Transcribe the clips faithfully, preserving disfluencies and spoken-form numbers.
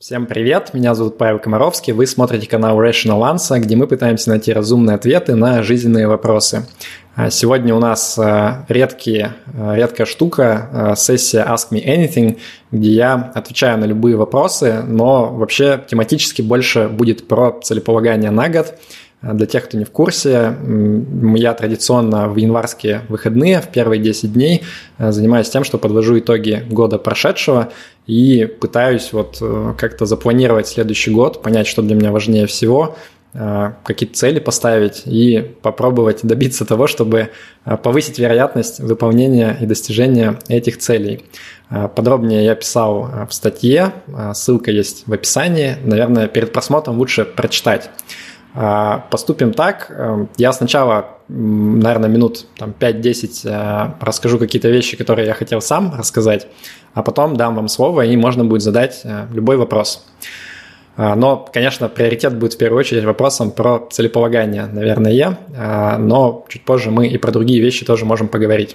Всем привет, меня зовут Павел Комаровский, вы смотрите канал Rational Answer, где мы пытаемся найти разумные ответы на жизненные вопросы. Сегодня у нас редкие, редкая штука, сессия Ask Me Anything, где я отвечаю на любые вопросы, но вообще тематически больше будет про целеполагание на год. Для тех, кто не в курсе, я традиционно в январские выходные, в первые десять дней, занимаюсь тем, что подвожу итоги года прошедшего и пытаюсь вот как-то запланировать следующий год, понять, что для меня важнее всего, какие цели поставить и попробовать добиться того, чтобы повысить вероятность выполнения и достижения этих целей. Подробнее я писал в статье, ссылка есть в описании, наверное, перед просмотром лучше прочитать. Поступим так. Я сначала, наверное, минут там, пять-десять расскажу какие-то вещи, которые я хотел сам рассказать, а потом дам вам слово, и можно будет задать любой вопрос. Но, конечно, приоритет будет в первую очередь вопросом про целеполагание, наверное, но чуть позже мы и про другие вещи тоже можем поговорить.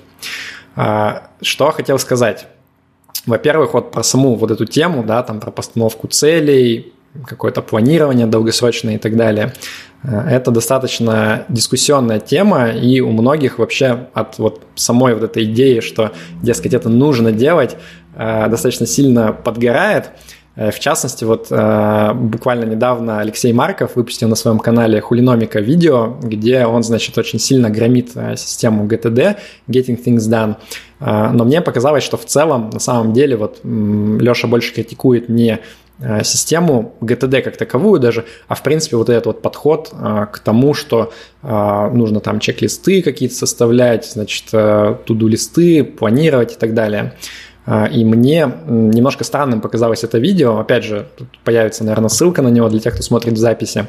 Что хотел сказать? Во-первых, вот про саму вот эту тему, да, там про постановку целей, какое-то планирование долгосрочное и так далее. Это достаточно дискуссионная тема, и у многих вообще от вот самой вот этой идеи, что, дескать, это нужно делать, достаточно сильно подгорает. В частности, вот буквально недавно Алексей Марков выпустил на своем канале «Хулиномика» видео, где он, значит, очень сильно громит систему джи ти ди, Getting Things Done. Но мне показалось, что в целом, на самом деле, вот Леша больше критикует не систему джи ти ди как таковую даже, а в принципе вот этот вот подход к тому, что нужно там чек-листы какие-то составлять, значит, туду-листы, планировать и так далее. И мне немножко странным показалось это видео. Опять же, тут появится, наверное, ссылка на него для тех, кто смотрит в записи.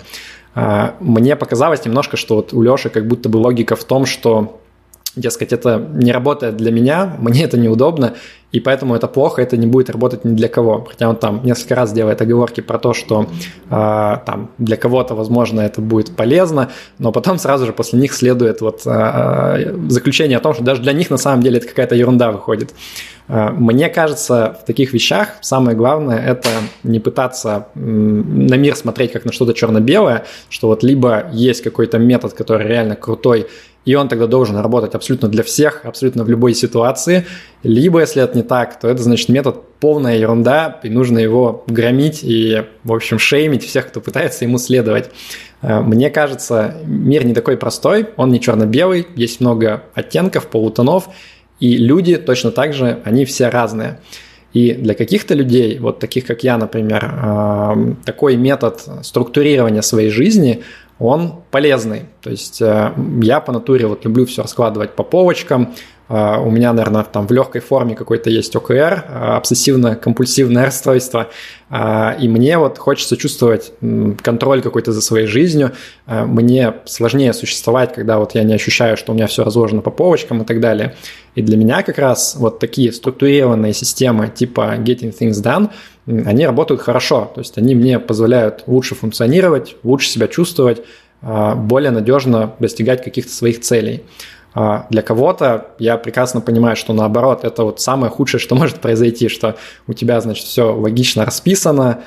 Мне показалось немножко, что вот у Леши как будто бы логика в том, что, дескать, это не работает для меня, мне это неудобно, и поэтому это плохо, это не будет работать ни для кого. Хотя он там несколько раз делает оговорки про то, что э, там для кого-то, возможно, это будет полезно, но потом сразу же после них следует вот, э, заключение о том, что даже для них на самом деле это какая-то ерунда выходит. Э, мне кажется, в таких вещах самое главное – это не пытаться э, на мир смотреть как на что-то черно-белое, что вот либо есть какой-то метод, который реально крутой, и он тогда должен работать абсолютно для всех, абсолютно в любой ситуации. Либо, если это не так, то это, значит, метод полная ерунда, и нужно его громить и, в общем, шеймить всех, кто пытается ему следовать. Мне кажется, мир не такой простой, он не черно-белый, есть много оттенков, полутонов, и люди точно так же, они все разные. И для каких-то людей, вот таких как я, например, такой метод структурирования своей жизни – он полезный. То есть я по натуре вот люблю все раскладывать по полочкам. У меня, наверное, там в легкой форме какой-то есть о ка эр, обсессивно-компульсивное расстройство. И мне вот хочется чувствовать контроль какой-то за своей жизнью. Мне сложнее существовать, когда вот я не ощущаю, что у меня все разложено по полочкам и так далее. И для меня как раз вот такие структурированные системы типа Getting Things Done, они работают хорошо. То есть они мне позволяют лучше функционировать, лучше себя чувствовать, более надежно достигать каких-то своих целей. Для кого-то я прекрасно понимаю, что наоборот, это вот самое худшее, что может произойти, что у тебя, значит, все логично расписано,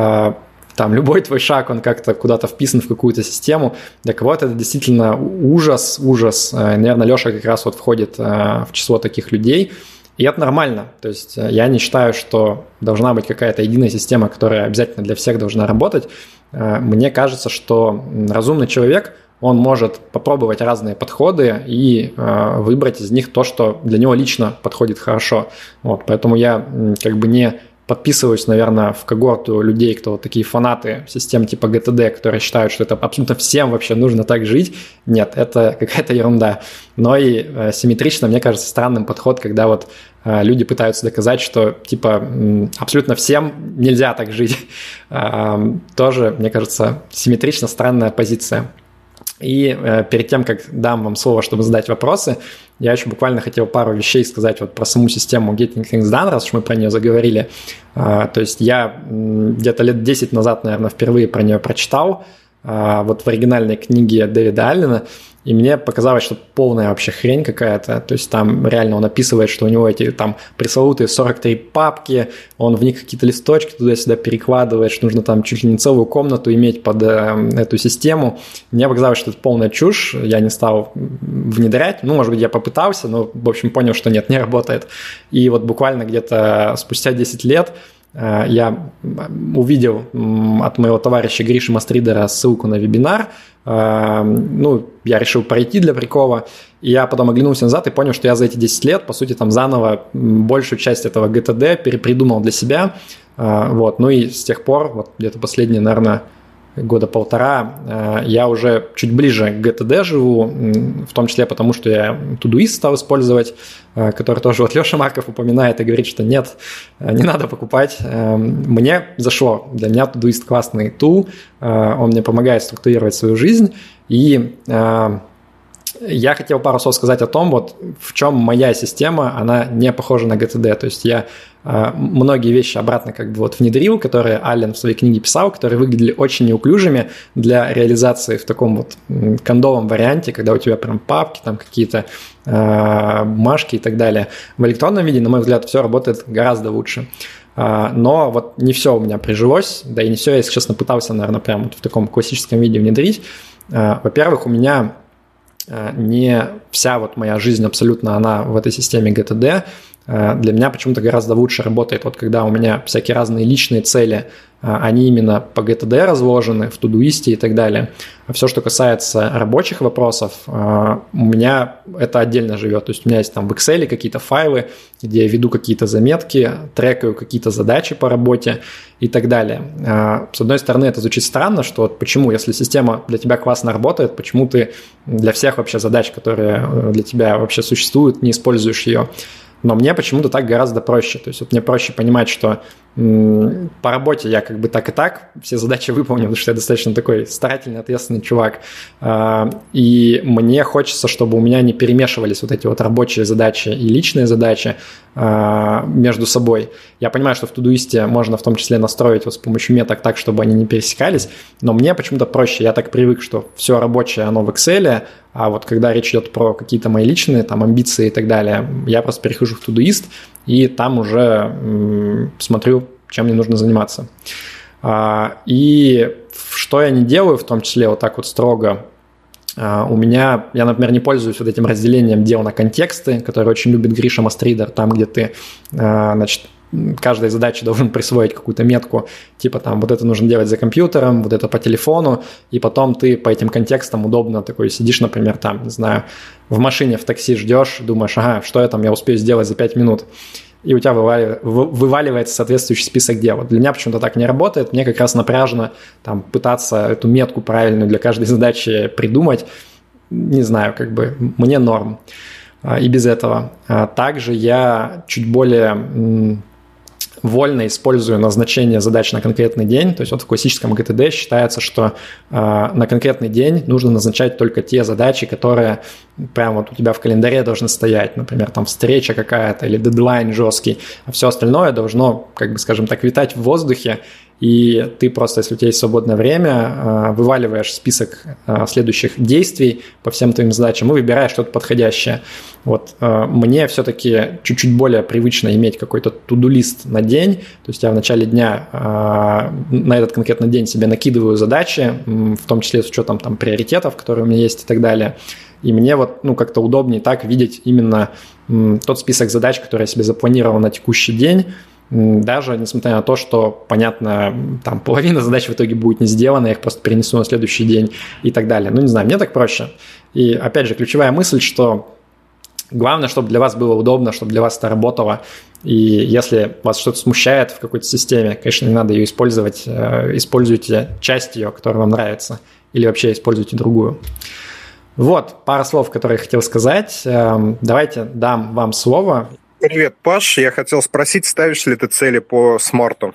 там любой твой шаг, он как-то куда-то вписан в какую-то систему. Для кого-то это действительно ужас, ужас. Наверное, Леша как раз вот входит в число таких людей. И это нормально. То есть я не считаю, что должна быть какая-то единая система, которая обязательно для всех должна работать. Мне кажется, что разумный человек, он может попробовать разные подходы и выбрать из них то, что для него лично подходит хорошо. Вот, поэтому я как бы не подписываюсь, наверное, в когорту людей, кто вот такие фанаты систем типа джи ти ди, которые считают, что это абсолютно всем вообще нужно так жить. Нет, это какая-то ерунда. Но и э, симметрично, мне кажется, странным подход, когда вот э, люди пытаются доказать, что типа абсолютно всем нельзя так жить. Э, тоже, мне кажется, симметрично странная позиция. И э, перед тем, как дам вам слово, чтобы задать вопросы, я еще буквально хотел пару вещей сказать вот про саму систему Getting Things Done, раз уж мы про нее заговорили. Э, то есть я где-то лет десять назад, наверное, впервые про нее прочитал, вот в оригинальной книге Дэвида Аллена, и мне показалось, что полная вообще хрень какая-то. То есть там реально он описывает, что у него эти там пресловутые сорок три папки, он в них какие-то листочки туда-сюда перекладывает, что нужно там чуть ли не целую комнату иметь под э, эту систему. Мне показалось, что это полная чушь, я не стал внедрять. Ну, может быть, я попытался, но, в общем, понял, что нет, не работает. И вот буквально где-то спустя десять лет я увидел от моего товарища Гриши Мастридера ссылку на вебинар. Ну, я решил пройти для прикола, и я потом оглянулся назад и понял, что я за эти десять лет, по сути, там заново большую часть этого джи ти ди перепридумал для себя. Вот. Ну и с тех пор, вот где-то последние, наверное, года полтора, я уже чуть ближе к джи ти ди живу, в том числе потому, что я Todoist стал использовать, который тоже вот Леша Марков упоминает и говорит, что нет, не надо покупать. Мне зашло, для меня Todoist классный тул, он мне помогает структурировать свою жизнь, и я хотел пару слов сказать о том, вот в чем моя система, она не похожа на джи ти ди. То есть я э, многие вещи обратно как бы вот внедрил, которые Аллен в своей книге писал, которые выглядели очень неуклюжими для реализации в таком вот кондовом варианте, когда у тебя прям папки, там какие-то э, бумажки и так далее. В электронном виде, на мой взгляд, все работает гораздо лучше. Uh, но вот не все у меня прижилось, да и не все я, если честно, пытался, наверное, прямо вот в таком классическом виде внедрить. Uh, во-первых, у меня не вся вот моя жизнь абсолютно, она в этой системе джи ти ди. Для меня почему-то гораздо лучше работает, вот когда у меня всякие разные личные цели, они именно по джи ти ди разложены, в Todoist и так далее. А все, что касается рабочих вопросов, у меня это отдельно живет. То есть у меня есть там в Excel какие-то файлы, где я веду какие-то заметки, трекаю какие-то задачи по работе и так далее. С одной стороны, это звучит странно, что вот почему, если система для тебя классно работает, почему ты для всех вообще задач, которые для тебя вообще существуют, не используешь ее. Но мне почему-то так гораздо проще. То есть вот мне проще понимать, что м- по работе я как бы так и так все задачи выполню, потому что я достаточно такой старательный, ответственный чувак. А, и мне хочется, чтобы у меня не перемешивались вот эти вот рабочие задачи и личные задачи а, между собой. Я понимаю, что в Todoist можно в том числе настроить вот с помощью меток так, чтобы они не пересекались, но мне почему-то проще. Я так привык, что все рабочее, оно в Excel, а вот когда речь идет про какие-то мои личные там амбиции и так далее, я просто перехожу в Todoist и там уже м, смотрю, чем мне нужно заниматься. А, и что я не делаю, в том числе вот так вот строго, а, у меня, я, например, не пользуюсь вот этим разделением дел на контексты, который очень любит Гриша Мастридер, там, где ты, а, значит, каждой задаче должен присвоить какую-то метку, типа там вот это нужно делать за компьютером, вот это по телефону, и потом ты по этим контекстам удобно такой сидишь, например, там, не знаю, в машине, в такси ждешь, думаешь, ага, что я там, я успею сделать за пять минут, и у тебя вываливается, вываливается соответствующий список дел. Вот для меня почему-то так не работает, мне как раз напряжно там пытаться эту метку правильную для каждой задачи придумать, не знаю, как бы мне норм и без этого. Также я чуть более вольно использую назначение задач на конкретный день. То есть вот в классическом джи ти ди считается, что э, на конкретный день нужно назначать только те задачи, которые прямо вот у тебя в календаре должны стоять. Например, там встреча какая-то или дедлайн жесткий. А все остальное должно, как бы, скажем так, витать в воздухе. И ты просто, если у тебя есть свободное время, вываливаешь список следующих действий по всем твоим задачам и выбираешь что-то подходящее. Вот. Мне все-таки чуть-чуть более привычно иметь какой-то to-do-лист на день. То есть я в начале дня на этот конкретный день себе накидываю задачи, в том числе с учетом там, приоритетов, которые у меня есть и так далее. И мне вот, ну, как-то удобнее так видеть именно тот список задач, который я себе запланировал на текущий день, даже несмотря на то, что, понятно, там половина задач в итоге будет не сделана, я их просто перенесу на следующий день и так далее. Ну, не знаю, мне так проще. И, опять же, ключевая мысль, что главное, чтобы для вас было удобно, чтобы для вас это работало. И если вас что-то смущает в какой-то системе, конечно, не надо ее использовать. Используйте часть ее, которая вам нравится, или вообще используйте другую. Вот, пара слов, которые я хотел сказать. Давайте дам вам слово. Привет, Паш. Я хотел спросить, ставишь ли ты цели по смарту?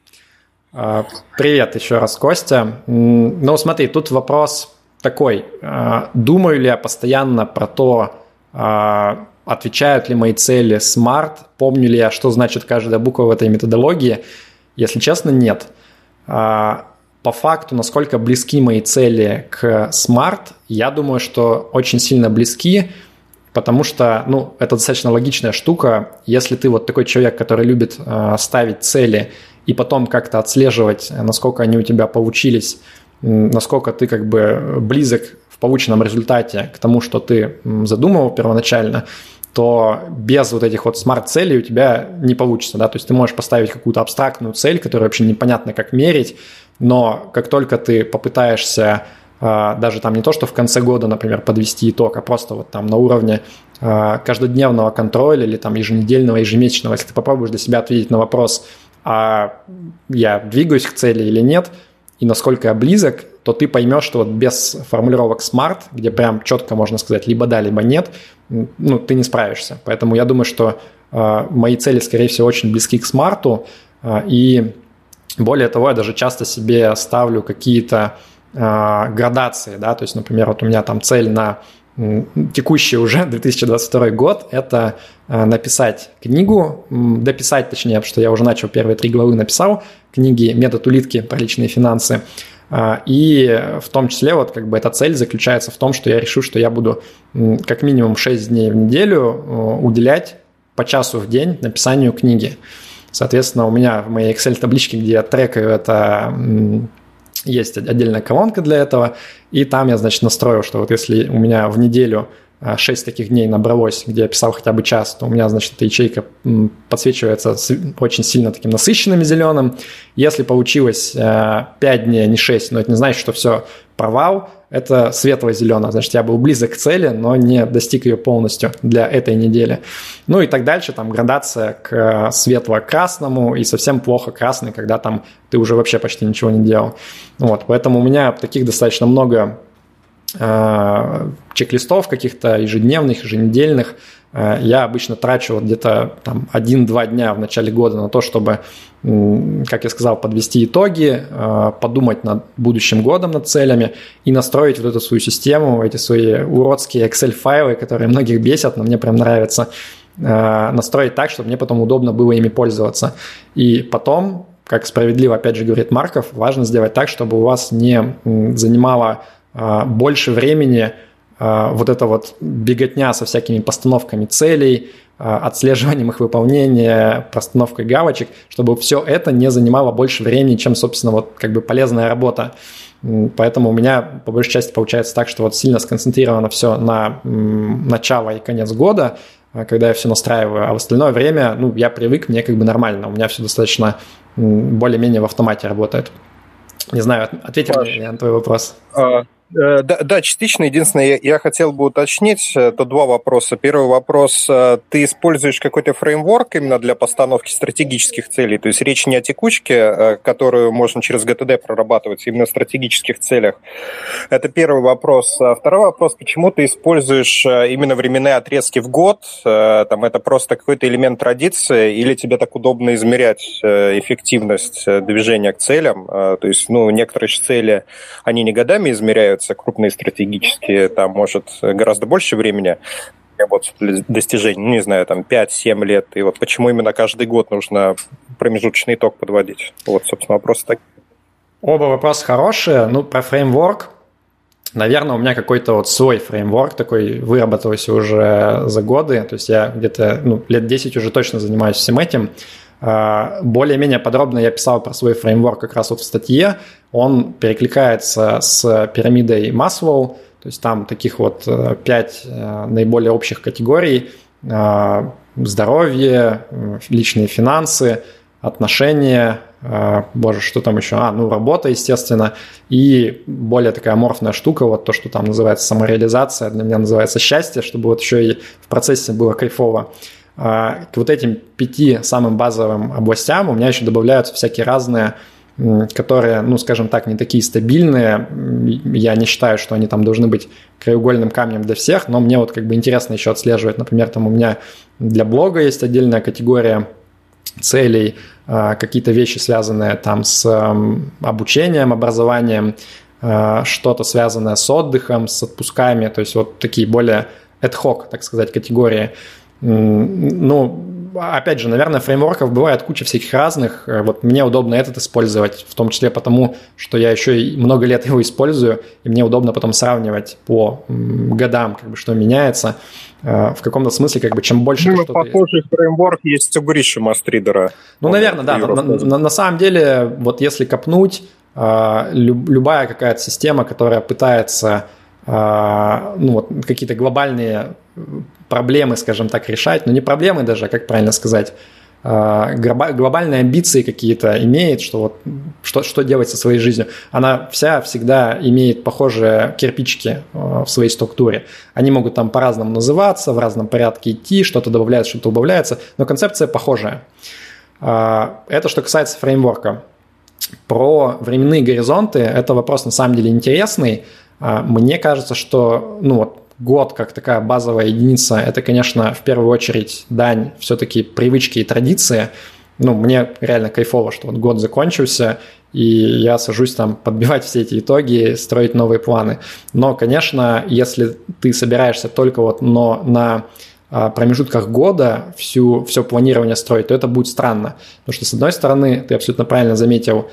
Привет еще раз, Костя. Ну, смотри, тут вопрос такой. Думаю ли я постоянно про то, отвечают ли мои цели смарт, помню ли я, что значит каждая буква в этой методологии? Если честно, нет. по факту, насколько близки мои цели к смарт, я думаю, что очень сильно близки, потому что, ну, это достаточно логичная штука. Если ты вот такой человек, который любит э, ставить цели и потом как-то отслеживать, насколько они у тебя получились, насколько ты как бы близок в полученном результате к тому, что ты задумывал первоначально, то без вот этих вот смарт-целей у тебя не получится, да, то есть ты можешь поставить какую-то абстрактную цель, которую вообще непонятно как мерить, но как только ты попытаешься даже там не то, что в конце года, например, подвести итог, а просто вот там на уровне каждодневного контроля или там еженедельного, ежемесячного, если ты попробуешь для себя ответить на вопрос, а я двигаюсь к цели или нет, и насколько я близок, то ты поймешь, что вот без формулировок SMART, где прям четко можно сказать либо да, либо нет, ну, ты не справишься. Поэтому я думаю, что э, мои цели, скорее всего, очень близки к SMART, э, и более того, я даже часто себе ставлю какие-то э, градации, да, то есть, например, вот у меня там цель на текущий уже две тысячи двадцать второй год – это написать книгу, дописать точнее, потому что я уже начал первые три главы, написал книги «Метод улитки про личные финансы». И в том числе вот как бы эта цель заключается в том, что я решил, что я буду как минимум шесть дней в неделю уделять по часу в день написанию книги. Соответственно, у меня в моей Excel-табличке, где я трекаю это, есть отдельная колонка для этого, и там я, значит, настроил, что вот если у меня в неделю шесть таких дней набралось, где я писал хотя бы час, то у меня, значит, эта ячейка подсвечивается очень сильно таким насыщенным зеленым. Если получилось пять дней, а не шесть, но это не значит, что все провал, это светло-зеленое, значит, я был близок к цели, но не достиг ее полностью для этой недели. Ну и так дальше, там градация к светло-красному и совсем плохо красный, когда там ты уже вообще почти ничего не делал. Вот, поэтому у меня таких достаточно много чек-листов каких-то ежедневных, еженедельных. Я обычно трачу вот где-то там один-два дня в начале года на то, чтобы, как я сказал, подвести итоги, подумать над будущим годом, над целями и настроить вот эту свою систему, эти свои уродские Excel-файлы, которые многих бесят, но мне прям нравится, настроить так, чтобы мне потом удобно было ими пользоваться. И потом, как справедливо опять же говорит Марков, важно сделать так, чтобы у вас не занимало больше времени вот эта вот беготня со всякими постановками целей, отслеживанием их выполнения, постановкой галочек, чтобы все это не занимало больше времени, чем, собственно, вот как бы полезная работа. Поэтому у меня по большей части получается так, что вот сильно сконцентрировано все на начало и конец года, когда я все настраиваю, а в остальное время, ну, я привык, мне как бы нормально, у меня все достаточно более-менее в автомате работает. Не знаю, ответил ли я на твой вопрос? Да, да, частично. Единственное, я, я хотел бы уточнить, то два вопроса. Первый вопрос, ты используешь какой-то фреймворк именно для постановки стратегических целей? То есть речь не о текучке, которую можно через джи ти ди прорабатывать, именно в стратегических целях. Это первый вопрос. Второй вопрос, почему ты используешь именно временные отрезки в год? Там это просто какой-то элемент традиции, или тебе так удобно измерять эффективность движения к целям? То есть, ну, некоторые цели, они не годами измеряются, крупные стратегические, там может гораздо больше времени работать для достижений, ну, не знаю, там пять-семь лет, и вот почему именно каждый год нужно промежуточный итог подводить? Вот, собственно, вопрос такой. Оба вопроса хорошие. Ну, про фреймворк, наверное, у меня какой-то вот свой фреймворк такой выработался уже за годы, то есть я где-то, ну, лет десять уже точно занимаюсь всем этим. Более-менее подробно я писал про свой фреймворк как раз вот в статье. Он перекликается с пирамидой Маслоу, то есть там таких вот пять наиболее общих категорий: здоровье, личные финансы, отношения, боже, что там еще? А, ну, работа, естественно, и более такая аморфная штука, вот то, что там называется самореализация, для меня называется счастье, чтобы вот еще и в процессе было кайфово. К вот этим пяти самым базовым областям у меня еще добавляются всякие разные, которые, ну, скажем так, не такие стабильные. Я не считаю, что они там должны быть краеугольным камнем для всех, но мне вот как бы интересно еще отслеживать. Например, там у меня для блога есть отдельная категория целей, какие-то вещи, связанные там с обучением, образованием, что-то связанное с отдыхом, с отпусками, то есть вот такие более ad hoc, так сказать, категории. Ну, опять же, наверное, фреймворков бывает куча всяких разных. Вот мне удобно этот использовать, в том числе потому, что я еще и много лет его использую, и мне удобно потом сравнивать по годам, как бы, что меняется. В каком-то смысле, как бы, чем больше... Ну, похожий есть. Фреймворк есть у Гриши Мастридера. Ну, наверное, да. На, на, на самом деле, вот если копнуть, любая какая-то система, которая пытается ну, вот, какие-то глобальные проблемы, скажем так, решать, но не проблемы даже, как правильно сказать, глобальные амбиции какие-то имеет, что, вот, что, что делать со своей жизнью. Она вся всегда имеет похожие кирпичики в своей структуре. Они могут там по-разному называться, в разном порядке идти, что-то добавляется, что-то убавляется, но концепция похожая. Это что касается фреймворка. Про временные горизонты – это вопрос на самом деле интересный. Мне кажется, что ну, вот, год как такая базовая единица – это, конечно, в первую очередь дань все-таки привычки и традиции. Ну, мне реально кайфово, что вот год закончился, и я сажусь там подбивать все эти итоги, строить новые планы. Но, конечно, если ты собираешься только вот но на промежутках года всю, все планирование строить, то это будет странно. Потому что, с одной стороны, ты абсолютно правильно заметил,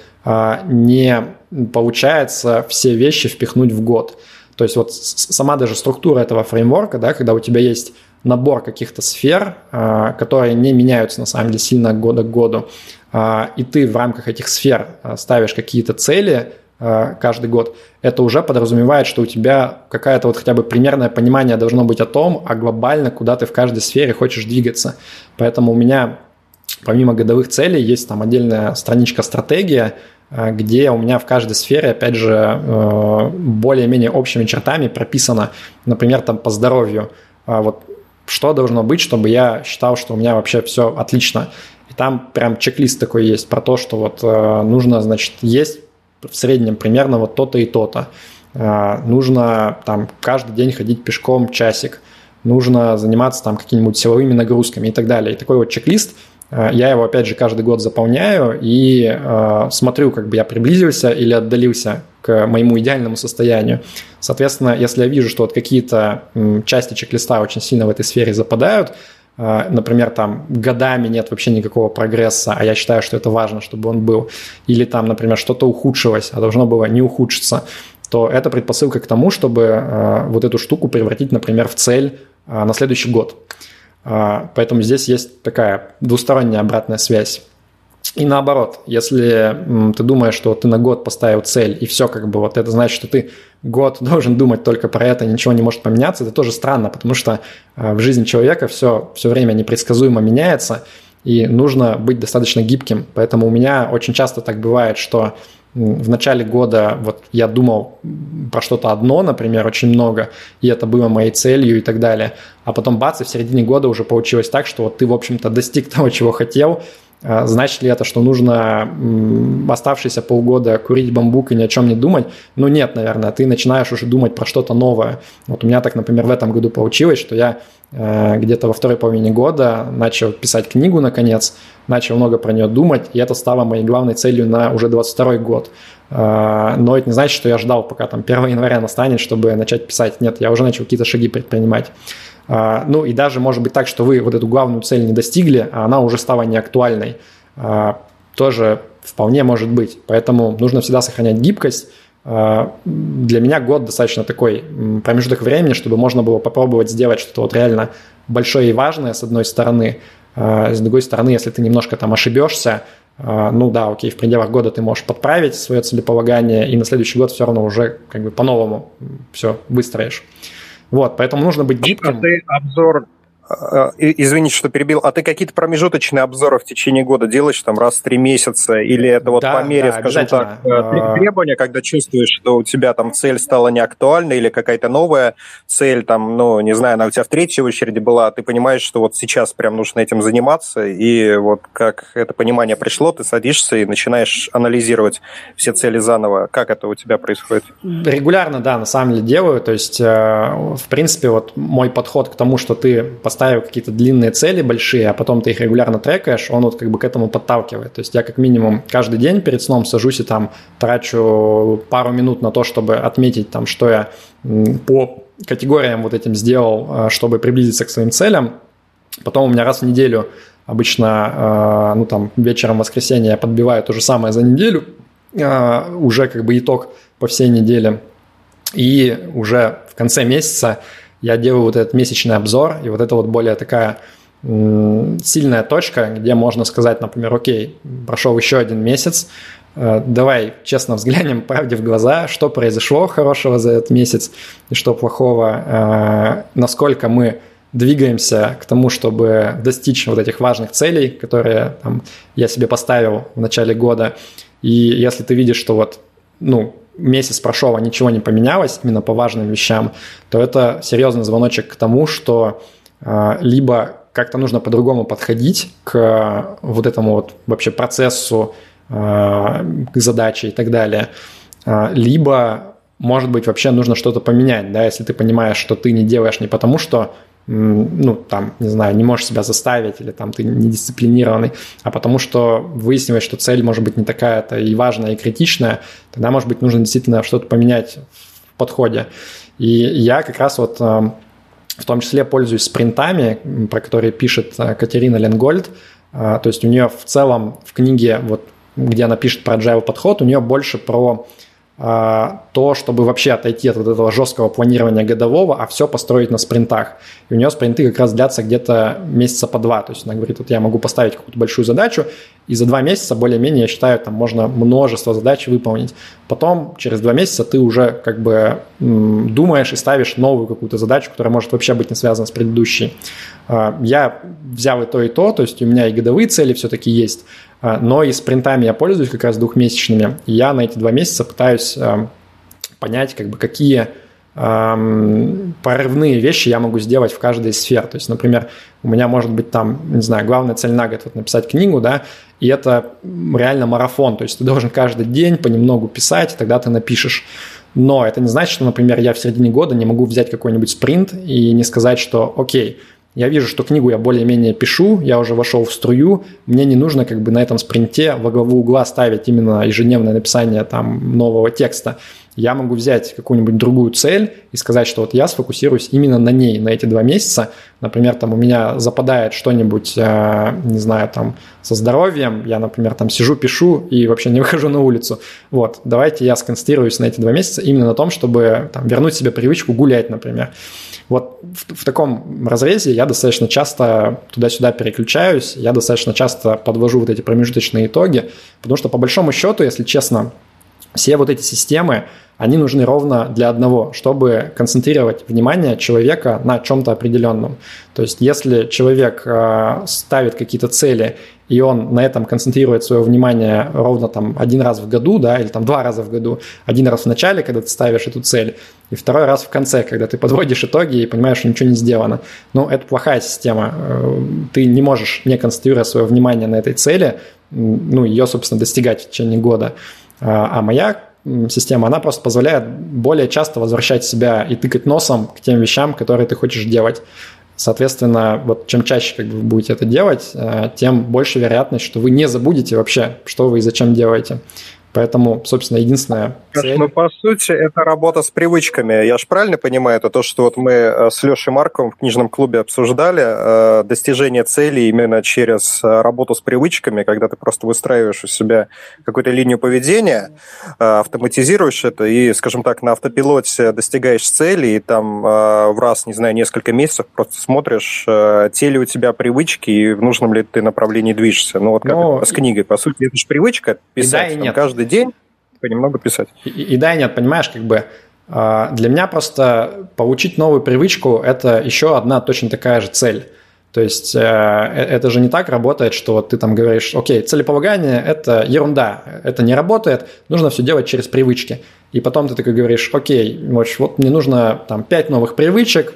не получается все вещи впихнуть в год. То есть вот сама даже структура этого фреймворка, да, когда у тебя есть набор каких-то сфер, которые не меняются на самом деле сильно от года к году, и ты в рамках этих сфер ставишь какие-то цели каждый год, это уже подразумевает, что у тебя какое-то вот хотя бы примерное понимание должно быть о том, а глобально куда ты в каждой сфере хочешь двигаться. Поэтому у меня помимо годовых целей есть там отдельная страничка «Стратегия», где у меня в каждой сфере, опять же, более-менее общими чертами прописано, например, там по здоровью, вот что должно быть, чтобы я считал, что у меня вообще все отлично. И там прям чек-лист такой есть про то, что вот нужно, значит, есть в среднем примерно вот то-то и то-то. Нужно там каждый день ходить пешком часик, нужно заниматься там какими-нибудь силовыми нагрузками и так далее. И такой вот чек-лист, я его опять же каждый год заполняю и э, смотрю, как бы я приблизился или отдалился к моему идеальному состоянию. Соответственно, если я вижу, что вот какие-то м, части чек-листа очень сильно в этой сфере западают, э, например, там годами нет вообще никакого прогресса, а я считаю, что это важно, чтобы он был, или там, например, что-то ухудшилось, а должно было не ухудшиться, то это предпосылка к тому, чтобы э, вот эту штуку превратить, например, в цель э, на следующий год. Поэтому здесь есть такая двусторонняя обратная связь. И наоборот, если ты думаешь, что ты на год поставил цель, и все как бы вот это значит, что ты год должен думать только про это, ничего не может поменяться, это тоже странно, потому что в жизни человека все, все время непредсказуемо меняется, и нужно быть достаточно гибким. Поэтому у меня очень часто так бывает, что в начале года вот я думал про что-то одно, например, очень много, и это было моей целью и так далее. А потом бац, и в середине года уже получилось так, что вот ты, в общем-то, достиг того, чего хотел. Значит ли это, что нужно оставшиеся полгода курить бамбук и ни о чем не думать? Ну нет, наверное, ты начинаешь уже думать про что-то новое. Вот у меня так, например, в этом году получилось, что я где-то во второй половине года начал писать книгу, наконец, начал много про нее думать, и это стало моей главной целью на уже двадцать второй год. Но это не значит, что я ждал, пока там первого января настанет, чтобы начать писать. Нет, я уже начал какие-то шаги предпринимать. Ну и даже может быть так, что вы вот эту главную цель не достигли, а она уже стала неактуальной. Тоже вполне может быть. Поэтому нужно всегда сохранять гибкость. Для меня год достаточно такой промежуток времени, чтобы можно было попробовать сделать что-то вот реально большое и важное, с одной стороны. С другой стороны, если ты немножко там ошибешься, ну да, окей, в пределах года ты можешь подправить свое целеполагание, и на следующий год все равно уже как бы по-новому все выстроишь. Вот, поэтому нужно быть гибким. А ты обзор... Извините, что перебил. А ты какие-то промежуточные обзоры в течение года делаешь там раз в три месяца? Или это вот да, по мере, да, скажем так, требования, когда чувствуешь, что у тебя там цель стала неактуальной или какая-то новая цель, там, ну, не знаю, она у тебя в третьей очереди была, ты понимаешь, что вот сейчас прям нужно этим заниматься, и вот как это понимание пришло, ты садишься и начинаешь анализировать все цели заново. Как это у тебя происходит? Регулярно, да, на самом деле делаю. То есть, в принципе, вот мой подход к тому, что ты поставил ставил какие-то длинные цели большие, а потом ты их регулярно трекаешь, он вот как бы к этому подталкивает. То есть я как минимум каждый день перед сном сажусь и там трачу пару минут на то, чтобы отметить там, что я по категориям вот этим сделал, чтобы приблизиться к своим целям. Потом у меня раз в неделю обычно, ну, там, вечером воскресенья я подбиваю то же самое за неделю, уже как бы итог по всей неделе. И уже в конце месяца я делаю вот этот месячный обзор, и вот это вот более такая сильная точка, где можно сказать, например, окей, прошел еще один месяц, давай честно взглянем правде в глаза, что произошло хорошего за этот месяц и что плохого, насколько мы двигаемся к тому, чтобы достичь вот этих важных целей, которые там, я себе поставил в начале года. И если ты видишь, что вот, ну, месяц прошел, а ничего не поменялось именно по важным вещам, то это серьезный звоночек к тому, что э, либо как-то нужно по-другому подходить к вот этому вот вообще процессу, э, к задаче и так далее, э, либо, может быть, вообще нужно что-то поменять, да, если ты понимаешь, что ты не делаешь не потому, что ну, там, не знаю, не можешь себя заставить или там ты недисциплинированный, а потому что выяснилось, что цель может быть не такая-то и важная, и критичная, тогда, может быть, нужно действительно что-то поменять в подходе. И я как раз вот в том числе пользуюсь спринтами, про которые пишет Катерина Ленгольд, то есть у нее в целом в книге, вот, где она пишет про agile подход, у нее больше про то, чтобы вообще отойти от вот этого жесткого планирования годового, а все построить на спринтах. И у нее спринты как раз длятся где-то месяца по два. То есть она говорит, вот я могу поставить какую-то большую задачу, и за два месяца более-менее, я считаю, там можно множество задач выполнить. Потом через два месяца ты уже как бы м, думаешь и ставишь новую какую-то задачу, которая может вообще быть не связана с предыдущей. Я взял и то, и то, то есть у меня и годовые цели все-таки есть, но и спринтами я пользуюсь как раз двухмесячными. И я на эти два месяца пытаюсь э, понять, как бы, какие э, прорывные вещи я могу сделать в каждой из сфер. То есть, например, у меня может быть там, не знаю, главная цель на год вот написать книгу, да, и это реально марафон. То есть ты должен каждый день понемногу писать, и тогда ты напишешь. Но это не значит, что, например, я в середине года не могу взять какой-нибудь спринт и не сказать, что окей, я вижу, что книгу я более-менее пишу, я уже вошел в струю, мне не нужно как бы на этом спринте во главу угла ставить именно ежедневное написание там нового текста. Я могу взять какую-нибудь другую цель и сказать, что вот я сфокусируюсь именно на ней, на эти два месяца. Например, там у меня западает что-нибудь, не знаю, там со здоровьем, я, например, там сижу, пишу и вообще не выхожу на улицу. Вот, давайте я сконцентрируюсь на эти два месяца именно на том, чтобы там вернуть себе привычку гулять, например. Вот в, в таком разрезе я достаточно часто туда-сюда переключаюсь, я достаточно часто подвожу вот эти промежуточные итоги, потому что по большому счету, если честно, все вот эти системы, они нужны ровно для одного, чтобы концентрировать внимание человека на чем-то определенном. То есть если человек э, ставит какие-то цели, и он на этом концентрирует свое внимание ровно там один раз в году, да, или там два раза в году, один раз в начале, когда ты ставишь эту цель, и второй раз в конце, когда ты подводишь итоги и понимаешь, что ничего не сделано. Ну, это плохая система. Ты не можешь, не концентрируя свое внимание на этой цели, ну, ее, собственно, достигать в течение года. А моя система, она просто позволяет более часто возвращать себя и тыкать носом к тем вещам, которые ты хочешь делать. Соответственно, вот чем чаще как бы, вы будете это делать, тем больше вероятность, что вы не забудете вообще, что вы и зачем делаете. Поэтому, собственно, единственная цель... Ну, по сути, это работа с привычками. Я же правильно понимаю, это то, что вот мы с Лешей Марковым в книжном клубе обсуждали, достижение целей именно через работу с привычками, когда ты просто выстраиваешь у себя какую-то линию поведения, автоматизируешь это и, скажем так, на автопилоте достигаешь цели, и там в раз, не знаю, несколько месяцев просто смотришь, те ли у тебя привычки и в нужном ли ты направлении движешься. Ну, вот как Но... с книгой. По сути, это же привычка писать там, каждый день понемногу писать. И, и да, и нет, понимаешь, как бы для меня просто получить новую привычку – это еще одна точно такая же цель. То есть это же не так работает, что ты там говоришь, окей, целеполагание – это ерунда, это не работает, нужно все делать через привычки. И потом ты такой говоришь, окей, вот мне нужно там пять новых привычек,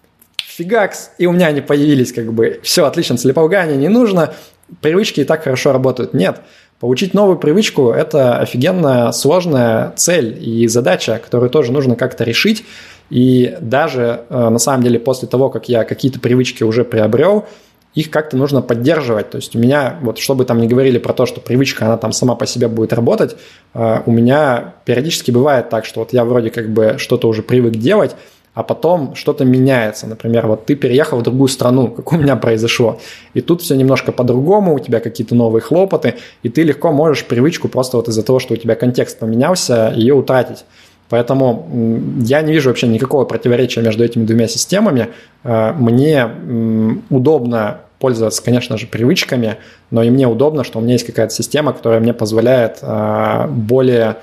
фигакс, и у меня они появились, как бы, все, отлично, целеполагание не нужно, привычки и так хорошо работают. Нет. Получить новую привычку – это офигенно сложная цель и задача, которую тоже нужно как-то решить. И даже на самом деле после того, как я какие-то привычки уже приобрел, их как-то нужно поддерживать. То есть у меня, вот что бы там ни говорили про то, что привычка, она там сама по себе будет работать, у меня периодически бывает так, что вот я вроде как бы что-то уже привык делать, а потом что-то меняется. Например, вот ты переехал в другую страну, как у меня произошло, и тут все немножко по-другому, у тебя какие-то новые хлопоты, и ты легко можешь привычку просто вот из-за того, что у тебя контекст поменялся, ее утратить. Поэтому я не вижу вообще никакого противоречия между этими двумя системами. Мне удобно пользоваться, конечно же, привычками, но и мне удобно, что у меня есть какая-то система, которая мне позволяет более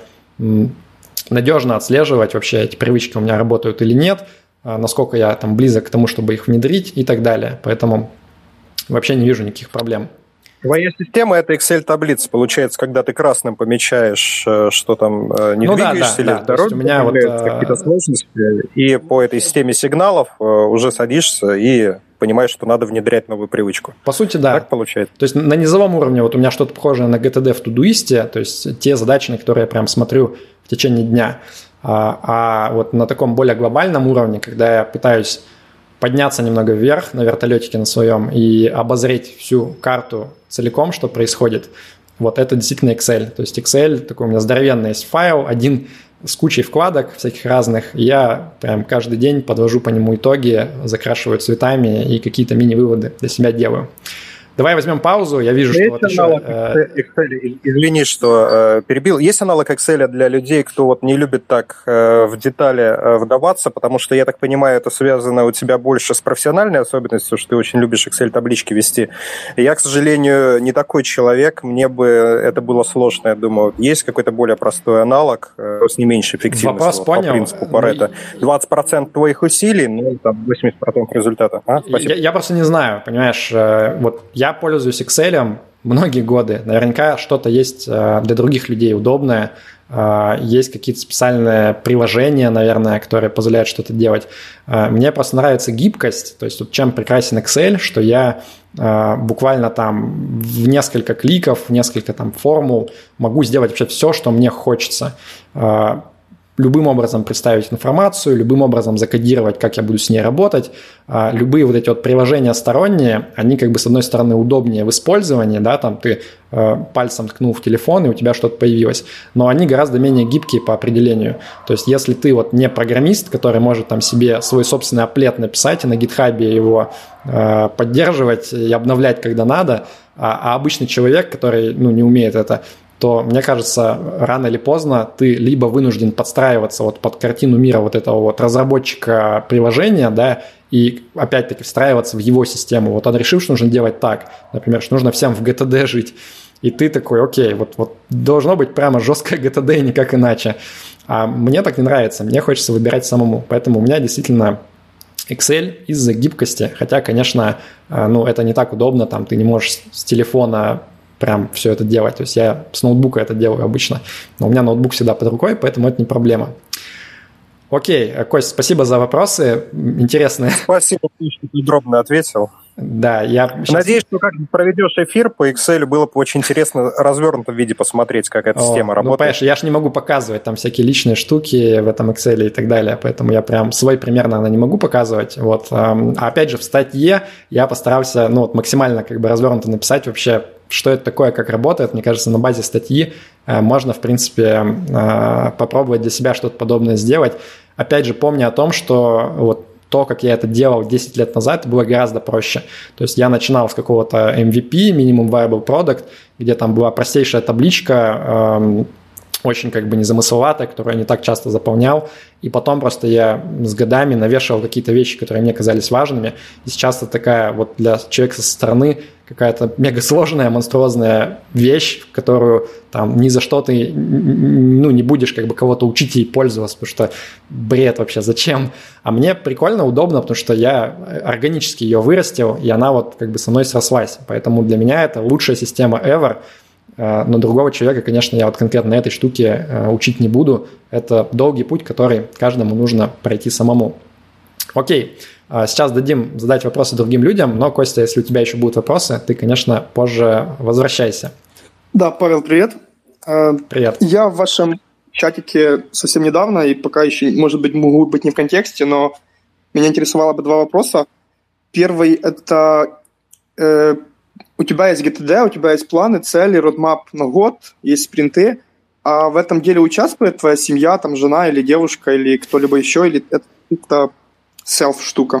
надежно отслеживать вообще, эти привычки у меня работают или нет, насколько я там близок к тому, чтобы их внедрить и так далее. Поэтому вообще не вижу никаких проблем. Твоя система – это Excel-таблица, получается, когда ты красным помечаешь, что там не ну, двигаешься, да, да, или в дороге, у меня вот, какие-то сложности, и по этой системе сигналов уже садишься и понимаешь, что надо внедрять новую привычку. По сути, да. Так получается. То есть на низовом уровне вот у меня что-то похожее на джи ти ди в Todoist, то есть те задачи, на которые я прям смотрю в течение дня. А, а вот на таком более глобальном уровне, когда я пытаюсь подняться немного вверх на вертолетике на своем и обозреть всю карту целиком, что происходит, вот это действительно Excel. То есть Excel, такой у меня здоровенный есть файл, один с кучей вкладок всяких разных. Я прям каждый день подвожу по нему итоги, закрашиваю цветами и какие-то мини-выводы для себя делаю. Давай возьмем паузу. Я вижу, есть что вот аналог еще... Excel, извини, что э, перебил. Есть аналог Excel для людей, кто вот не любит так э, в детали э, вдаваться, потому что, я так понимаю, это связано у тебя больше с профессиональной особенностью, что ты очень любишь Excel-таблички вести. Я, к сожалению, не такой человек, мне бы это было сложно, я думаю. Есть какой-то более простой аналог э, с не меньшей эффективностью? Вопрос вот, понял. По принципу Парето. двадцать процентов твоих усилий, ну, там, восемьдесят процентов результата. А? Спасибо. Я, я просто не знаю, понимаешь, вот я пользуюсь Excel многие годы. Наверняка что-то есть для других людей удобное. Есть какие-то специальные приложения, наверное, которые позволяют что-то делать. Мне просто нравится гибкость. То есть вот чем прекрасен Excel, что я буквально там в несколько кликов, в несколько там формул могу сделать вообще все, что мне хочется. Любым образом представить информацию, любым образом закодировать, как я буду с ней работать. Любые вот эти вот приложения сторонние, они как бы с одной стороны удобнее в использовании, да, там ты пальцем ткнул в телефон, и у тебя что-то появилось, но они гораздо менее гибкие по определению. То есть если ты вот не программист, который может там себе свой собственный аплет написать и на гитхабе его поддерживать и обновлять, когда надо, а обычный человек, который ну, не умеет это, то, мне кажется, рано или поздно ты либо вынужден подстраиваться вот под картину мира вот этого вот разработчика приложения, да, и опять-таки встраиваться в его систему. Вот он решил, что нужно делать так, например, что нужно всем в джи ти ди жить, и ты такой, окей, вот, вот должно быть прямо жесткое джи ти ди, никак иначе. А мне так не нравится, мне хочется выбирать самому, поэтому у меня действительно Excel из-за гибкости, хотя, конечно, ну, это не так удобно, там ты не можешь с телефона прям все это делать. То есть я с ноутбука это делаю обычно. Но у меня ноутбук всегда под рукой, поэтому это не проблема. Окей, Кость, спасибо за вопросы. Интересные. Спасибо, что подробно ответил. Да, я... Надеюсь, что как проведешь эфир по Excel, было бы очень интересно развернутом виде посмотреть, как эта О, система работает. Ну, понимаешь, я же не могу показывать там всякие личные штуки в этом Excel и так далее, поэтому я прям свой пример, наверное, не могу показывать. Вот. А опять же, в статье я постарался ну, вот максимально как бы развернуто написать вообще, что это такое, как работает. Мне кажется, на базе статьи можно, в принципе, попробовать для себя что-то подобное сделать. Опять же, помня о том, что вот то, как я это делал десять лет назад, было гораздо проще. То есть я начинал с какого-то эм ви пи, Minimum Viable Product, где там была простейшая табличка, эм, очень как бы незамысловатая, которую я не так часто заполнял. И потом просто я с годами навешивал какие-то вещи, которые мне казались важными. И сейчас это такая вот для человека со стороны какая-то мегасложная, монструозная вещь, которую там ни за что ты ну, не будешь как бы кого-то учить ей пользоваться, потому что бред вообще, зачем? А мне прикольно, удобно, потому что я органически ее вырастил, и она вот как бы со мной срослась. Поэтому для меня это лучшая система ever. Но другого человека, конечно, я вот конкретно на этой штуке учить не буду. Это долгий путь, который каждому нужно пройти самому. Окей, сейчас дадим задать вопросы другим людям, но, Костя, если у тебя еще будут вопросы, ты, конечно, позже возвращайся. Да, Павел, привет. Привет. Я в вашем чатике совсем недавно, и пока еще, может быть, могу быть не в контексте, но меня интересовало бы два вопроса. Первый – это э, у тебя есть джи ти ди, у тебя есть планы, цели, родмап на год, есть спринты, а в этом деле участвует твоя семья, там, жена или девушка, или кто-либо еще, или это селф-штука?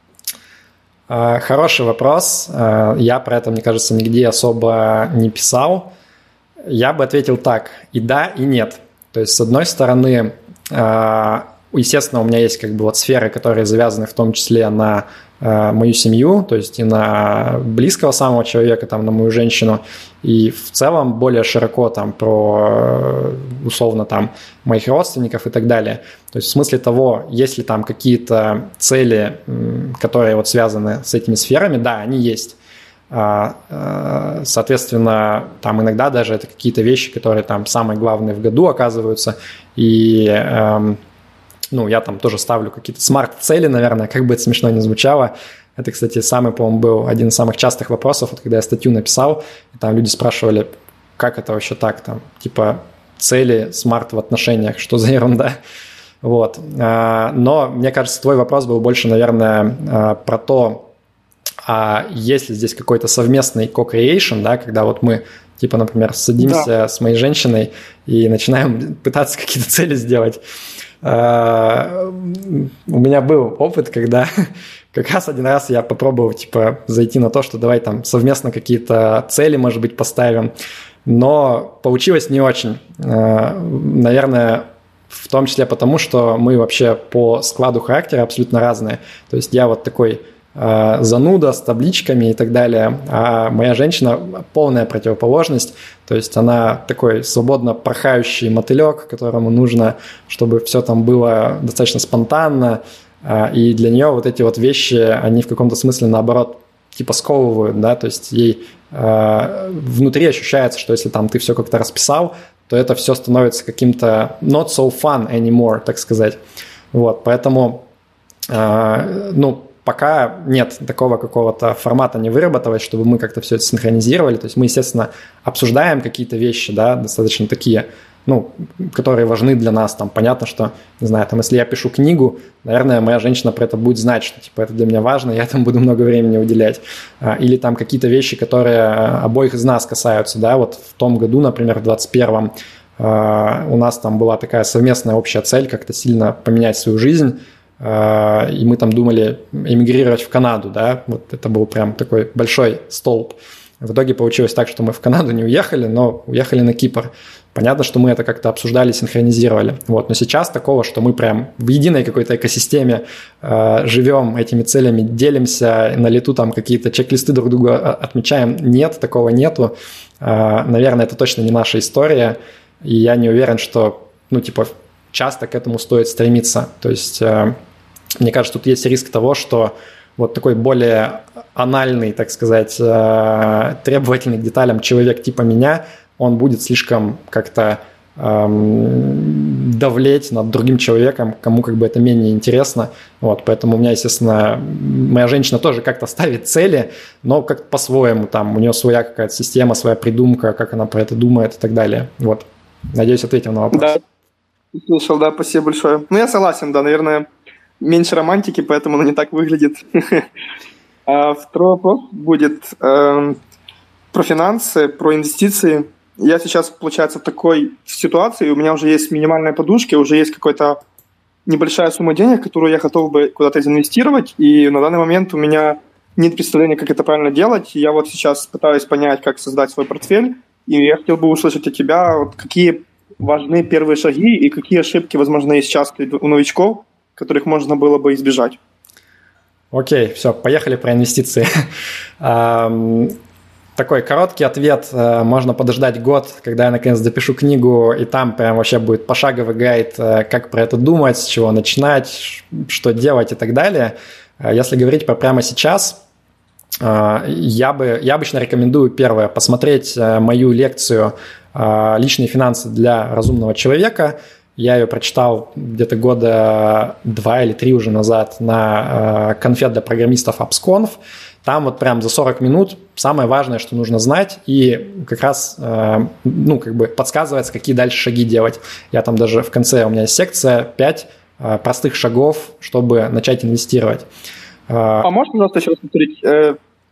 Хороший вопрос. Я про это, мне кажется, нигде особо не писал. Я бы ответил так: и да, и нет. То есть, с одной стороны, естественно, у меня есть как бы вот сферы, которые завязаны в том числе на мою семью, то есть и на близкого самого человека, там, на мою женщину, и в целом более широко там про, условно, там, моих родственников и так далее. То есть в смысле того, если там какие-то цели, которые вот связаны с этими сферами, да, они есть. Соответственно, там иногда даже это какие-то вещи, которые там самые главные в году оказываются, и ну, я там тоже ставлю какие-то смарт-цели, наверное, как бы это смешно ни звучало. Это, кстати, самый, по-моему, был один из самых частых вопросов, вот когда я статью написал, и там люди спрашивали, как это вообще так, там, типа, цели смарт в отношениях, что за ерунда. Вот. Но, мне кажется, твой вопрос был больше, наверное, про то, а есть ли здесь какой-то совместный co-creation, да, когда вот мы, типа, например, садимся да. с моей женщиной и начинаем пытаться какие-то цели сделать. Uh, у меня был опыт, когда как раз один раз я попробовал типа зайти на то, что давай там совместно какие-то цели, может быть, поставим, но получилось не очень. Uh, наверное, в том числе потому, что мы вообще по складу характера абсолютно разные. То есть я вот такой uh, зануда с табличками и так далее, а моя женщина полная противоположность. То есть она такой свободно порхающий мотылек, которому нужно, чтобы все там было достаточно спонтанно, и для нее вот эти вот вещи, они в каком-то смысле, наоборот, типа сковывают, да, то есть ей внутри ощущается, что если там ты все как-то расписал, то это все становится каким-то not so fun anymore, так сказать. Вот, поэтому, ну, пока нет такого какого-то формата не выработалось, чтобы мы как-то все это синхронизировали. То есть мы, естественно, обсуждаем какие-то вещи, да, достаточно такие, ну, которые важны для нас. Там понятно, что, не знаю, там, если я пишу книгу, наверное, моя женщина про это будет знать, что, типа, это для меня важно, я там буду много времени уделять. Или там какие-то вещи, которые обоих из нас касаются, да. Вот в том году, например, в двадцать первом у нас там была такая совместная общая цель как-то сильно поменять свою жизнь. И мы там думали эмигрировать в Канаду, да, вот это был прям такой большой столб. В итоге получилось так, что мы в Канаду не уехали, но уехали на Кипр. Понятно, что мы это как-то обсуждали, синхронизировали. Вот. Но сейчас такого, что мы прям в единой какой-то экосистеме э, живем этими целями, делимся, на лету там какие-то чек-листы друг друга отмечаем, нет, такого нету. Э, наверное, это точно не наша история, и я не уверен, что, ну, типа, часто к этому стоит стремиться. То есть... Э, Мне кажется, тут есть риск того, что вот такой более анальный, так сказать, требовательный к деталям человек типа меня, он будет слишком как-то эм, давлеть над другим человеком, кому как бы это менее интересно. Вот, поэтому у меня, естественно, моя женщина тоже как-то ставит цели, но как-то по-своему, там, у нее своя какая-то система, своя придумка, как она про это думает и так далее. Вот, надеюсь, ответил на вопрос. Да, слышал, да, спасибо большое. Ну, я согласен, да, наверное, меньше романтики, поэтому оно не так выглядит. А второй вопрос будет э, про финансы, про инвестиции. Я сейчас, получается, в такой ситуации, у меня уже есть минимальные подушки, уже есть какая-то небольшая сумма денег, которую я готов бы куда-то инвестировать, и на данный момент у меня нет представления, как это правильно делать. Я вот сейчас пытаюсь понять, как создать свой портфель, и я хотел бы услышать от тебя, вот, какие важны первые шаги и какие ошибки, возможно, есть сейчас у новичков, которых можно было бы избежать. Окей, все, поехали про инвестиции. Такой короткий ответ. Можно подождать год, когда я наконец допишу книгу, и там прям вообще будет пошаговый гайд, как про это думать, с чего начинать, что делать и так далее. Если говорить про прямо сейчас, я бы, я обычно рекомендую, первое, посмотреть мою лекцию «Личные финансы для разумного человека». Я ее прочитал где-то года два или три уже назад на конфе для программистов AppsConf. Там вот прям за сорок минут самое важное, что нужно знать, и как раз ну, как бы подсказывается, какие дальше шаги делать. Я там даже в конце, у меня есть секция пять простых шагов, чтобы начать инвестировать. А можешь, пожалуйста, еще раз повторить?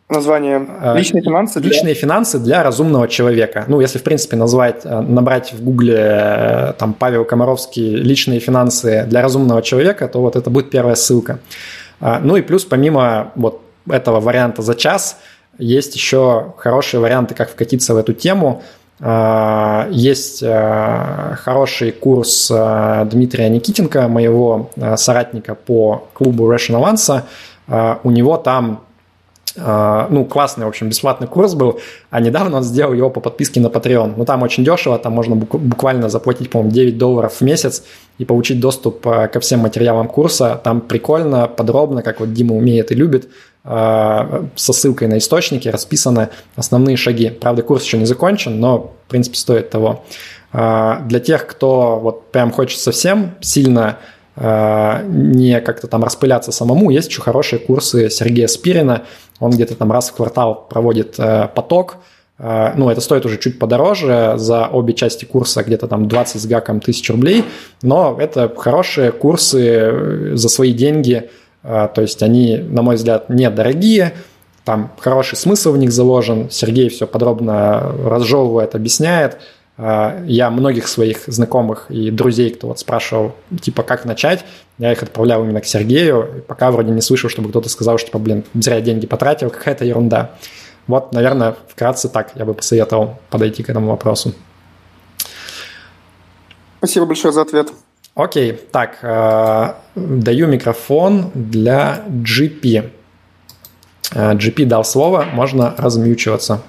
название? Личные финансы для... Личные финансы для разумного человека. Ну, если, в принципе, назвать, набрать в Гугле там Павел Комаровский «Личные финансы для разумного человека», то вот это будет первая ссылка. Ну и плюс помимо вот этого варианта за час есть еще хорошие варианты, как вкатиться в эту тему. Есть хороший курс Дмитрия Никитенко, моего соратника по клубу Rational Answer. У него там ну, классный, в общем, бесплатный курс был, а недавно он сделал его по подписке на Patreon. Ну, там очень дешево, там можно буквально заплатить, по-моему, девять долларов в месяц и получить доступ ко всем материалам курса. Там прикольно, подробно, как вот Дима умеет и любит, со ссылкой на источники расписаны основные шаги. Правда, курс еще не закончен, но, в принципе, стоит того. Для тех, кто вот прям хочет совсем сильно не как-то там распыляться самому, есть еще хорошие курсы Сергея Спирина. Он где-то там раз в квартал проводит поток. Ну, это стоит уже чуть подороже, за обе части курса где-то там двадцать с гаком тысяч рублей, но это хорошие курсы за свои деньги, то есть они, на мой взгляд, недорогие, там хороший смысл в них заложен, Сергей все подробно разжевывает, объясняет. Я многих своих знакомых и друзей, кто вот спрашивал, типа, как начать, я их отправлял именно к Сергею, пока вроде не слышал, чтобы кто-то сказал, что, блин, зря деньги потратил, какая-то ерунда. Вот, наверное, вкратце так я бы посоветовал подойти к этому вопросу. Спасибо большое за ответ. Окей, так, э, даю микрофон для джи пи. Э, джи пи дал слово, можно размьючиваться.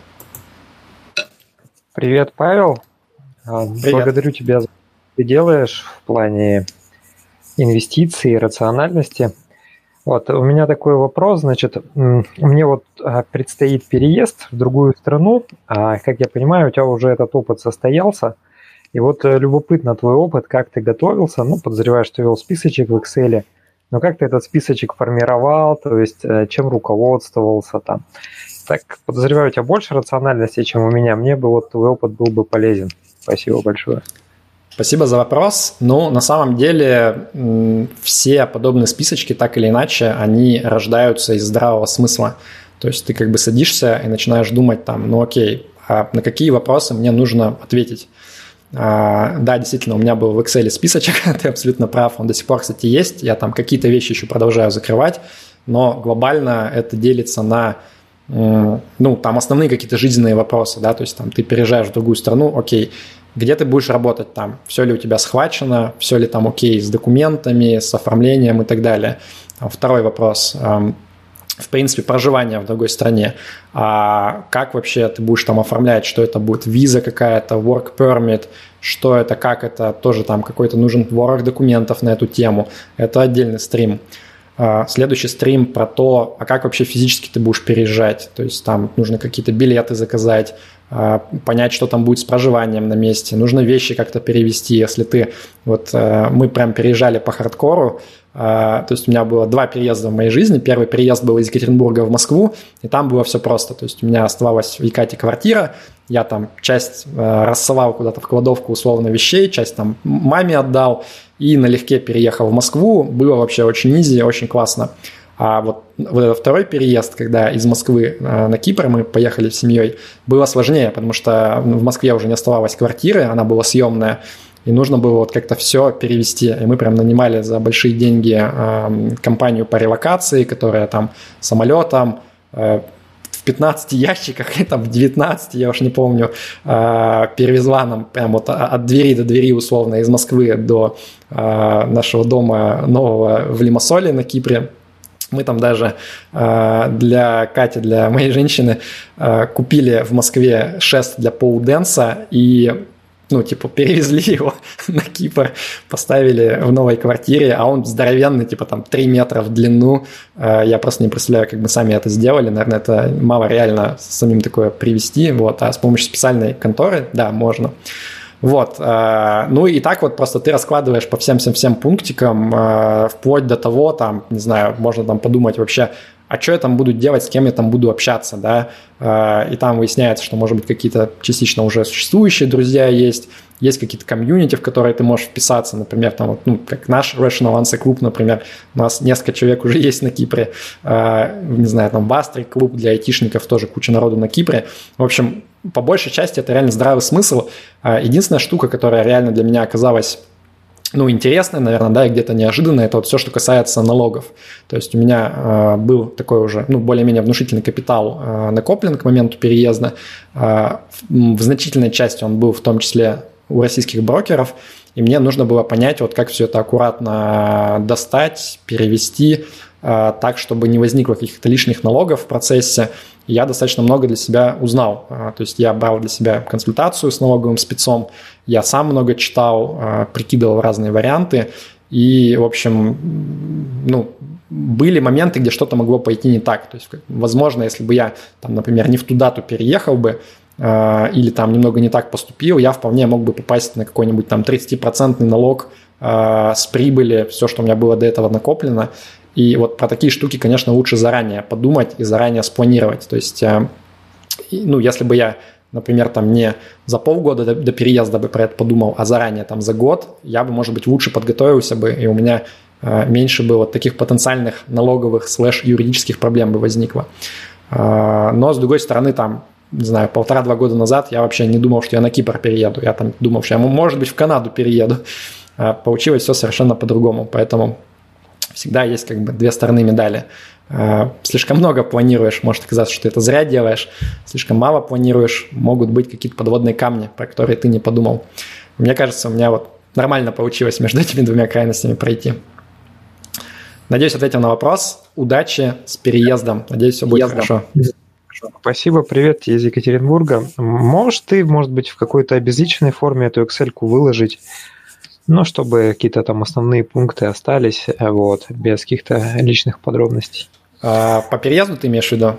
Привет, Павел. Привет. Благодарю тебя за то, что ты делаешь в плане инвестиций и рациональности. Вот, у меня такой вопрос, значит, мне вот предстоит переезд в другую страну, а, как я понимаю, у тебя уже этот опыт состоялся, и вот любопытно твой опыт, как ты готовился, ну, подозреваю, что вел списочек в Excel, но как ты этот списочек формировал, то есть чем руководствовался там. Так, подозреваю, у тебя больше рациональности, чем у меня, мне бы вот твой опыт был бы полезен. Спасибо большое. Спасибо за вопрос. Ну, на самом деле, все подобные списочки, так или иначе, они рождаются из здравого смысла. То есть ты как бы садишься и начинаешь думать там, ну окей, а на какие вопросы мне нужно ответить. А, да, действительно, у меня был в Excel списочек, ты абсолютно прав, он до сих пор, кстати, есть. Я там какие-то вещи еще продолжаю закрывать, но глобально это делится на, ну, там основные какие-то жизненные вопросы, да, то есть там ты переезжаешь в другую страну, окей, где ты будешь работать там, все ли у тебя схвачено, все ли там окей с документами, с оформлением и так далее. Второй вопрос, в принципе, проживание в другой стране, а как вообще ты будешь там оформлять, что это будет, виза какая-то, work permit, что это, как это, тоже там какой-то нужен ворох документов на эту тему, это отдельный стрим. Следующий стрим про то, а как вообще физически ты будешь переезжать, то есть там нужно какие-то билеты заказать, понять, что там будет с проживанием на месте, нужно вещи как-то перевести, если ты, вот мы прям переезжали по хардкору, то есть у меня было два переезда в моей жизни, первый переезд был из Екатеринбурга в Москву, и там было все просто, то есть у меня оставалась в Екате квартира, я там часть рассылал куда-то в кладовку условно вещей, часть там маме отдал, и налегке переехал в Москву, было вообще очень изи, очень классно. А вот, вот этот второй переезд, когда из Москвы на Кипр мы поехали с семьей, было сложнее, потому что в Москве уже не оставалось квартиры, она была съемная, и нужно было вот как-то все перевести. И мы прям нанимали за большие деньги э, компанию по релокации, которая там самолетом э, в пятнадцати ящиках, и там в девятнадцати, я уж не помню, э, перевезла нам прям вот от двери до двери условно из Москвы до э, нашего дома нового в Лимассоле на Кипре. Мы там даже э, для Кати, для моей женщины, э, купили в Москве шест для поуденса и, ну, типа, перевезли его на Кипр, поставили в новой квартире, а он здоровенный, типа, там, три метра в длину. Э, я просто не представляю, как мы сами это сделали. Наверное, это мало реально самим такое привезти, вот, а с помощью специальной конторы, да, можно. Вот, ну и так вот просто ты раскладываешь по всем-всем-всем пунктикам, вплоть до того, там, не знаю, можно там подумать вообще, а что я там буду делать, с кем я там буду общаться, да, и там выясняется, что, может быть, какие-то частично уже существующие друзья есть, есть какие-то комьюнити, в которые ты можешь вписаться, например, там, вот, ну, как наш Rational Answer клуб, например, у нас несколько человек уже есть на Кипре, э, не знаю, там, Бастрик клуб для айтишников, тоже куча народу на Кипре. В общем, по большей части это реально здравый смысл. Единственная штука, которая реально для меня оказалась, ну, интересная, наверное, да, и где-то неожиданная, это вот все, что касается налогов. То есть у меня э, был такой уже, ну, более-менее внушительный капитал э, накоплен к моменту переезда. Э, в, в значительной части он был в том числе у российских брокеров, и мне нужно было понять, вот как все это аккуратно достать, перевести, э, так, чтобы не возникло каких-то лишних налогов в процессе. И я достаточно много для себя узнал. То есть я брал для себя консультацию с налоговым спецом, я сам много читал, прикидывал разные варианты. И, в общем, ну, были моменты, где что-то могло пойти не так. То есть, возможно, если бы я, там, например, не в ту дату переехал бы, или там немного не так поступил, я вполне мог бы попасть на какой-нибудь там тридцатипроцентный налог с прибыли, все, что у меня было до этого накоплено. И вот про такие штуки, конечно, лучше заранее подумать и заранее спланировать. То есть, ну, если бы я, например, там не за полгода до, до переезда бы про это подумал, а заранее, там, за год, я бы, может быть, лучше подготовился бы, и у меня меньше бы вот таких потенциальных налоговых слэш-юридических проблем бы возникло. Но, с другой стороны, там, не знаю, полтора-два года назад я вообще не думал, что я на Кипр перееду. Я там думал, что я, может быть, в Канаду перееду. Получилось все совершенно по-другому, поэтому... Всегда есть как бы две стороны медали. Слишком много планируешь, может оказаться, что ты это зря делаешь. Слишком мало планируешь, могут быть какие-то подводные камни, про которые ты не подумал. Мне кажется, у меня вот нормально получилось между этими двумя крайностями пройти. Надеюсь, ответил на вопрос. Удачи с переездом. Надеюсь, все будет хорошо. Спасибо, привет из Екатеринбурга. Можешь ты, может быть, в какой-то обезличенной форме эту Excel-ку выложить? Ну, чтобы какие-то там основные пункты остались, вот, без каких-то личных подробностей. А, по переезду ты имеешь в виду?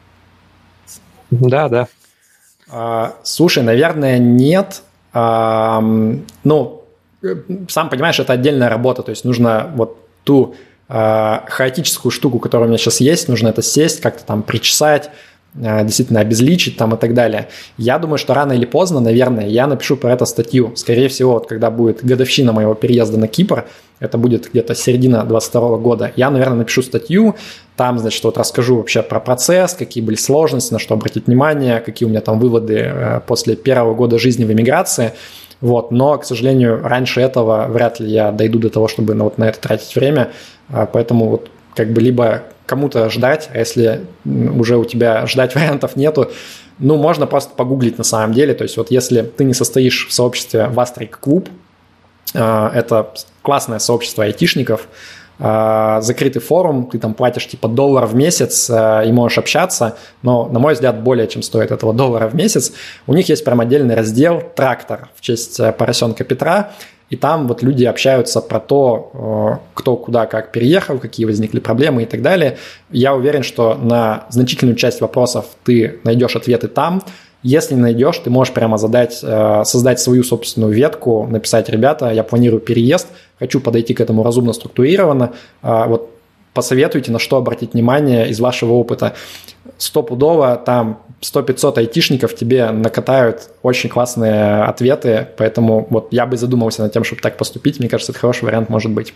Да, да. А, слушай, наверное, нет. А, ну, сам понимаешь, это отдельная работа, то есть нужно вот ту а, хаотическую штуку, которая у меня сейчас есть, нужно это сесть, как-то там причесать, действительно обезличить там и так далее. Я думаю, что рано или поздно, наверное, я напишу про это статью. Скорее всего, вот, когда будет годовщина моего переезда на Кипр, это будет где-то середина двадцать второго года, я, наверное, напишу статью, там, значит, вот расскажу вообще про процесс, какие были сложности, на что обратить внимание, какие у меня там выводы после первого года жизни в эмиграции. Вот. Но, к сожалению, раньше этого вряд ли я дойду до того, чтобы ну, вот на это тратить время, поэтому вот как бы либо кому-то ждать, а если уже у тебя ждать вариантов нету, ну, можно просто погуглить на самом деле. То есть вот если ты не состоишь в сообществе Бастрик клуб, это классное сообщество айтишников, закрытый форум, ты там платишь типа доллар в месяц и можешь общаться, но, на мой взгляд, более чем стоит этого доллара в месяц. У них есть прям отдельный раздел «Трактор» в честь поросенка Петра, и там вот люди общаются про то, кто куда как переехал, какие возникли проблемы и так далее. Я уверен, что на значительную часть вопросов ты найдешь ответы там. Если не найдешь, ты можешь прямо задать, создать свою собственную ветку, написать: ребята, я планирую переезд, хочу подойти к этому разумно, структурированно. Вот посоветуйте, на что обратить внимание из вашего опыта. Стопудово там сто-пятьсот айтишников тебе накатают очень классные ответы, поэтому вот я бы задумался над тем, чтобы так поступить. Мне кажется, это хороший вариант может быть.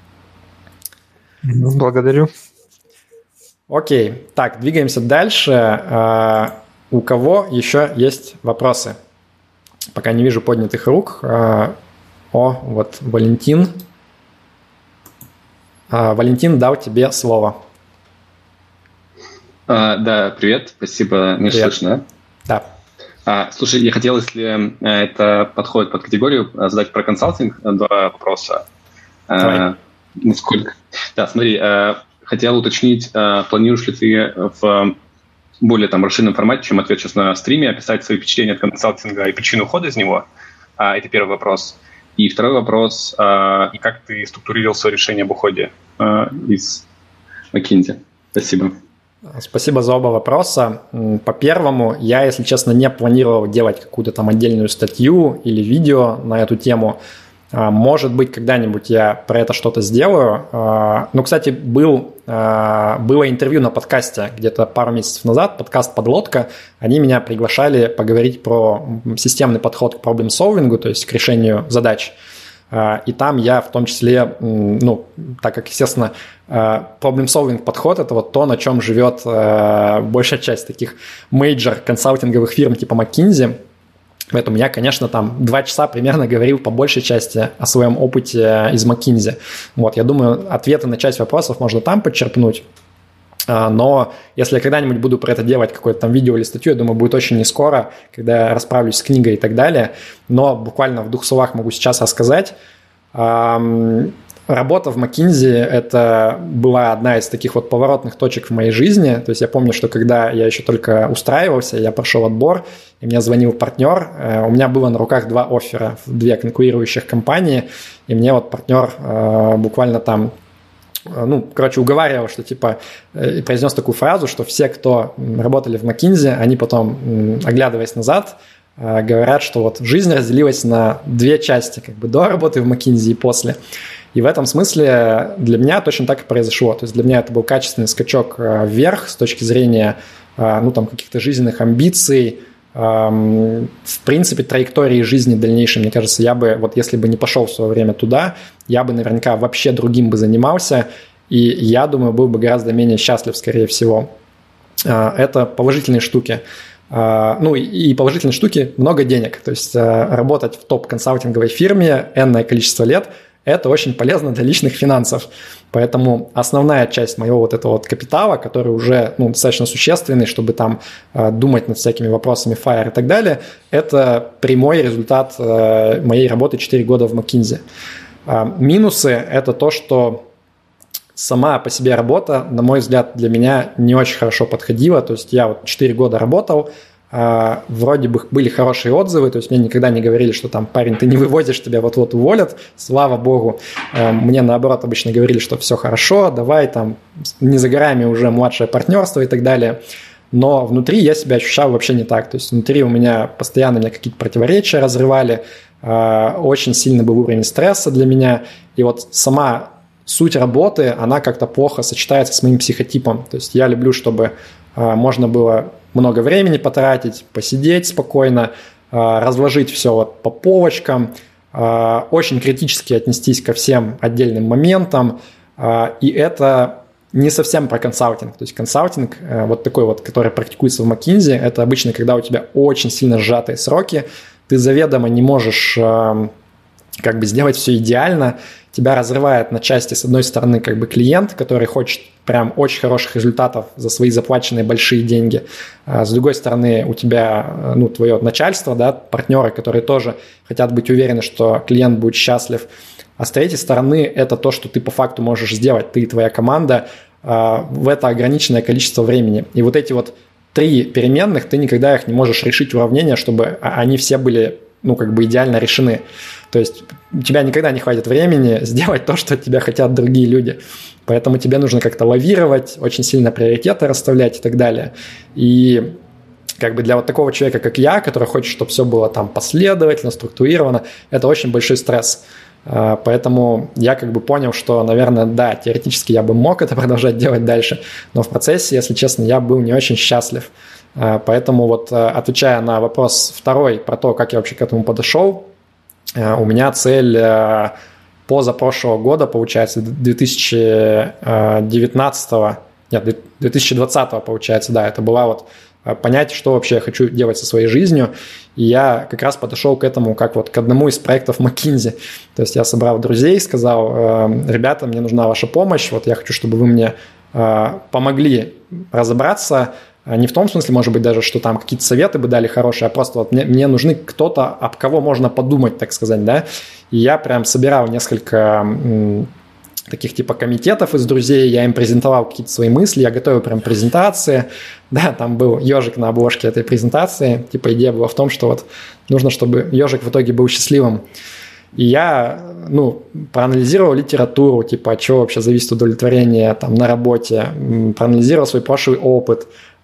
Благодарю. Окей, так, двигаемся дальше. У кого еще есть вопросы? Пока не вижу поднятых рук. О, вот Валентин. Валентин дал тебе слово. А, да, привет, спасибо, не слышно. Да. А, слушай, я хотел, если это подходит под категорию, задать про консалтинг два вопроса. А, насколько... Да, смотри, хотел уточнить, планируешь ли ты в более там расширенном формате, чем ответ сейчас на стриме, описать свои впечатления от консалтинга и причину ухода из него? А, это первый вопрос. И второй вопрос, а, и как ты структурировал свое решение об уходе а, из McKinsey? Спасибо. Спасибо за оба вопроса. По первому, я, если честно, не планировал делать какую-то там отдельную статью или видео на эту тему. Может быть, когда-нибудь я про это что-то сделаю. Ну, кстати, был, было интервью на подкасте где-то пару месяцев назад, подкаст «Подлодка». Они меня приглашали поговорить про системный подход к проблем-солвингу, то есть к решению задач. И там я в том числе, ну, так как, естественно, problem-solving подход – это вот то, на чем живет большая часть таких мейджор консалтинговых фирм типа McKinsey. Поэтому я, конечно, там два часа примерно говорил по большей части о своем опыте из McKinsey. Вот, я думаю, ответы на часть вопросов можно там подчерпнуть. Но если я когда-нибудь буду про это делать, какое-то там видео или статью, я думаю, будет очень не скоро, когда я расправлюсь с книгой и так далее. Но буквально в двух словах могу сейчас рассказать. Работа в McKinsey – это была одна из таких вот поворотных точек в моей жизни. То есть я помню, что когда я еще только устраивался, я прошел отбор, и мне звонил партнер. У меня было на руках два оффера в две конкурирующих компании, и мне вот партнер буквально там, ну, короче, уговаривал, что типа, и произнес такую фразу, что все, кто работали в McKinsey, они потом, оглядываясь назад, говорят, что вот жизнь разделилась на две части, как бы до работы в McKinsey и после. И в этом смысле для меня точно так и произошло. То есть для меня это был качественный скачок вверх с точки зрения, ну, там, каких-то жизненных амбиций, в принципе, траектории жизни дальнейшей. Мне кажется, я бы, вот если бы не пошел в свое время туда, я бы наверняка вообще другим бы занимался, и я думаю, был бы гораздо менее счастлив, скорее всего. Это положительные штуки. Ну и положительные штуки – много денег. То есть работать в топ-консалтинговой фирме энное количество лет – это очень полезно для личных финансов. Поэтому основная часть моего вот этого вот капитала, который уже, ну, достаточно существенный, чтобы там э, думать над всякими вопросами файр и так далее, это прямой результат э, моей работы четыре года в McKinsey. Э, минусы – это то, что сама по себе работа, на мой взгляд, для меня не очень хорошо подходила. То есть я вот четыре года работал, Uh, вроде бы были хорошие отзывы, то есть мне никогда не говорили, что там, парень, ты не вывозишь, тебя вот-вот уволят, слава богу. Uh, мне наоборот обычно говорили, что все хорошо, давай там, не за горами уже младшее партнерство и так далее. Но внутри я себя ощущал вообще не так, то есть внутри у меня постоянно меня какие-то противоречия разрывали, uh, очень сильный был уровень стресса для меня, и вот сама суть работы, она как-то плохо сочетается с моим психотипом, то есть я люблю, чтобы uh, можно было много времени потратить, посидеть спокойно, разложить все вот по полочкам, очень критически отнестись ко всем отдельным моментам, и это не совсем про консалтинг. То есть консалтинг, вот такой вот, который практикуется в McKinsey, это обычно, когда у тебя очень сильно сжатые сроки, ты заведомо не можешь как бы сделать все идеально, тебя разрывает на части, с одной стороны, как бы клиент, который хочет прям очень хороших результатов за свои заплаченные большие деньги. А с другой стороны, у тебя, ну, твое начальство, да, партнеры, которые тоже хотят быть уверены, что клиент будет счастлив. А с третьей стороны, это то, что ты по факту можешь сделать, ты и твоя команда а, в это ограниченное количество времени. И вот эти вот три переменных, ты никогда их не можешь решить уравнение, чтобы они все были, ну, как бы идеально решены. То есть у тебя никогда не хватит времени сделать то, что от тебя хотят другие люди. Поэтому тебе нужно как-то лавировать, очень сильно приоритеты расставлять и так далее. И как бы для вот такого человека, как я, который хочет, чтобы все было там последовательно, структурировано, это очень большой стресс. Поэтому я как бы понял, что, наверное, да, теоретически я бы мог это продолжать делать дальше, но в процессе, если честно, я был не очень счастлив. Поэтому вот, отвечая на вопрос второй про то, как я вообще к этому подошел, у меня цель позапрошлого года, получается, две тысячи девятнадцатого, нет, две тысячи двадцатого, получается, да, это была вот понять, что вообще я хочу делать со своей жизнью, и я как раз подошел к этому как вот к одному из проектов McKinsey. То есть я собрал друзей, сказал: ребята, мне нужна ваша помощь, вот я хочу, чтобы вы мне помогли разобраться. Не в том смысле, может быть, даже, что там какие-то советы бы дали хорошие, а просто вот мне, мне нужны кто-то, об кого можно подумать, так сказать, да. И я прям собирал несколько м, таких типа комитетов из друзей, я им презентовал какие-то свои мысли, я готовил прям презентации, да, там был ежик на обложке этой презентации, типа идея была в том, что вот нужно, чтобы ежик в итоге был счастливым. И я, ну, проанализировал литературу, типа, от чего вообще зависит удовлетворение там на работе, проанализировал свой прошлый опыт,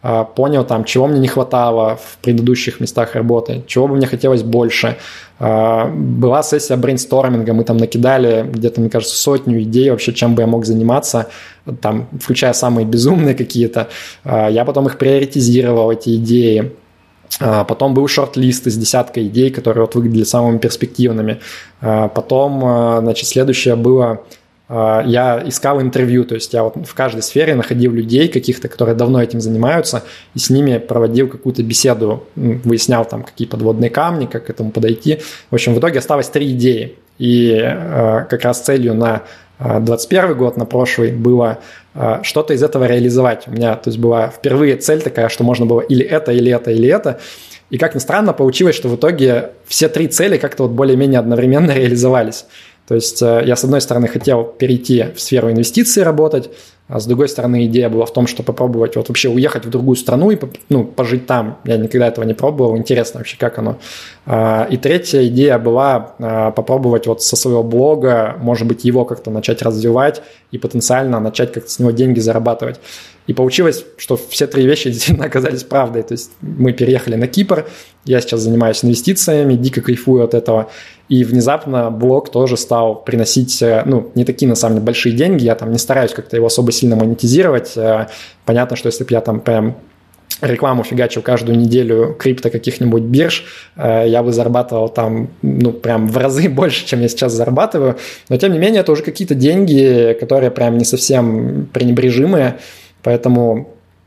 понял, там, чего мне не хватало в предыдущих местах работы, чего бы мне хотелось больше. Была сессия брейнсторминга, мы там накидали где-то, мне кажется, сотню идей вообще, чем бы я мог заниматься, там, включая самые безумные какие-то. Я потом их приоритизировал, эти идеи. Потом был шорт-лист из десятка идей, которые вот выглядели самыми перспективными. Потом, значит, следующее было... Я искал интервью, то есть я вот в каждой сфере находил людей каких-то, которые давно этим занимаются, и с ними проводил какую-то беседу, выяснял там, какие подводные камни, как к этому подойти. В общем, в итоге осталось три идеи. И как раз целью на двадцать первый год, на прошлый, было что-то из этого реализовать. У меня, то есть, была впервые цель такая, что можно было или это, или это, или это. И, как ни странно, получилось, что в итоге все три цели как-то вот более-менее одновременно реализовались. То есть я, с одной стороны, хотел перейти в сферу инвестиций работать, а с другой стороны, идея была в том, что попробовать вот вообще уехать в другую страну и, ну, пожить там. Я никогда этого не пробовал, интересно вообще, как оно. И третья идея была попробовать вот со своего блога, может быть, его как-то начать развивать и потенциально начать как-то с него деньги зарабатывать. И получилось, что все три вещи действительно оказались правдой. То есть мы переехали на Кипр, я сейчас занимаюсь инвестициями, дико кайфую от этого. И внезапно блог тоже стал приносить, ну, не такие, на самом деле, большие деньги. Я там не стараюсь как-то его особо сильно монетизировать. Понятно, что если бы я там прям рекламу фигачил каждую неделю крипто каких-нибудь бирж, я бы зарабатывал там, ну, прям в разы больше, чем я сейчас зарабатываю. Но, тем не менее, это уже какие-то деньги, которые прям не совсем пренебрежимые. Поэтому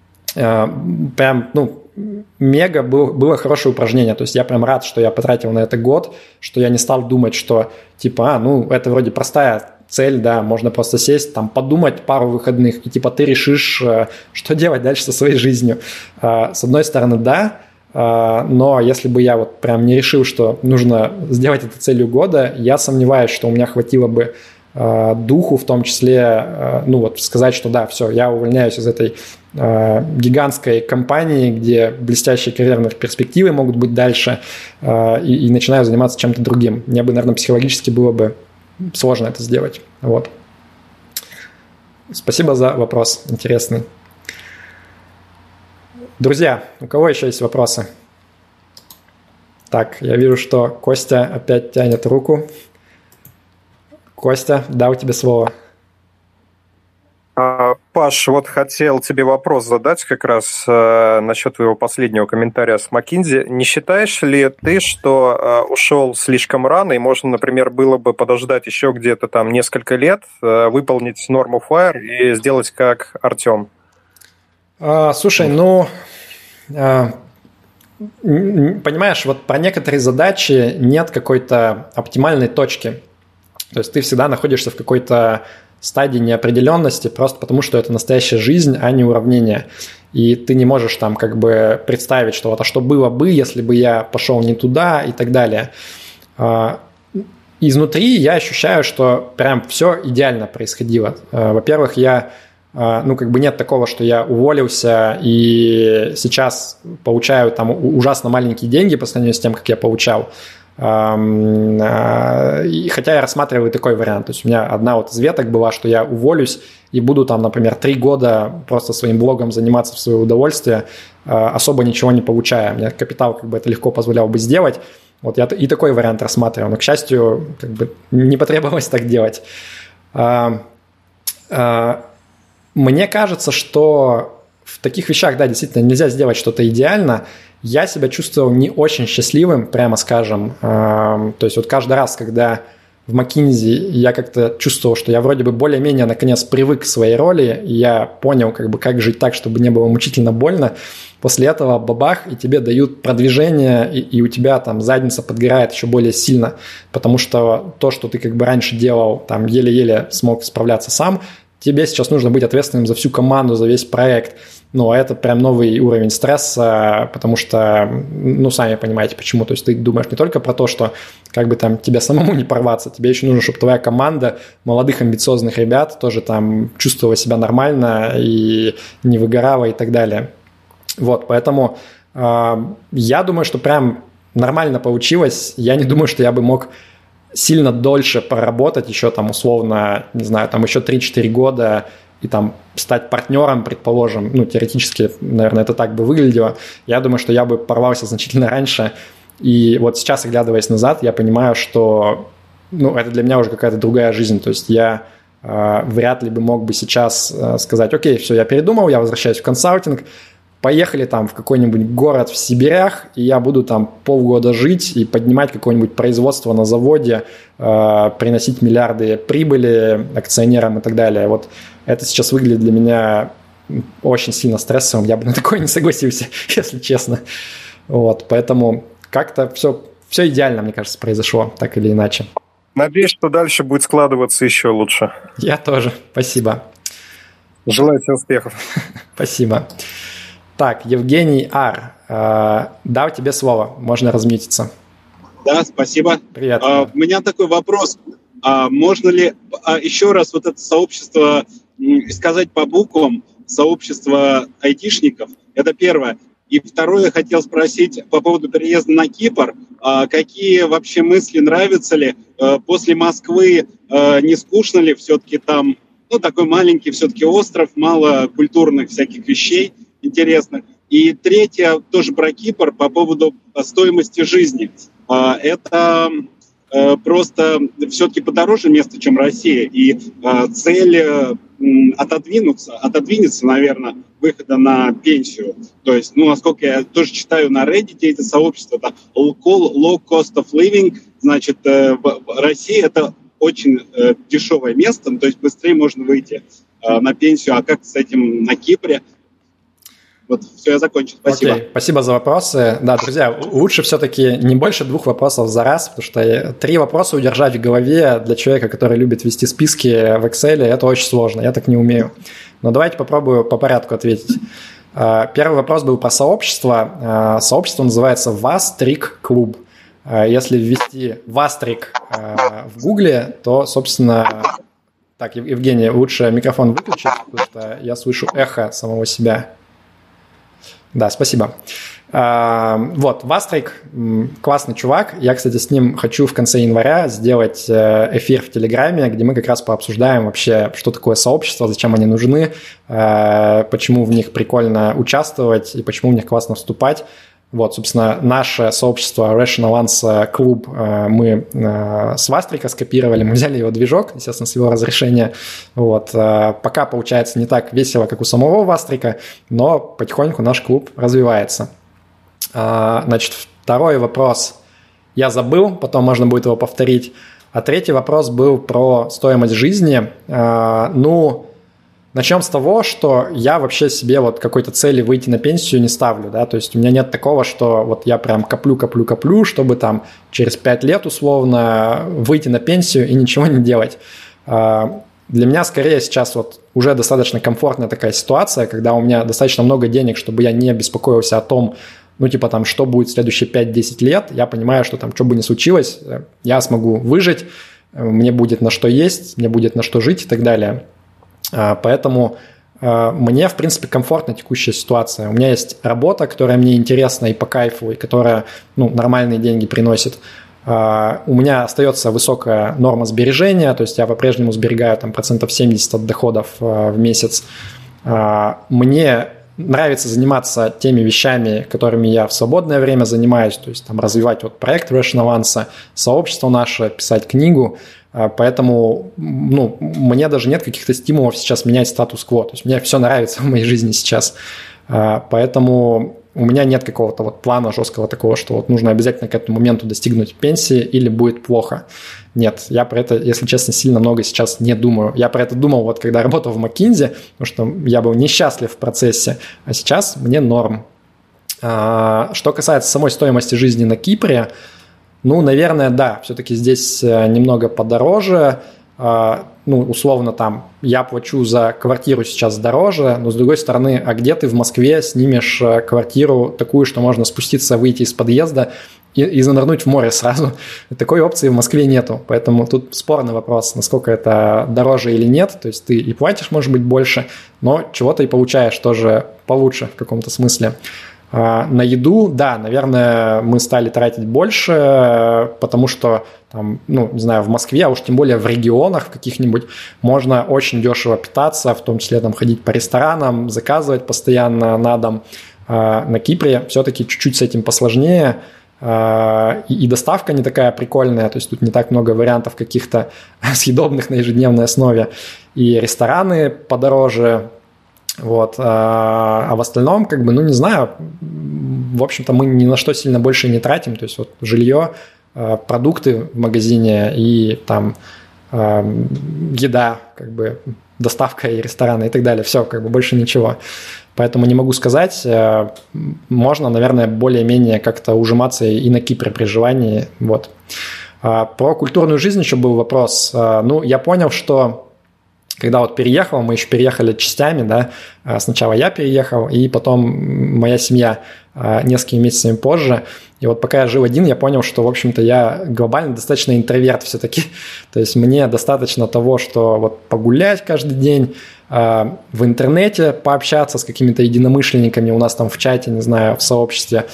прям, ну, мега был, было хорошее упражнение. То есть я прям рад, что я потратил на это год, что я не стал думать, что типа, а, ну, это вроде простая цель, да, можно просто сесть, там, подумать пару выходных, и типа ты решишь, что делать дальше со своей жизнью. С одной стороны, да, но если бы я вот прям не решил, что нужно сделать это целью года, я сомневаюсь, что у меня хватило бы духу, в том числе, ну вот сказать, что да, все, я увольняюсь из этой э, гигантской компании, где блестящие карьерные перспективы могут быть дальше, э, и, и начинаю заниматься чем-то другим. Мне бы, наверное, психологически было бы сложно это сделать. Вот. Спасибо за вопрос, интересный. Друзья, у кого еще есть вопросы? Так, я вижу, что Костя опять тянет руку. Костя, дал тебе слово. Паш, вот хотел тебе вопрос задать как раз э, насчет твоего последнего комментария с McKinsey. Не считаешь ли ты, что э, ушел слишком рано, и можно, например, было бы подождать еще где-то там несколько лет, э, выполнить норму Fire и сделать как Артем? А, слушай, ну, а, понимаешь, вот про некоторые задачи нет какой-то оптимальной точки. То есть ты всегда находишься в какой-то стадии неопределенности просто потому, что это настоящая жизнь, а не уравнение. И ты не можешь там как бы представить, что вот, а что было бы, если бы я пошел не туда и так далее. Изнутри я ощущаю, что прям все идеально происходило. Во-первых, я, ну как бы нет такого, что я уволился и сейчас получаю там ужасно маленькие деньги по сравнению с тем, как я получал. Хотя я рассматриваю такой вариант. То есть у меня одна вот из веток была, что я уволюсь и буду там, например, три года просто своим блогом заниматься в свое удовольствие, особо ничего не получая. Мне капитал как бы это легко позволял бы сделать. Вот я и такой вариант рассматривал. Но, к счастью, как бы не потребовалось так делать. Мне кажется, что в таких вещах, да, действительно нельзя сделать что-то идеально. Я себя чувствовал не очень счастливым, прямо скажем. То есть вот каждый раз, когда в McKinsey я как-то чувствовал, что я вроде бы более-менее наконец привык к своей роли, и я понял, как бы, как жить так, чтобы не было мучительно больно, после этого бабах, и тебе дают продвижение, и, и у тебя там задница подгорает еще более сильно, потому что то, что ты как бы раньше делал, там еле-еле смог справляться сам, тебе сейчас нужно быть ответственным за всю команду, за весь проект. Ну, а это прям новый уровень стресса, потому что, ну, сами понимаете, почему. То есть ты думаешь не только про то, что как бы там тебе самому не порваться, тебе еще нужно, чтобы твоя команда молодых амбициозных ребят тоже там чувствовала себя нормально и не выгорала и так далее. Вот, поэтому э, я думаю, что прям нормально получилось. Я не думаю, что я бы мог сильно дольше поработать, еще там условно, не знаю, там еще три-четыре года, и там стать партнером, предположим, ну, теоретически, наверное, это так бы выглядело, я думаю, что я бы порвался значительно раньше. И вот сейчас, оглядываясь назад, я понимаю, что, ну, это для меня уже какая-то другая жизнь. То есть я э, вряд ли бы мог бы сейчас э, сказать, окей, все, я передумал, я возвращаюсь в консалтинг, поехали там в какой-нибудь город в Сибирях, и я буду там полгода жить и поднимать какое-нибудь производство на заводе, э, приносить миллиарды прибыли акционерам и так далее. Вот это сейчас выглядит для меня очень сильно стрессовым. Я бы на такое не согласился, если честно. Вот, поэтому как-то все, все идеально, мне кажется, произошло, так или иначе. Надеюсь, что дальше будет складываться еще лучше. Я тоже. Спасибо. Желаю тебе успехов. Спасибо. Так, Евгений Ар, э, дал тебе слово, можно размьютиться. Да, спасибо. Привет. А, у меня такой вопрос. А можно ли а, еще раз вот это сообщество м, сказать по буквам, сообщество айтишников? Это первое. И второе, хотел спросить по поводу переезда на Кипр. А, какие вообще мысли, нравятся ли? А, после Москвы а, не скучно ли все-таки там? Ну, такой маленький все-таки остров, мало культурных всяких вещей интересных. И третье, тоже про Кипр, по поводу стоимости жизни. Это просто все-таки подороже место, чем Россия. И цель отодвинуться, отодвинется, наверное, выхода на пенсию. То есть, ну, насколько я тоже читаю на Reddit это сообщество, это low cost of living, значит, Россия – это очень дешевое место, то есть быстрее можно выйти на пенсию. А как с этим на Кипре? Вот, все, я закончил. Спасибо. Окей, спасибо за вопросы. Да, друзья, лучше все-таки не больше двух вопросов за раз, потому что три вопроса удержать в голове для человека, который любит вести списки в Excel, это очень сложно, я так не умею. Но давайте попробую по порядку ответить. Первый вопрос был про сообщество. Сообщество называется Вастрик Клуб. Если ввести Вастрик в Гугле, то, собственно... Так, Евгений, лучше микрофон выключить, потому что я слышу эхо самого себя. Да, спасибо. Вот, Вастрик, классный чувак. Я, кстати, с ним хочу в конце января сделать эфир в Телеграме, где мы как раз пообсуждаем вообще, что такое сообщество, зачем они нужны, почему в них прикольно участвовать и почему в них классно вступать. Вот, собственно, наше сообщество Rational Ones клуб мы с Вастрика скопировали, мы взяли его движок, естественно, с его разрешения. Вот, пока получается не так весело, как у самого Вастрика, но потихоньку наш клуб развивается. Значит, второй вопрос я забыл, потом можно будет его повторить. А третий вопрос был про стоимость жизни. Ну... Начнем с того, что я вообще себе вот какой-то цели выйти на пенсию не ставлю, да, то есть у меня нет такого, что вот я прям коплю, коплю, коплю, чтобы там через пять лет условно выйти на пенсию и ничего не делать. Для меня скорее сейчас вот уже достаточно комфортная такая ситуация, когда у меня достаточно много денег, чтобы я не беспокоился о том, ну типа там, что будет в следующие пять-десять лет, я понимаю, что там, что бы ни случилось, я смогу выжить, мне будет на что есть, мне будет на что жить и так далее. Поэтому мне, в принципе, комфортна текущая ситуация. У меня есть работа, которая мне интересна и по кайфу, и которая, ну, нормальные деньги приносит. У меня остается высокая норма сбережения, то есть я по-прежнему сберегаю там процентов семьдесят от доходов в месяц. Мне нравится заниматься теми вещами, которыми я в свободное время занимаюсь, то есть там развивать вот проект Rational Ones, сообщество наше, писать книгу. Поэтому, ну, мне даже нет каких-то стимулов сейчас менять статус-кво. То есть мне все нравится в моей жизни сейчас. Поэтому у меня нет какого-то вот плана жесткого такого, что вот нужно обязательно к этому моменту достигнуть пенсии или будет плохо. Нет, я про это, если честно, сильно много сейчас не думаю. Я про это думал вот когда работал в McKinsey, потому что я был несчастлив в процессе, а сейчас мне норм. Что касается самой стоимости жизни на Кипре, ну, наверное, да, все-таки здесь немного подороже. Ну, условно, там, я плачу за квартиру сейчас дороже, но, с другой стороны, а где ты в Москве снимешь квартиру такую, что можно спуститься, выйти из подъезда и, и занырнуть в море сразу? Такой опции в Москве нету, поэтому тут спорный вопрос, насколько это дороже или нет. То есть ты и платишь, может быть, больше, но чего-то и получаешь тоже получше в каком-то смысле. На еду, да, наверное, мы стали тратить больше, потому что, там, ну, не знаю, в Москве, а уж тем более в регионах в каких-нибудь можно очень дешево питаться, в том числе там ходить по ресторанам, заказывать постоянно на дом. На Кипре все-таки чуть-чуть с этим посложнее, и доставка не такая прикольная, то есть тут не так много вариантов каких-то съедобных на ежедневной основе, и рестораны подороже. Вот. А в остальном, как бы, ну, не знаю, в общем-то, мы ни на что сильно больше не тратим. То есть вот жилье, продукты в магазине и там еда, как бы, доставка и рестораны и так далее. Все, как бы, больше ничего. Поэтому не могу сказать. Можно, наверное, более-менее как-то ужиматься и на Кипре при желании. Вот. Про культурную жизнь еще был вопрос. Ну, я понял, что когда вот переехал, мы еще переехали частями, да, сначала я переехал, и потом моя семья несколькими месяцами позже, и вот пока я жил один, я понял, что, в общем-то, я глобально достаточно интроверт все-таки, то есть мне достаточно того, что вот погулять каждый день, в интернете пообщаться с какими-то единомышленниками у нас там в чате, не знаю, в сообществе,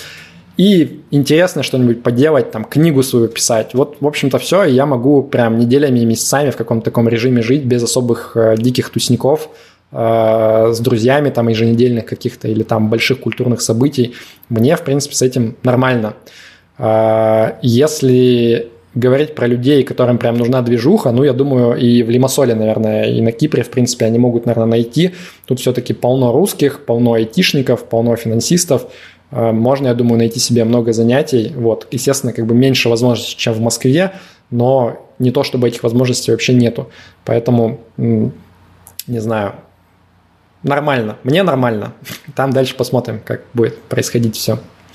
и интересно что-нибудь поделать, там, книгу свою писать. Вот, в общем-то, все, и я могу прям неделями и месяцами в каком-то таком режиме жить без особых э, диких тусников, э, с друзьями, там, еженедельных каких-то или там больших культурных событий. Мне, в принципе, с этим нормально. Э, если говорить про людей, которым прям нужна движуха, ну, я думаю, и в Лимассоле, наверное, и на Кипре, в принципе, они могут, наверное, найти. Тут все-таки полно русских, полно айтишников, полно финансистов. Можно, я думаю, найти себе много занятий. Вот. Естественно, как бы меньше возможностей, чем в Москве, но не то, чтобы этих возможностей вообще нету. Поэтому, не знаю, нормально. Мне нормально. Там дальше посмотрим, как будет происходить все.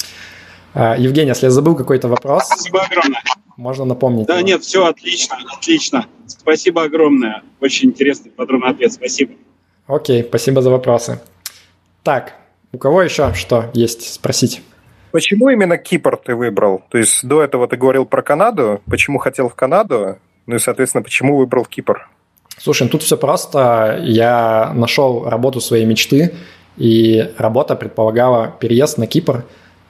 Евгений, если я забыл какой-то вопрос, спасибо огромное. Можно напомнить. Да, его. Нет, все отлично, отлично. Спасибо огромное. Очень интересный, подробный ответ. Спасибо. Окей, спасибо за вопросы. Так, у кого еще что есть спросить? Почему именно Кипр ты выбрал? То есть до этого ты говорил про Канаду. Почему хотел в Канаду? Ну и, соответственно, почему выбрал Кипр? Слушай, тут все просто. Я нашел работу своей мечты, и работа предполагала переезд на Кипр.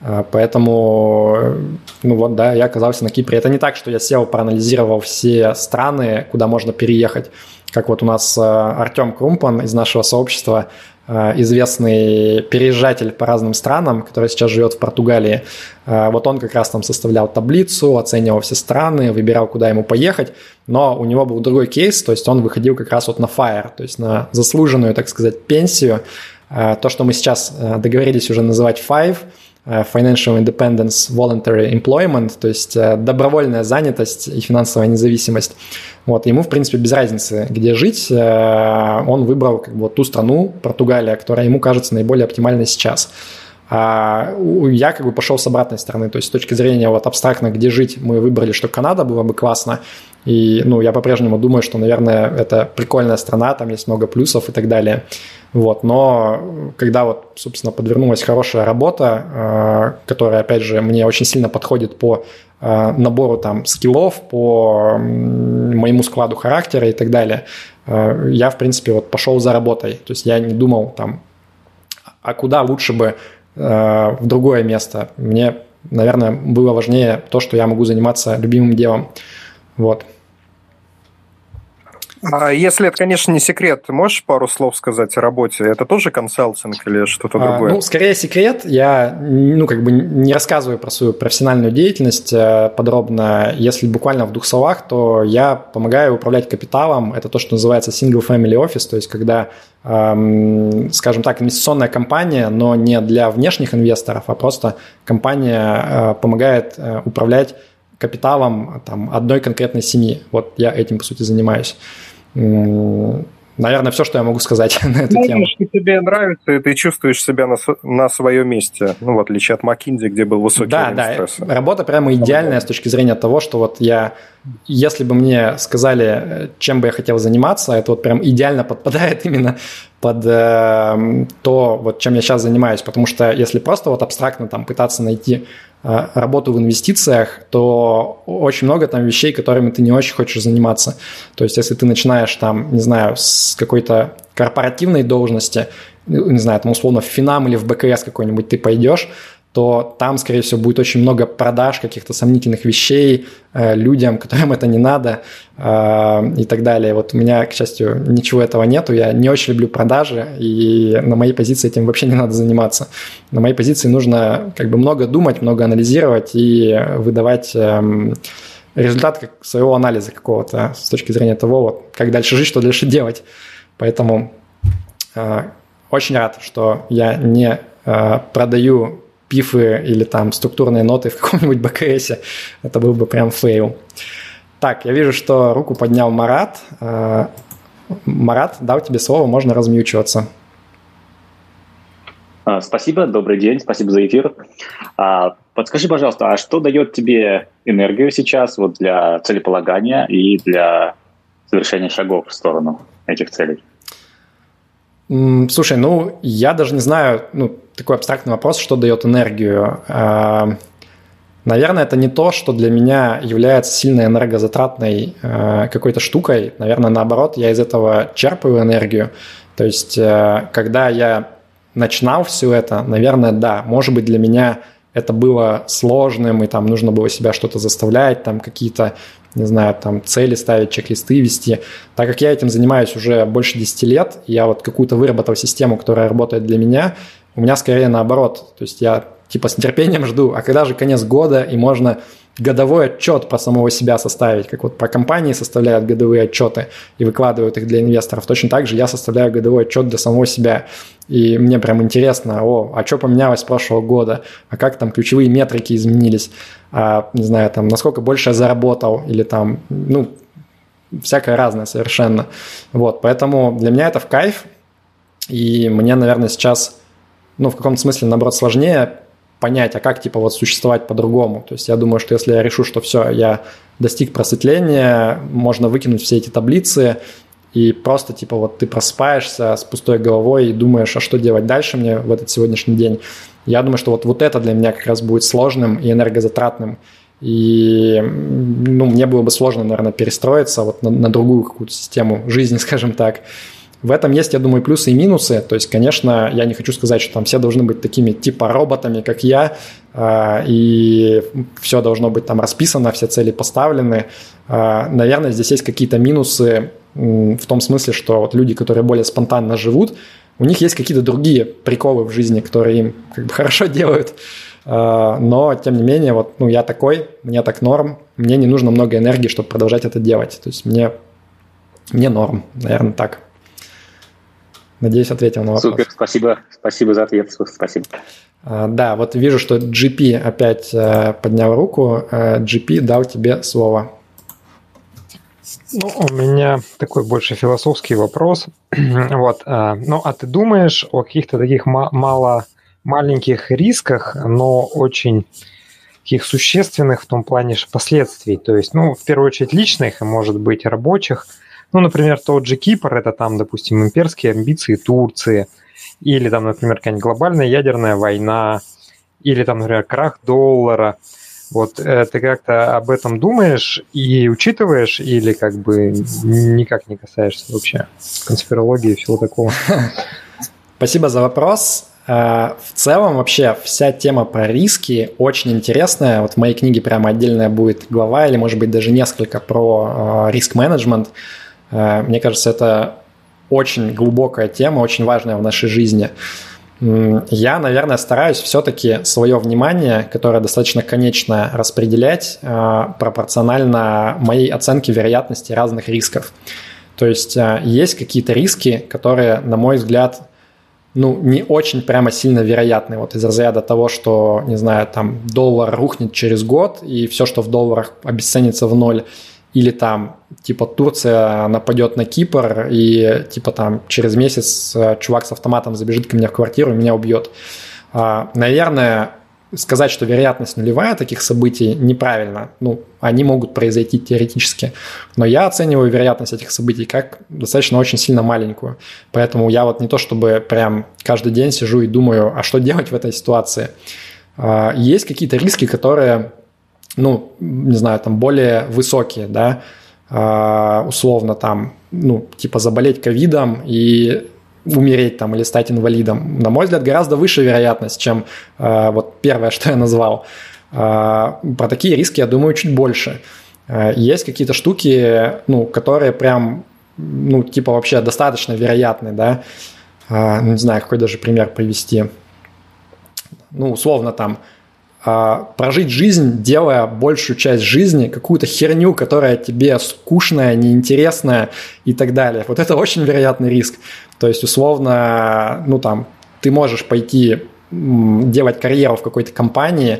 Поэтому, ну вот, да, я оказался на Кипре. Это не так, что я сел, проанализировал все страны, куда можно переехать. Как вот у нас Артем Крумпан из нашего сообщества, известный переезжатель по разным странам, который сейчас живет в Португалии. Вот он как раз там составлял таблицу, оценивал все страны, выбирал, куда ему поехать. Но у него был другой кейс, то есть он выходил как раз вот на файр, то есть на заслуженную, так сказать, пенсию. То, что мы сейчас договорились уже называть файв, Financial Independence Voluntary Employment, то есть добровольная занятость и финансовая независимость. Вот, ему, в принципе, без разницы, где жить. Он выбрал как бы, вот ту страну, Португалия, которая ему кажется наиболее оптимальной сейчас. А я как бы пошел с обратной стороны, то есть с точки зрения вот абстрактно, где жить, мы выбрали, что Канада было бы классно, и ну, я по-прежнему думаю, что, наверное, это прикольная страна, там есть много плюсов и так далее. Вот, но когда вот, собственно, подвернулась хорошая работа, которая, опять же, мне очень сильно подходит по набору там скиллов, по моему складу характера и так далее, я, в принципе, вот пошел за работой, то есть я не думал там, а куда лучше бы в другое место. Мне, наверное, было важнее то, что я могу заниматься любимым делом. Вот. А если это, конечно, не секрет, можешь пару слов сказать о работе? Это тоже консалтинг или что-то а, другое? Ну, скорее секрет. Я, ну, как бы не рассказываю про свою профессиональную деятельность подробно. Если буквально в двух словах, то я помогаю управлять капиталом. Это то, что называется single family office, то есть когда, эм, скажем так, инвестиционная компания, но не для внешних инвесторов, а просто компания э, помогает э, управлять капиталом там, одной конкретной семьи. Вот я этим, по сути, занимаюсь. Наверное, все, что я могу сказать на эту ну, тему. Что тебе нравится, и ты чувствуешь себя на, на своем месте, ну, в отличие от McKinsey, где был высокий да, уровень да, стресса. Работа прямо идеальная с точки зрения того, что вот я, если бы мне сказали, чем бы я хотел заниматься, это вот прям идеально подпадает именно под э, то, вот, чем я сейчас занимаюсь, потому что если просто вот абстрактно там пытаться найти э, работу в инвестициях, то очень много там вещей, которыми ты не очень хочешь заниматься. То есть если ты начинаешь там, не знаю, с какой-то корпоративной должности, не знаю, там условно в Финам или в БКС какой-нибудь ты пойдешь, то там, скорее всего, будет очень много продаж каких-то сомнительных вещей э, людям, которым это не надо э, и так далее. Вот у меня, к счастью, ничего этого нету. Я не очень люблю продажи, и на моей позиции этим вообще не надо заниматься. На моей позиции нужно как бы много думать, много анализировать и выдавать э, результат как своего анализа какого-то с точки зрения того, вот, как дальше жить, что дальше делать. Поэтому э, очень рад, что я не э, продаю пифы или там структурные ноты в каком-нибудь БКСе. Это был бы прям фейл. Так, я вижу, что руку поднял Марат. Марат, дал тебе слово, можно размьючиваться. Спасибо, добрый день, спасибо за эфир. Подскажи, пожалуйста, а что дает тебе энергию сейчас вот для целеполагания и для совершения шагов в сторону этих целей? Слушай, ну, я даже не знаю, ну, такой абстрактный вопрос, что дает энергию. Наверное, это не то, что для меня является сильно энергозатратной какой-то штукой. Наверное, наоборот, я из этого черпаю энергию. То есть, когда я начинал все это, наверное, да, может быть, для меня это было сложным, и там нужно было себя что-то заставлять, там какие-то, не знаю, там цели ставить, чек-листы вести. Так как я этим занимаюсь уже больше десяти лет, я вот какую-то выработал систему, которая работает для меня, у меня скорее наоборот. То есть я типа с нетерпением жду, а когда же конец года, и можно годовой отчет про самого себя составить, как вот про компании составляют годовые отчеты и выкладывают их для инвесторов. Точно так же я составляю годовой отчет для самого себя. И мне прям интересно, о, а что поменялось с прошлого года, а как там ключевые метрики изменились, а, не знаю, там, насколько больше я заработал, или там, ну, всякое разное совершенно. Вот, поэтому для меня это в кайф, и мне, наверное, сейчас, ну, в каком-то смысле, наоборот, сложнее понять, а как, типа, вот существовать по-другому. То есть я думаю, что если я решу, что все, я достиг просветления, можно выкинуть все эти таблицы, и просто, типа, вот ты просыпаешься с пустой головой и думаешь, а что делать дальше мне в этот сегодняшний день. Я думаю, что вот, вот это для меня как раз будет сложным и энергозатратным. И, ну, мне было бы сложно, наверное, перестроиться вот на, на другую какую-то систему жизни, скажем так. В этом есть, я думаю, плюсы и минусы. То есть, конечно, я не хочу сказать, что там все должны быть такими типа роботами, как я, и все должно быть там расписано, все цели поставлены. Наверное, здесь есть какие-то минусы в том смысле, что вот люди, которые более спонтанно живут, у них есть какие-то другие приколы в жизни, которые им как бы хорошо делают. Но, тем не менее, вот, ну, я такой, мне так норм, мне не нужно много энергии, чтобы продолжать это делать. То есть мне, мне норм, наверное, так. Надеюсь, ответил на вопрос. Супер, спасибо, спасибо за ответ, спасибо. Да, вот вижу, что джи пи опять поднял руку. джи пи дал тебе слово. Ну, у меня такой больше философский вопрос. Вот, ну, а ты думаешь о каких-то таких мало маленьких рисках, но очень таких существенных в том плане последствий? То есть, ну, в первую очередь личных, и, может быть, рабочих. Ну, например, тот же Кипр, это там, допустим, имперские амбиции Турции, или там, например, какая-нибудь глобальная ядерная война, или там, например, крах доллара. Вот э, ты как-то об этом думаешь и учитываешь, или как бы никак не касаешься вообще конспирологии и всего такого? Спасибо за вопрос. В целом вообще вся тема про риски очень интересная. Вот в моей книге прямо отдельная будет глава, или, может быть, даже несколько про риск-менеджмент. Мне кажется, это очень глубокая тема, очень важная в нашей жизни. Я, наверное, стараюсь все-таки свое внимание, которое достаточно конечно, распределять пропорционально моей оценке вероятности разных рисков. То есть есть какие-то риски, которые, на мой взгляд, ну, не очень прямо сильно вероятны. Вот из разряда того, что, не знаю, там доллар рухнет через год, и все, что в долларах, обесценится в ноль. Или там, типа, Турция нападет на Кипр, и, типа, там, через месяц чувак с автоматом забежит ко мне в квартиру и меня убьет. Наверное, сказать, что вероятность нулевая таких событий, неправильно. Ну, они могут произойти теоретически. Но я оцениваю вероятность этих событий как достаточно очень сильно маленькую. Поэтому я вот не то чтобы прям каждый день сижу и думаю, а что делать в этой ситуации. Есть какие-то риски, которые... ну, не знаю, там более высокие, да, условно там, ну, типа заболеть ковидом и умереть там или стать инвалидом, на мой взгляд, гораздо выше вероятность, чем э, вот первое, что я назвал. Э, про такие риски, я думаю, чуть больше. Э, есть какие-то штуки, ну, которые прям, ну, типа вообще достаточно вероятны, да. Э, не знаю, какой даже пример привести. Ну, условно там, прожить жизнь, делая большую часть жизни какую-то херню, которая тебе скучная, неинтересная и так далее. Вот это очень вероятный риск. То есть, условно, ну там, ты можешь пойти делать карьеру в какой-то компании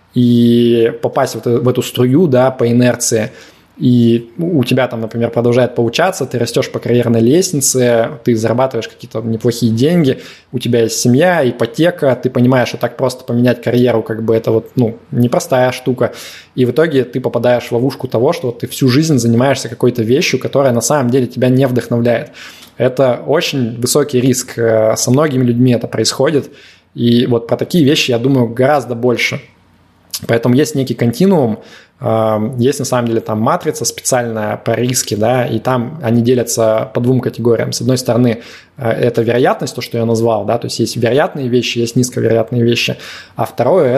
и попасть в эту, в эту струю, да, по инерции, и у тебя там, например, продолжает получаться, ты растешь по карьерной лестнице, ты зарабатываешь какие-то неплохие деньги, у тебя есть семья, ипотека, ты понимаешь, что так просто поменять карьеру, как бы это вот, ну, непростая штука, и в итоге ты попадаешь в ловушку того, что ты всю жизнь занимаешься какой-то вещью, которая на самом деле тебя не вдохновляет. Это очень высокий риск, со многими людьми это происходит, и вот про такие вещи, я думаю, гораздо больше. Поэтому есть некий континуум, есть на самом деле там матрица специальная про риски, да, и там они делятся по двум категориям. С одной стороны, это вероятность, то, что я назвал, да, то есть есть вероятные вещи, есть низковероятные вещи, а второе –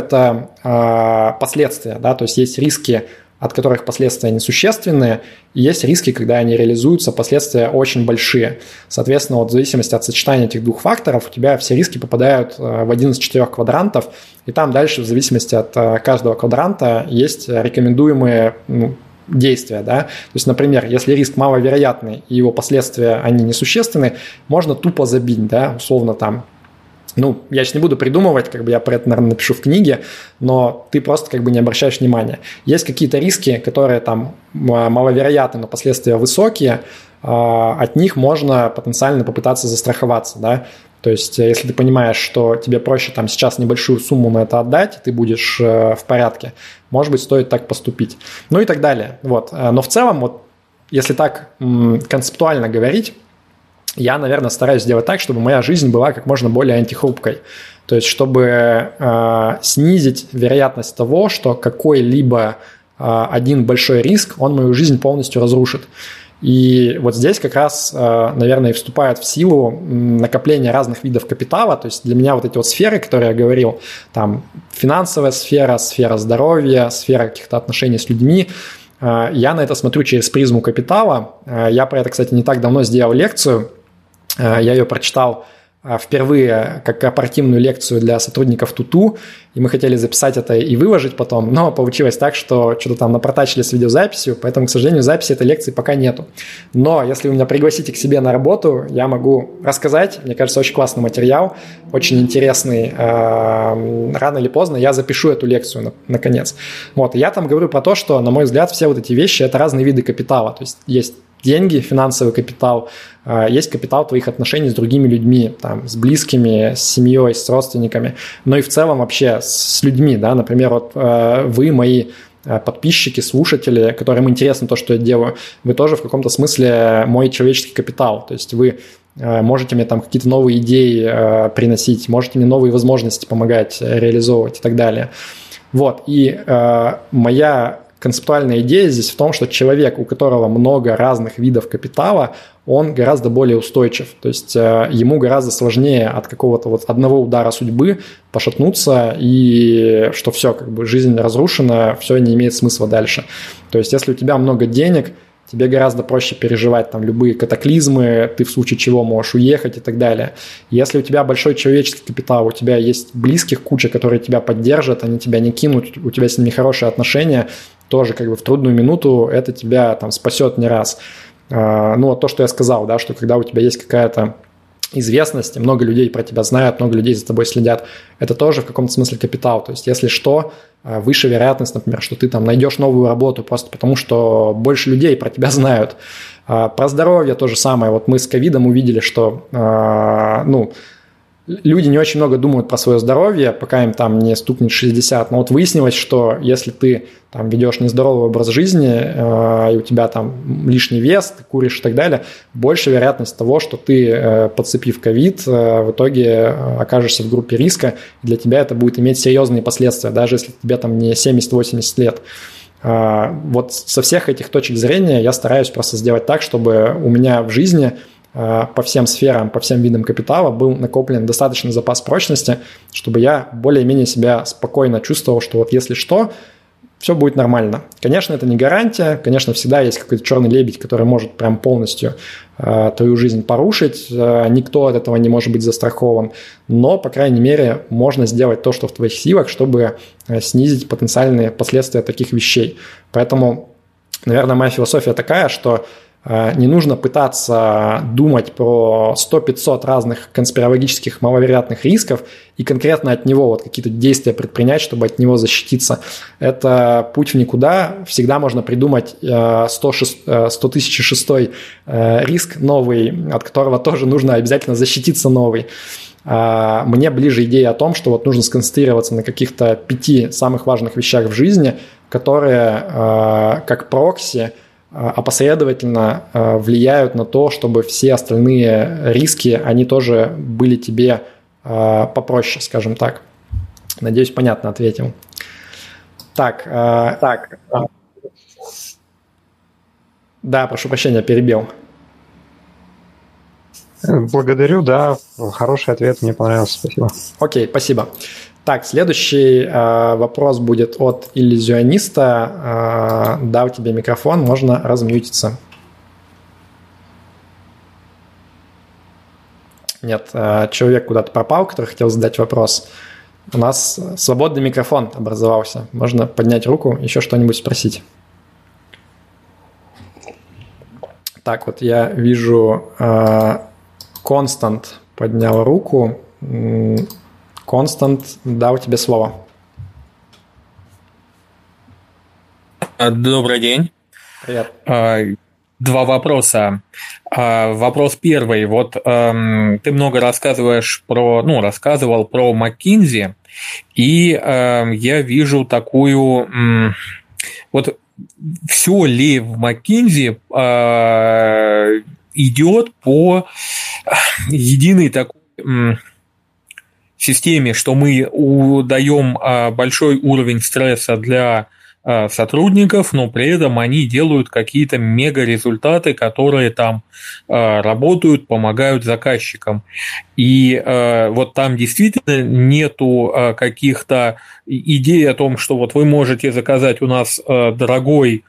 это последствия, да, то есть есть риски, от которых последствия несущественные, и есть риски, когда они реализуются, последствия очень большие. Соответственно, вот в зависимости от сочетания этих двух факторов у тебя все риски попадают в один из четырех квадрантов, и там дальше в зависимости от каждого квадранта есть рекомендуемые, ну, действия, да, то есть, например, если риск маловероятный и его последствия, они несущественны, можно тупо забить, да, условно там. Ну, я сейчас не буду придумывать, как бы я про это, наверное, напишу в книге, но ты просто как бы не обращаешь внимания. Есть какие-то риски, которые там маловероятны, но последствия высокие, от них можно потенциально попытаться застраховаться, да. То есть, если ты понимаешь, что тебе проще там сейчас небольшую сумму на это отдать, ты будешь в порядке, может быть, стоит так поступить. Ну и так далее. Вот. Но в целом, вот, если так концептуально говорить, я, наверное, стараюсь сделать так, чтобы моя жизнь была как можно более антихрупкой. То есть, чтобы э, снизить вероятность того, что какой-либо э, один большой риск, он мою жизнь полностью разрушит. И вот здесь как раз, э, наверное, и вступает в силу накопление разных видов капитала. То есть для меня вот эти вот сферы, которые я говорил, там финансовая сфера, сфера здоровья, сфера каких-то отношений с людьми, э, я на это смотрю через призму капитала. Э, я про это, кстати, не так давно сделал лекцию. Я ее прочитал впервые как корпоративную лекцию для сотрудников ТУТУ, и мы хотели записать это и выложить потом, но получилось так, что что-то там напортачили с видеозаписью, поэтому, к сожалению, записи этой лекции пока нету. Но если вы меня пригласите к себе на работу, я могу рассказать, мне кажется, очень классный материал, очень интересный. Рано или поздно я запишу эту лекцию, наконец. Вот, я там говорю про то, что, на мой взгляд, все вот эти вещи – это разные виды капитала, то есть есть деньги, финансовый капитал, есть капитал твоих отношений с другими людьми, там, с близкими, с семьей, с родственниками, но и в целом вообще с людьми, да, например, вот вы, мои подписчики, слушатели, которым интересно то, что я делаю, вы тоже в каком-то смысле мой человеческий капитал, то есть вы можете мне там какие-то новые идеи приносить, можете мне новые возможности помогать реализовывать и так далее. Вот, и моя концептуальная идея здесь в том, что человек, у которого много разных видов капитала, он гораздо более устойчив. То есть э, ему гораздо сложнее от какого-то вот одного удара судьбы пошатнуться, и что все, как бы жизнь разрушена, все не имеет смысла дальше. То есть если у тебя много денег, тебе гораздо проще переживать там любые катаклизмы, ты в случае чего можешь уехать и так далее. Если у тебя большой человеческий капитал, у тебя есть близких куча, которые тебя поддержат, они тебя не кинут, у тебя с ними хорошие отношения, тоже как бы в трудную минуту это тебя там спасет не раз. Ну, вот то, что я сказал, да, что когда у тебя есть какая-то известность, много людей про тебя знают, много людей за тобой следят, это тоже в каком-то смысле капитал. То есть, если что, выше вероятность, например, что ты там найдешь новую работу просто потому, что больше людей про тебя знают. Про здоровье то же самое. Вот мы с ковидом увидели, что, ну, люди не очень много думают про свое здоровье, пока им там не стукнет шестьдесят. Но вот выяснилось, что если ты там ведешь нездоровый образ жизни, э, и у тебя там лишний вес, ты куришь и так далее, больше вероятность того, что ты, э, подцепив ковид, э, в итоге окажешься в группе риска, и для тебя это будет иметь серьезные последствия, даже если тебе там не семьдесят-восемьдесят лет. Э, вот со всех этих точек зрения я стараюсь просто сделать так, чтобы у меня в жизни по всем сферам, по всем видам капитала был накоплен достаточный запас прочности, чтобы я более-менее себя спокойно чувствовал, что вот если что, все будет нормально. Конечно, это не гарантия, конечно, всегда есть какой-то черный лебедь, который может прям полностью э, твою жизнь порушить, э, никто от этого не может быть застрахован, но, по крайней мере, можно сделать то, что в твоих силах, чтобы э, снизить потенциальные последствия таких вещей. Поэтому, наверное, моя философия такая, что не нужно пытаться думать про сто-пятьсот разных конспирологических маловероятных рисков и конкретно от него вот какие-то действия предпринять, чтобы от него защититься. Это путь в никуда. Всегда можно придумать сто тысяч шестой риск новый, от которого тоже нужно обязательно защититься новый. Мне ближе идея о том, что вот нужно сконцентрироваться на каких-то пяти самых важных вещах в жизни, которые как прокси опосредованно влияют на то, чтобы все остальные риски, они тоже были тебе попроще, скажем так. Надеюсь, понятно ответил. Так, так. Да, прошу прощения, перебил. Благодарю, да, хороший ответ, мне понравился, спасибо. Окей, спасибо. Так, следующий э, вопрос будет от иллюзиониста. Э, дал тебе микрофон, можно размьютиться. Нет, э, человек куда-то пропал, который хотел задать вопрос. У нас свободный микрофон образовался. Можно поднять руку, еще что-нибудь спросить. Так, вот я вижу, Констант э, поднял руку. Констант, дал тебе слово. Добрый день. Привет. Два вопроса. Вопрос первый. Вот ты много рассказываешь про, ну, рассказывал про McKinsey, и я вижу такую, вот все ли в McKinsey идет по единой такой системе, что мы даем большой уровень стресса для сотрудников, но при этом они делают какие-то мега-результаты, которые там работают, помогают заказчикам. И вот там действительно нету каких-то идей о том, что вот вы можете заказать у нас дорогой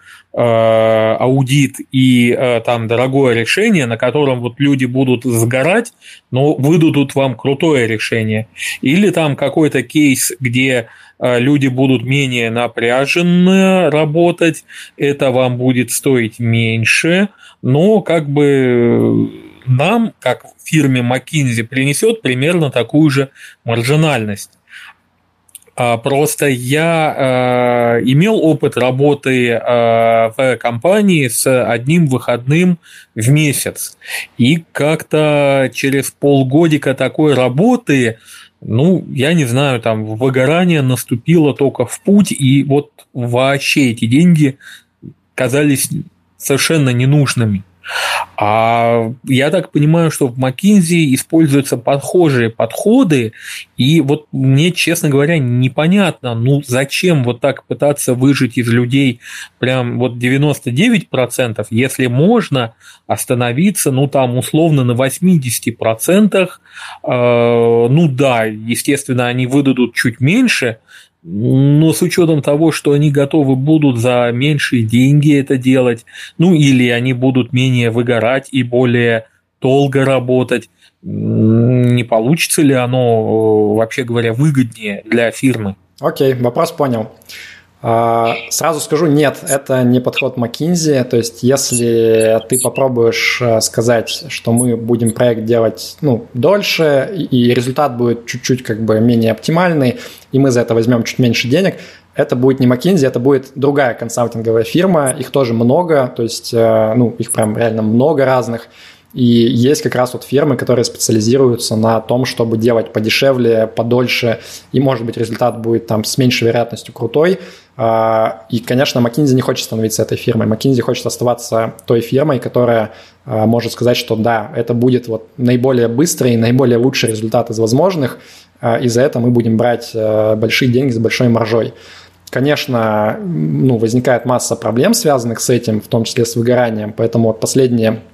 аудит и там дорогое решение, на котором вот люди будут сгорать, но выдадут вам крутое решение. Или там какой-то кейс, где люди будут менее напряженно работать, это вам будет стоить меньше, но как бы нам, как в фирме McKinsey, принесет примерно такую же маржинальность. Просто я э, имел опыт работы э, в компании с одним выходным в месяц. И как-то через полгодика такой работы, ну, я не знаю, там выгорание наступило только в путь, и вот вообще эти деньги казались совершенно ненужными. А я так понимаю, что в McKinsey используются похожие подходы, и вот мне, честно говоря, непонятно, ну зачем вот так пытаться выжать из людей прям вот девяносто девять процентов, если можно остановиться, ну там условно на восемьдесят процентов, э, ну да, естественно, они выдадут чуть меньше, но с учетом того, что они готовы будут за меньшие деньги это делать, ну или они будут менее выгорать и более долго работать, не получится ли оно, вообще говоря, выгоднее для фирмы? Окей, вопрос понял. Сразу скажу, нет, это не подход McKinsey, то есть если ты попробуешь сказать, что мы будем проект делать ну, дольше, и результат будет чуть-чуть как бы менее оптимальный, и мы за это возьмем чуть меньше денег, это будет не McKinsey, это будет другая консалтинговая фирма, их тоже много, то есть ну, их прям реально много разных. И есть как раз вот фирмы, которые специализируются на том, чтобы делать подешевле, подольше, и, может быть, результат будет там с меньшей вероятностью крутой. И, конечно, McKinsey не хочет становиться этой фирмой. McKinsey хочет оставаться той фирмой, которая может сказать, что да, это будет вот наиболее быстрый, наиболее лучший результат из возможных, и за это мы будем брать большие деньги с большой маржой. Конечно, ну, возникает масса проблем, связанных с этим, в том числе с выгоранием, поэтому вот последние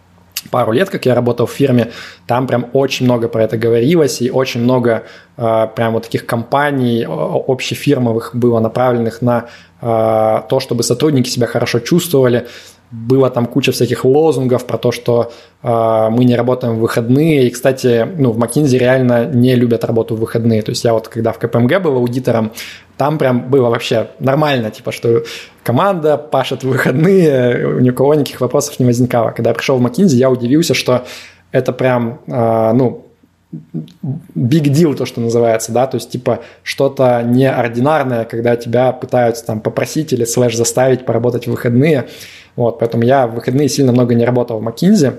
пару лет, как я работал в фирме, там прям очень много про это говорилось, и очень много э, прям вот таких компаний общефирмовых было направленных на э, то, чтобы сотрудники себя хорошо чувствовали. Было там куча всяких лозунгов про то, что э, мы не работаем в выходные. И, кстати, ну, в McKinsey реально не любят работу в выходные. То есть я вот когда в ка пэ эм гэ был аудитором, там прям было вообще нормально, типа, что команда пашет в выходные, ни у кого никаких вопросов не возникало. Когда я пришел в McKinsey, я удивился, что это прям, э, ну, big deal, то, что называется, да, то есть, типа, что-то неординарное, когда тебя пытаются там попросить или слэш заставить поработать в выходные. Вот, поэтому я в выходные сильно много не работал в McKinsey,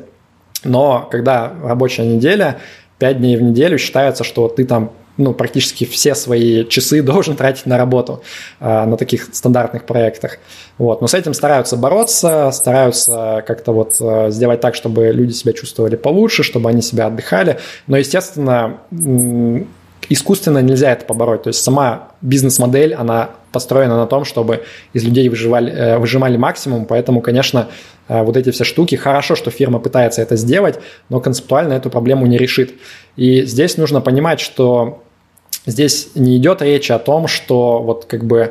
но когда рабочая неделя, пять дней в неделю считается, что ты там, ну, практически все свои часы должен тратить на работу э, на таких стандартных проектах. Вот. Но с этим стараются бороться, стараются как-то вот э, сделать так, чтобы люди себя чувствовали получше, чтобы они себя отдыхали. Но, естественно, м- искусственно нельзя это побороть. То есть сама бизнес-модель, она построена на том, чтобы из людей выживали, э, выжимали максимум. Поэтому, конечно, э, вот эти все штуки, хорошо, что фирма пытается это сделать, но концептуально эту проблему не решит. И здесь нужно понимать, что здесь не идет речи о том, что вот как бы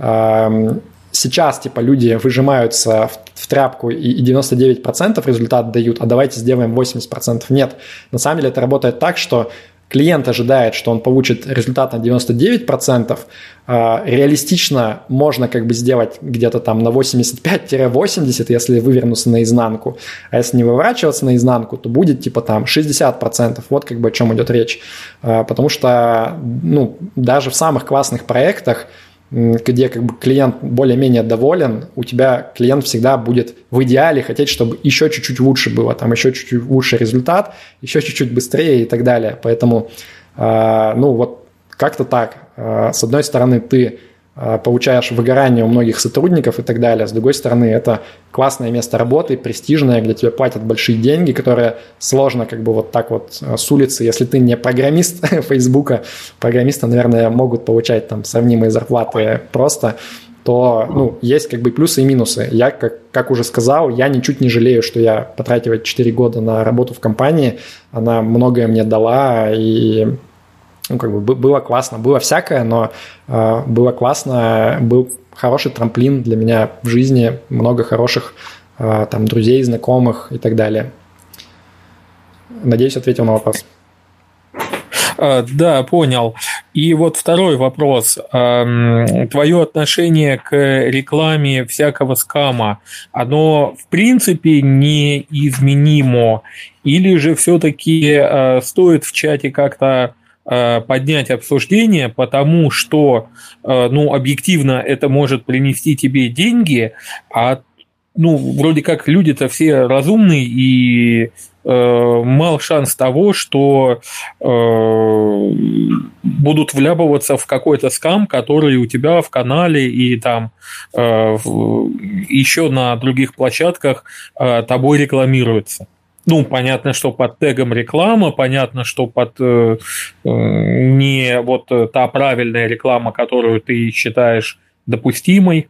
э, сейчас типа люди выжимаются в, в тряпку и, и девяносто девять процентов результат дают, а давайте сделаем восемьдесят процентов. Нет, на самом деле это работает так, что клиент ожидает, что он получит результат на девяносто девять процентов, э, реалистично можно как бы сделать где-то там на восемьдесят пять - восемьдесят, если вывернуться наизнанку, а если не выворачиваться наизнанку, то будет типа там шестьдесят процентов, вот как бы о чем идет речь, э, потому что, ну, даже в самых классных проектах, где как бы клиент более-менее доволен, у тебя клиент всегда будет в идеале хотеть, чтобы еще чуть-чуть лучше было, там еще чуть-чуть лучше результат, еще чуть-чуть быстрее и так далее. Поэтому, э, ну вот как-то так. Э, с одной стороны, ты э, получаешь выгорание у многих сотрудников и так далее, с другой стороны, это классное место работы, престижное, где тебе платят большие деньги, которые сложно как бы вот так вот с улицы, если ты не программист Фейсбука, программисты, наверное, могут получать там сравнимые зарплаты просто, то, ну, есть как бы плюсы и минусы. Я, как, как уже сказал, я ничуть не жалею, что я потратил четыре года на работу в компании, она многое мне дала, и ну, как бы было классно, было всякое, но э, было классно, был хороший трамплин для меня в жизни, много хороших э, там друзей, знакомых и так далее. Надеюсь, ответил на вопрос. Да, понял. И вот второй вопрос. Твое отношение к рекламе всякого скама, оно в принципе неизменимо? Или же все-таки стоит в чате как-то поднять обсуждение, потому что, ну, объективно это может принести тебе деньги, а, ну, вроде как люди-то все разумные, и э, мал шанс того, что э, будут вляпываться в какой-то скам, который у тебя в канале и там э, еще на других площадках э, тобой рекламируется. Ну, понятно, что под тегом реклама, понятно, что под э, не вот та правильная реклама, которую ты считаешь допустимой.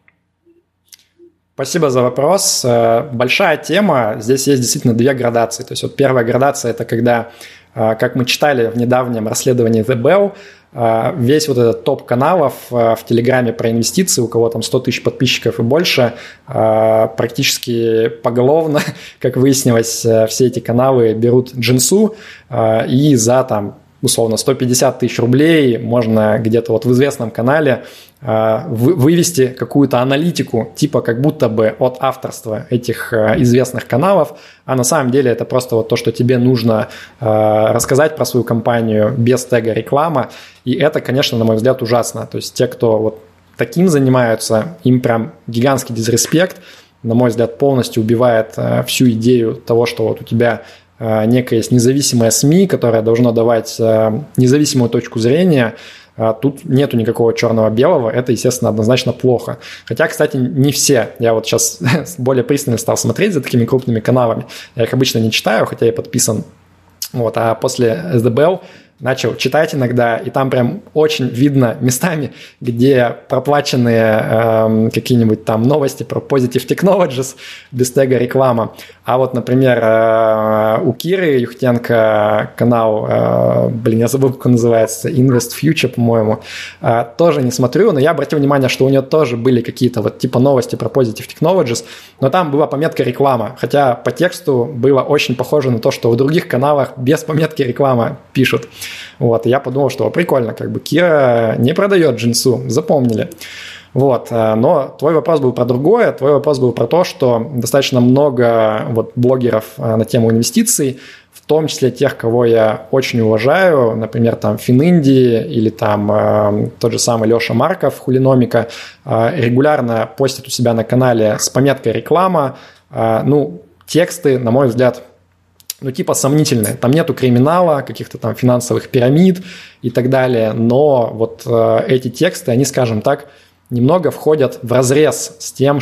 Спасибо за вопрос. Большая тема. Здесь есть действительно две градации. То есть вот первая градация – это когда, как мы читали в недавнем расследовании The Bell, весь вот этот топ каналов в Телеграме про инвестиции, у кого там сто тысяч подписчиков и больше, практически поголовно, как выяснилось, все эти каналы берут джинсу, и за там условно сто пятьдесят тысяч рублей можно где-то вот в известном канале вывести какую-то аналитику, типа как будто бы от авторства этих известных каналов, а на самом деле это просто вот то, что тебе нужно рассказать про свою компанию без тега реклама, и это, конечно, на мой взгляд, ужасно. То есть те, кто вот таким занимаются, им прям гигантский дизреспект, на мой взгляд, полностью убивает всю идею того, что вот у тебя некая есть независимая СМИ, которая должна давать независимую точку зрения. Тут нету никакого черного-белого, это, естественно, однозначно плохо. Хотя, кстати, не все. Я вот сейчас более пристально стал смотреть за такими крупными каналами. Я их обычно не читаю, хотя я подписан. Вот, а после эс ди би эл начал читать иногда, и там прям очень видно местами, где проплаченные э, какие-нибудь там новости про Positive Technologies без тега реклама. А вот, например, э, у Киры Юхтенко канал, э, блин, я забыл, как он называется, Invest Future, по-моему, э, тоже не смотрю, но я обратил внимание, что у нее тоже были какие-то вот типа новости про Positive Technologies, но там была пометка реклама, хотя по тексту было очень похоже на то, что в других каналах без пометки реклама пишут. Вот, и я подумал, что прикольно, как бы Кира не продает джинсу, запомнили. Вот, но твой вопрос был про другое, твой вопрос был про то, что достаточно много вот блогеров на тему инвестиций, в том числе тех, кого я очень уважаю, например, там Фининди или там э, тот же самый Леша Марков, Хулиномика, э, регулярно постят у себя на канале с пометкой реклама. Э, ну, тексты, на мой взгляд, ну, типа сомнительные. Там нету криминала, каких-то там финансовых пирамид и так далее, но вот э, эти тексты, они, скажем так, немного входят в разрез с тем,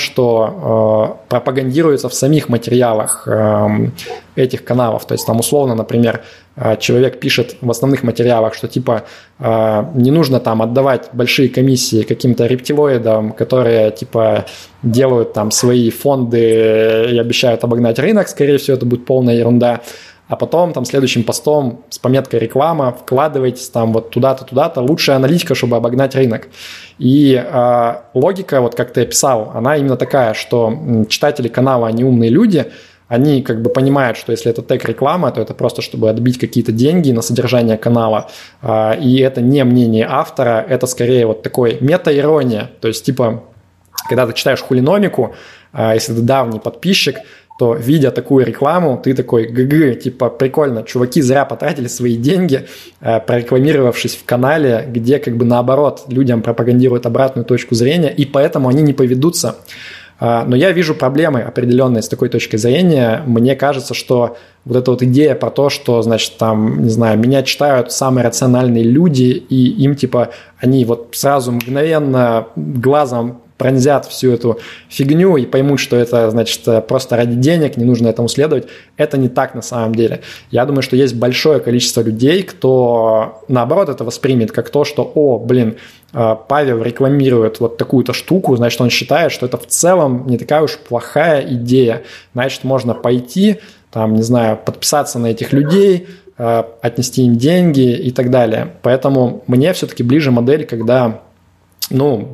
что э, пропагандируется в самих материалах э, этих каналов. То есть там условно, например, э, человек пишет в основных материалах, что типа э, не нужно там отдавать большие комиссии каким-то рептилоидам, которые типа делают там свои фонды и обещают обогнать рынок. Скорее всего, это будет полная ерунда. А потом там следующим постом с пометкой реклама вкладывайтесь там вот туда-то, туда-то, лучшая аналитика, чтобы обогнать рынок. И э, логика, вот как ты описал, она именно такая, что читатели канала, они умные люди, они как бы понимают, что если это тег реклама, то это просто чтобы отбить какие-то деньги на содержание канала. Э, и это не мнение автора, это скорее вот такой мета-ирония. То есть типа, когда ты читаешь Хулиномику, э, если ты давний подписчик, то, видя такую рекламу, ты такой, ГГ, типа, прикольно, чуваки зря потратили свои деньги, э, прорекламировавшись в канале, где, как бы, наоборот, людям пропагандируют обратную точку зрения, и поэтому они не поведутся. Э, но я вижу проблемы определенные с такой точки зрения. Мне кажется, что вот эта вот идея про то, что, значит, там, не знаю, меня читают самые рациональные люди, и им, типа, они вот сразу мгновенно глазом пронзят всю эту фигню и поймут, что это, значит, просто ради денег, не нужно этому следовать. Это не так на самом деле. Я думаю, что есть большое количество людей, кто, наоборот, это воспримет как то, что, о, блин, Павел рекламирует вот такую-то штуку, значит, он считает, что это в целом не такая уж плохая идея. Значит, можно пойти, там, не знаю, подписаться на этих людей, отнести им деньги и так далее. Поэтому мне все-таки ближе модель, когда, ну,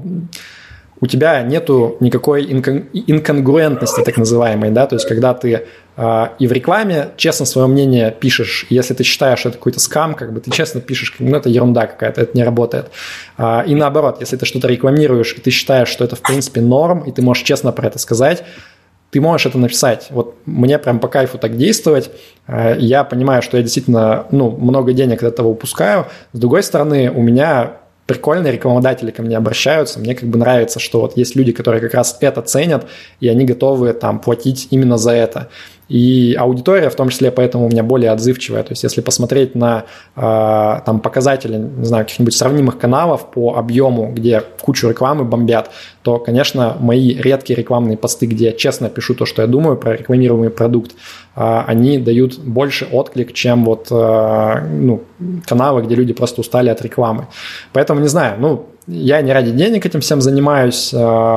у тебя нету никакой инкон- инконгруентности, так называемой, да, то есть когда ты э, и в рекламе честно свое мнение пишешь, если ты считаешь, что это какой-то скам, как бы ты честно пишешь, ну, это ерунда какая-то, это не работает. Э, и наоборот, если ты что-то рекламируешь, и ты считаешь, что это в принципе норм, и ты можешь честно про это сказать, ты можешь это написать. Вот мне прям по кайфу так действовать. Э, я понимаю, что я действительно, ну, много денег от этого упускаю. С другой стороны, у меня прикольные рекламодатели ко мне обращаются, мне как бы нравится, что вот есть люди, которые как раз это ценят, и они готовы там платить именно за это. И аудитория в том числе поэтому у меня более отзывчивая. То есть если посмотреть на э, там, показатели, не знаю, каких-нибудь сравнимых каналов по объему, где кучу рекламы бомбят, то, конечно, мои редкие рекламные посты, где я честно пишу то, что я думаю про рекламируемый продукт, э, они дают больше отклик, чем вот э, ну, каналы, где люди просто устали от рекламы. Поэтому, не знаю, ну, я не ради денег этим всем занимаюсь.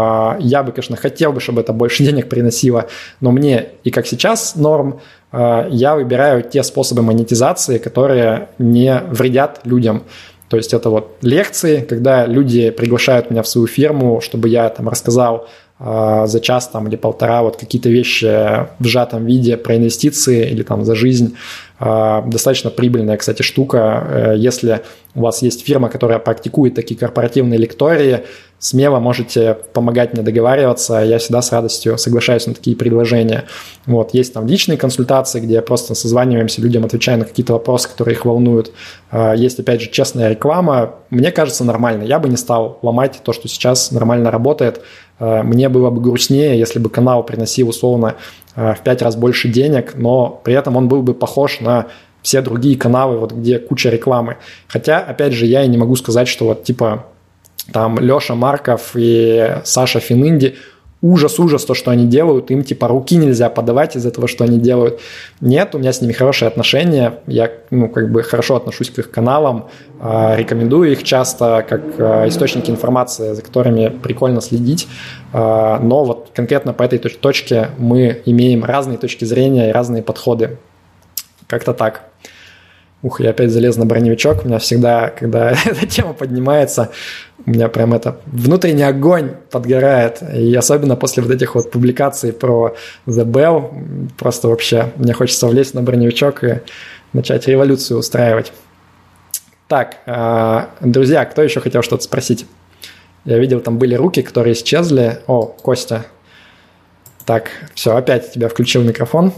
Я бы, конечно, хотел бы, чтобы это больше денег приносило, но мне и как сейчас норм, я выбираю те способы монетизации, которые не вредят людям. То есть это вот лекции, когда люди приглашают меня в свою фирму, чтобы я там рассказал за час там, или полтора вот какие-то вещи в сжатом виде про инвестиции или там за жизнь. Достаточно прибыльная, кстати, штука. Если у вас есть фирма, которая практикует такие корпоративные лектории, смело можете помогать мне договариваться. Я всегда с радостью соглашаюсь на такие предложения. Вот. Есть там личные консультации, где просто созваниваемся, людям отвечаю на какие-то вопросы, которые их волнуют. Есть, опять же, честная реклама. Мне кажется, нормально. Я бы не стал ломать то, что сейчас нормально работает. Мне было бы грустнее, если бы канал приносил условно в пять раз больше денег, но при этом он был бы похож на все другие каналы, вот где куча рекламы. Хотя, опять же, я и не могу сказать, что вот типа там Леша Марков и Саша Фининди ужас-ужас то, что они делают, им типа руки нельзя подавать из-за того, что они делают. Нет, у меня с ними хорошие отношения, я ну, как бы хорошо отношусь к их каналам, рекомендую их часто как источники информации, за которыми прикольно следить, но вот конкретно по этой точке мы имеем разные точки зрения и разные подходы. Как-то так. Ух, я опять залез на броневичок. У меня всегда, когда эта тема поднимается, у меня прям это внутренний огонь подгорает. И особенно после вот этих вот публикаций про The Bell, просто вообще мне хочется влезть на броневичок и начать революцию устраивать. Так, друзья, кто еще хотел что-то спросить? Я видел, там были руки, которые исчезли. О, Костя. Так, все, опять тебя включил микрофон.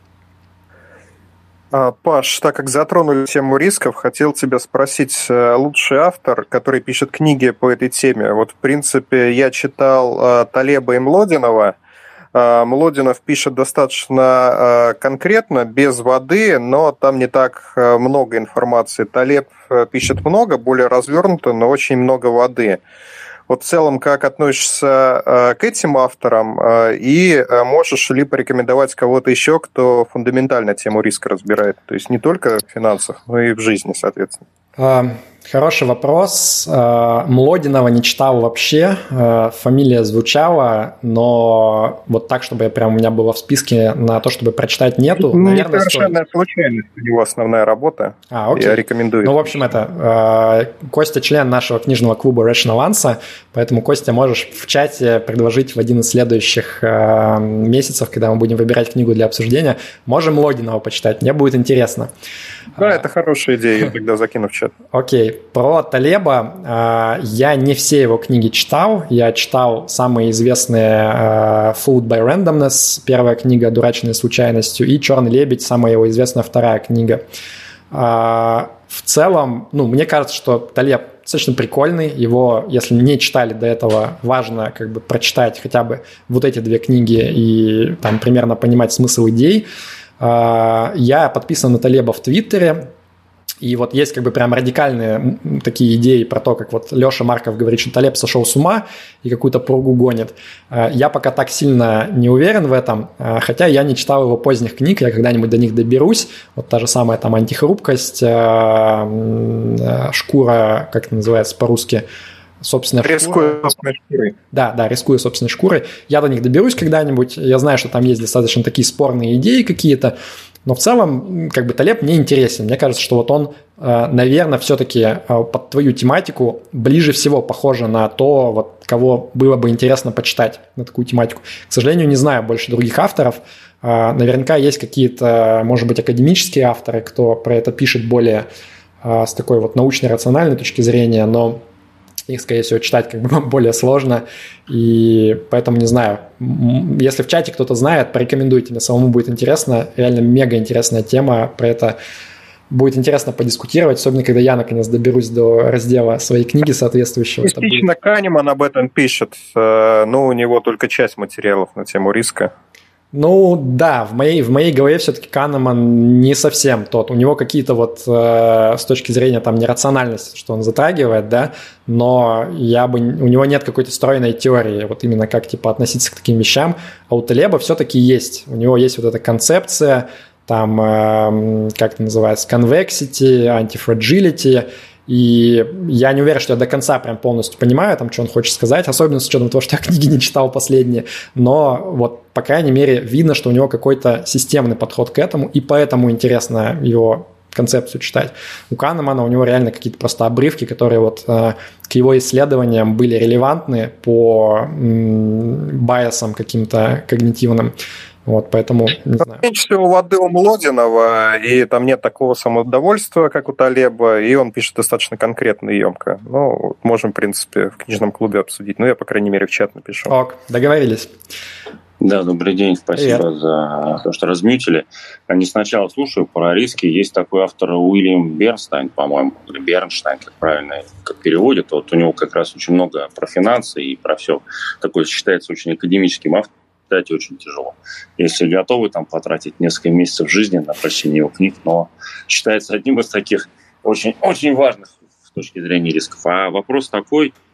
Паш, так как затронули тему рисков, хотел тебя спросить, лучший автор, который пишет книги по этой теме. Вот, в принципе, я читал Талеба и Млодинова. Млодинов пишет достаточно конкретно, без воды, но там не так много информации. Талеб пишет много, более развернуто, но очень много воды. Вот в целом, как относишься к этим авторам и можешь ли порекомендовать кого-то еще, кто фундаментально тему риска разбирает? То есть не только в финансах, но и в жизни, соответственно. Хороший вопрос. Млодинова не читал вообще. Фамилия звучала, но вот так, чтобы я прям у меня было в списке на то, чтобы прочитать, нету. Ну, наверное, совершенно случайность у него основная работа. А, окей. Я рекомендую. Ну, в общем, это Костя член нашего книжного клуба Rational Answer, поэтому, Костя, можешь в чате предложить в один из следующих месяцев, когда мы будем выбирать книгу для обсуждения, можем Млодинова почитать. Мне будет интересно. Да, это хорошая идея, я тогда закину в чат. Окей. Про Талеба я не все его книги читал. Я читал самые известные Fooled by Randomness, первая книга «Дураченной случайностью», и «Черный лебедь», самая его известная вторая книга. В целом, ну, мне кажется, что Талеб достаточно прикольный. Его, если не читали до этого, важно как бы прочитать хотя бы вот эти две книги и там примерно понимать смысл идей. Я подписан на Талеба в Твиттере, и вот есть как бы прям радикальные такие идеи про то, как вот Леша Марков говорит, что Талеб сошел с ума и какую-то пургу гонит. Я пока так сильно не уверен в этом, хотя я не читал его поздних книг, я когда-нибудь до них доберусь. Вот та же самая там «Антихрупкость», «Шкура», как это называется по-русски, собственная рискую собственной шкурой. Да, да, рискую собственной шкурой. Я до них доберусь когда-нибудь. Я знаю, что там есть достаточно такие спорные идеи какие-то, но в целом, как бы, Талеб мне интересен. Мне кажется, что вот он, наверное, все-таки под твою тематику ближе всего похоже на то, вот, кого было бы интересно почитать на такую тематику. К сожалению, не знаю больше других авторов. Наверняка есть какие-то, может быть, академические авторы, кто про это пишет более с такой вот научной, рациональной точки зрения, но их, скорее всего, читать как бы более сложно, и поэтому не знаю. Если в чате кто-то знает, порекомендуйте, мне самому будет интересно. Реально мега интересная тема, про это будет интересно подискутировать, особенно когда я, наконец, доберусь до раздела своей книги соответствующего. Частично Канеман об этом пишет, но у него только часть материалов на тему риска. Ну да, в моей, в моей голове все-таки Канеман не совсем тот. У него какие-то вот э, с точки зрения там нерациональности, что он затрагивает, да, но я бы, у него нет какой-то стройной теории, вот именно как типа относиться к таким вещам. А у Талеба все-таки есть. У него есть вот эта концепция, там, э, как это называется, convexity, antifragility. И я не уверен, что я до конца прям полностью понимаю, там, что он хочет сказать, особенно с учетом того, что я книги не читал последние, но вот, по крайней мере, видно, что у него какой-то системный подход к этому, и поэтому интересно его концепцию читать. У Канемана у него реально какие-то просто обрывки, которые вот э, к его исследованиям были релевантны по м- байасам каким-то когнитивным. Вот, поэтому, не знаю. Меньше всего воды у Млодинова, и там нет такого самоудовольствия, как у Талеба, и он пишет достаточно конкретно и емко. Ну, можем, в принципе, в книжном клубе обсудить. Ну, я, по крайней мере, в чат напишу. Ок, договорились. Да, добрый день, спасибо Привет. за то, что размьютили. Не сначала слушаю про риски. Есть такой автор Уильям Бернстайн, по-моему, или Бернштайн, как правильно как переводит. Вот у него как раз очень много про финансы и про все. Такой считается очень академическим автором. Кстати, очень тяжело. Если готовы там потратить несколько месяцев жизни на прочтение его книг, но считается одним из таких очень, очень важных с точки зрения рисков. А вопрос такой,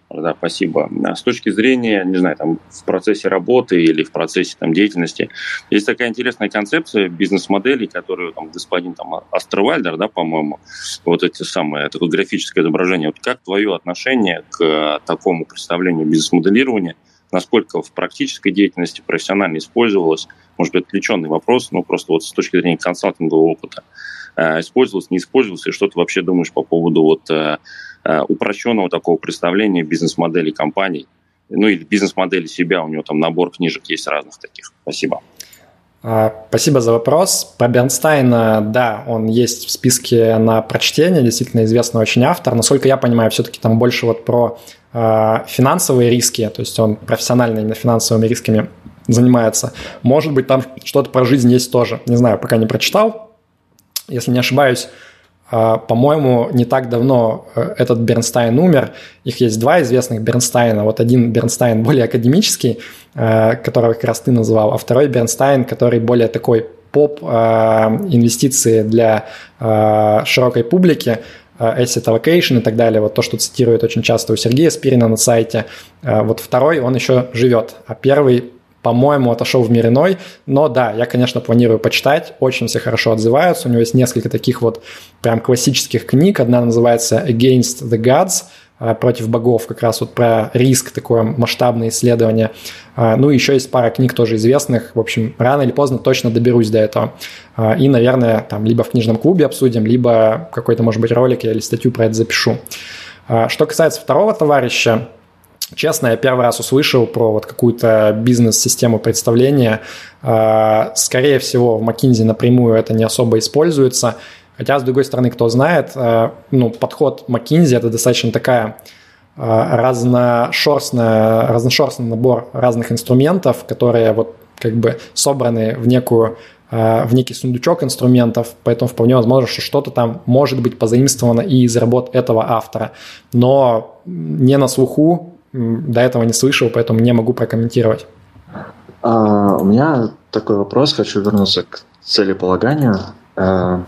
Да, спасибо. С точки зрения, не знаю, там, в процессе работы или в процессе там, деятельности, есть такая интересная концепция бизнес-моделей, которую там, господин там, Астервальдер, да, по-моему, вот эти самые, такое графическое изображение. Вот как твое отношение к такому представлению бизнес-моделирования, насколько в практической деятельности профессионально использовалось, может быть, отвлеченный вопрос, но просто вот с точки зрения консалтингового опыта, использовалось, не использовалось, и что ты вообще думаешь по поводу вот упрощенного такого представления бизнес-модели компаний, ну или бизнес-модели себя, у него там набор книжек есть разных таких. Спасибо. Спасибо за вопрос. Про Бернстайна, да, он есть в списке на прочтение, действительно известный очень автор. Насколько я понимаю, все-таки там больше вот про э, финансовые риски, то есть он профессионально именно финансовыми рисками занимается. Может быть, там что-то про жизнь есть тоже. Не знаю, пока не прочитал. Если не ошибаюсь, по-моему, не так давно этот Бернстайн умер. Их есть два известных Бернстайна. Вот один Бернстайн более академический, которого как раз ты назвал, а второй Бернстайн, который более такой поп, инвестиции для широкой публики, asset allocation и так далее. Вот то, что цитирует очень часто у Сергея Спирина на сайте. Вот второй, он еще живет, а первый, по-моему, отошел в мир иной, но да, я, конечно, планирую почитать, очень все хорошо отзываются, у него есть несколько таких вот прям классических книг, одна называется Against the Gods, против богов, как раз вот про риск, такое масштабное исследование, ну и еще есть пара книг тоже известных, в общем, рано или поздно точно доберусь до этого, и, наверное, там либо в книжном клубе обсудим, либо какой-то, может быть, ролик или статью про это запишу. Что касается второго товарища, честно, я первый раз услышал про вот какую-то бизнес-систему представления. Скорее всего, в McKinsey напрямую это не особо используется. Хотя, с другой стороны, кто знает, ну, подход McKinsey – это достаточно такая разношерстная, разношерстный набор разных инструментов, которые вот как бы собраны в некую в некий сундучок инструментов, поэтому вполне возможно, что что-то там может быть позаимствовано и из работ этого автора. Но не на слуху, до этого не слышал, поэтому не могу прокомментировать. А, у меня такой вопрос, хочу вернуться к целеполаганию. А,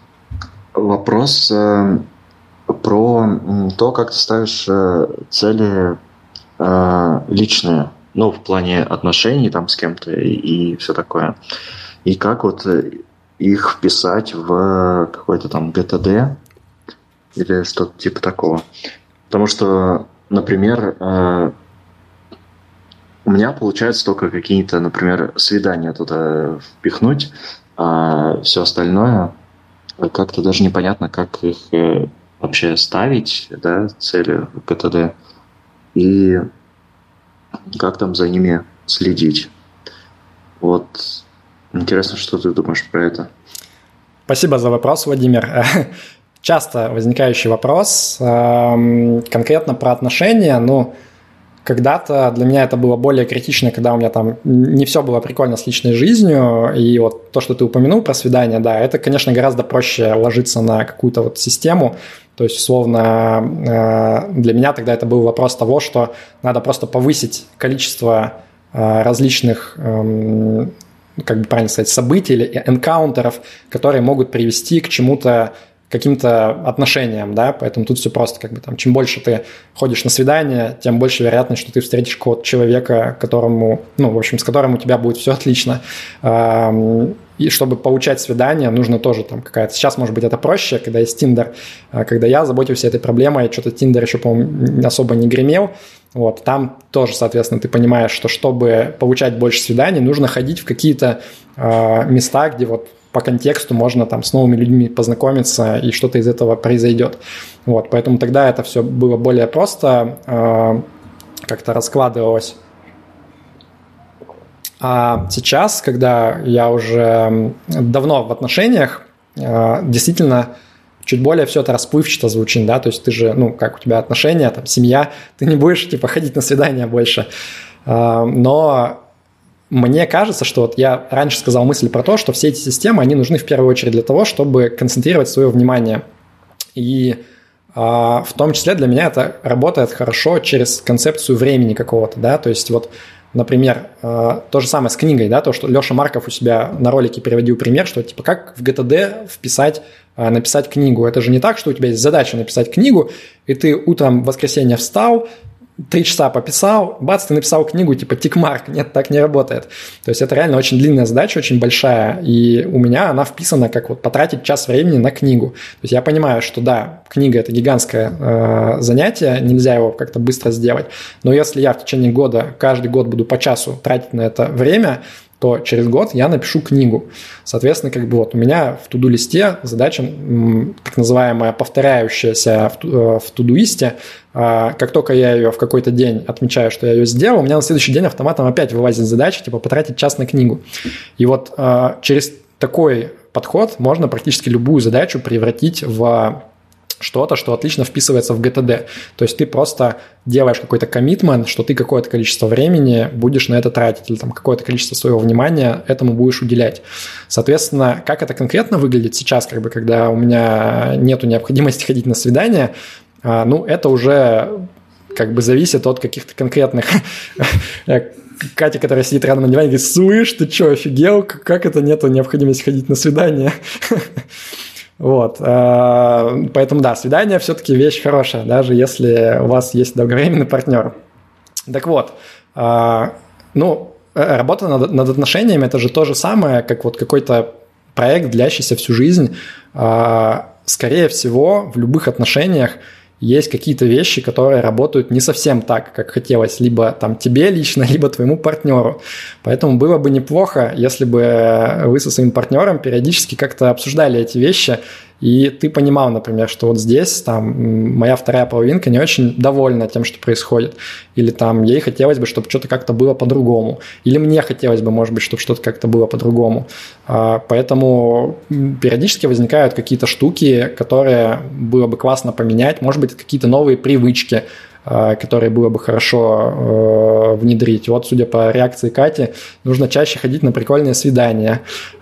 вопрос а, про то, как ты ставишь а, цели а, личные, ну, в плане отношений там с кем-то и, и все такое. И как вот их вписать в какой-то там джи ти ди или что-то типа такого. Потому что, например, у меня получается только какие-то, например, свидания туда впихнуть, а все остальное как-то даже непонятно, как их вообще ставить, да, цели в джи ти ди, и как там за ними следить. Вот интересно, что ты думаешь про это. Спасибо за вопрос, Владимир. Часто возникающий вопрос, конкретно про отношения. Ну, когда-то для меня это было более критично, когда у меня там не все было прикольно с личной жизнью. И вот то, что ты упомянул про свидание, да, это, конечно, гораздо проще ложиться на какую-то вот систему. То есть, условно, для меня тогда это был вопрос того, что надо просто повысить количество различных, как бы правильно сказать, событий или энкаунтеров, которые могут привести к чему-то, каким-то отношениям, да, поэтому тут все просто, как бы там, чем больше ты ходишь на свидание, тем больше вероятность, что ты встретишь какого-то человека, которому, ну, в общем, с которым у тебя будет все отлично. И чтобы получать свидание, нужно тоже там какая-то... Сейчас, может быть, это проще, когда есть Tinder. Когда я заботился этой проблемой, что-то Tinder еще, по-моему, особо не гремел. Вот, там тоже, соответственно, ты понимаешь, что чтобы получать больше свиданий, нужно ходить в какие-то э, места, где вот по контексту можно там с новыми людьми познакомиться, и что-то из этого произойдет. Вот, поэтому тогда это все было более просто, э, как-то раскладывалось. А сейчас, когда я уже давно в отношениях, э, действительно... чуть более все это расплывчато звучит, да, то есть ты же, ну, как у тебя отношения, там, семья, ты не будешь, типа, ходить на свидания больше. Но мне кажется, что вот я раньше сказал мысль про то, что все эти системы, они нужны в первую очередь для того, чтобы концентрировать свое внимание. И в том числе для меня это работает хорошо через концепцию времени какого-то, да, то есть вот, например, то же самое с книгой, да, то, что Леша Марков у себя на ролике приводил пример, что типа как в джи ти ди вписать, написать книгу. Это же не так, что у тебя есть задача написать книгу, и ты утром в воскресенье встал, три часа пописал, бац, ты написал книгу, типа тикмарк. Нет, так не работает. То есть это реально очень длинная задача, очень большая, и у меня она вписана как вот потратить час времени на книгу. То есть я понимаю, что да, книга – это гигантское э, занятие, нельзя его как-то быстро сделать, но если я в течение года, каждый год буду по часу тратить на это время, то через год я напишу книгу. Соответственно, как бы вот у меня в туду-листе задача, так называемая, повторяющаяся в тудуисте. Как только я ее в какой-то день отмечаю, что я ее сделал, у меня на следующий день автоматом опять вылазит задача, типа потратить час на книгу. И вот через такой подход можно практически любую задачу превратить в что-то, что отлично вписывается в джи ти ди. То есть ты просто делаешь какой-то коммитмент, что ты какое-то количество времени будешь на это тратить, или там какое-то количество своего внимания этому будешь уделять. Соответственно, как это конкретно выглядит сейчас, как бы, когда у меня нету необходимости ходить на свидания, ну, это уже как бы зависит от каких-то конкретных... Катя, которая сидит рядом на диване, говорит: слышь, ты что, офигел? Как это нету необходимости ходить на свидание? Вот, поэтому да, свидание все-таки вещь хорошая, даже если у вас есть долговременный партнер. Так вот, ну, работа над, над отношениями – это же то же самое, как вот какой-то проект, длящийся всю жизнь. Скорее всего, в любых отношениях есть какие-то вещи, которые работают не совсем так, как хотелось, либо там тебе лично, либо твоему партнеру. Поэтому было бы неплохо, если бы вы со своим партнером периодически как-то обсуждали эти вещи, и ты понимал, например, что вот здесь там моя вторая половинка не очень довольна тем, что происходит, или там ей хотелось бы, чтобы что-то как-то было по-другому, или мне хотелось бы, может быть, чтобы что-то как-то было по-другому. Поэтому периодически возникают какие-то штуки, которые было бы классно поменять, может быть, какие-то новые привычки, которые было бы хорошо внедрить. Вот, судя по реакции Кати, нужно чаще ходить на прикольные свидания.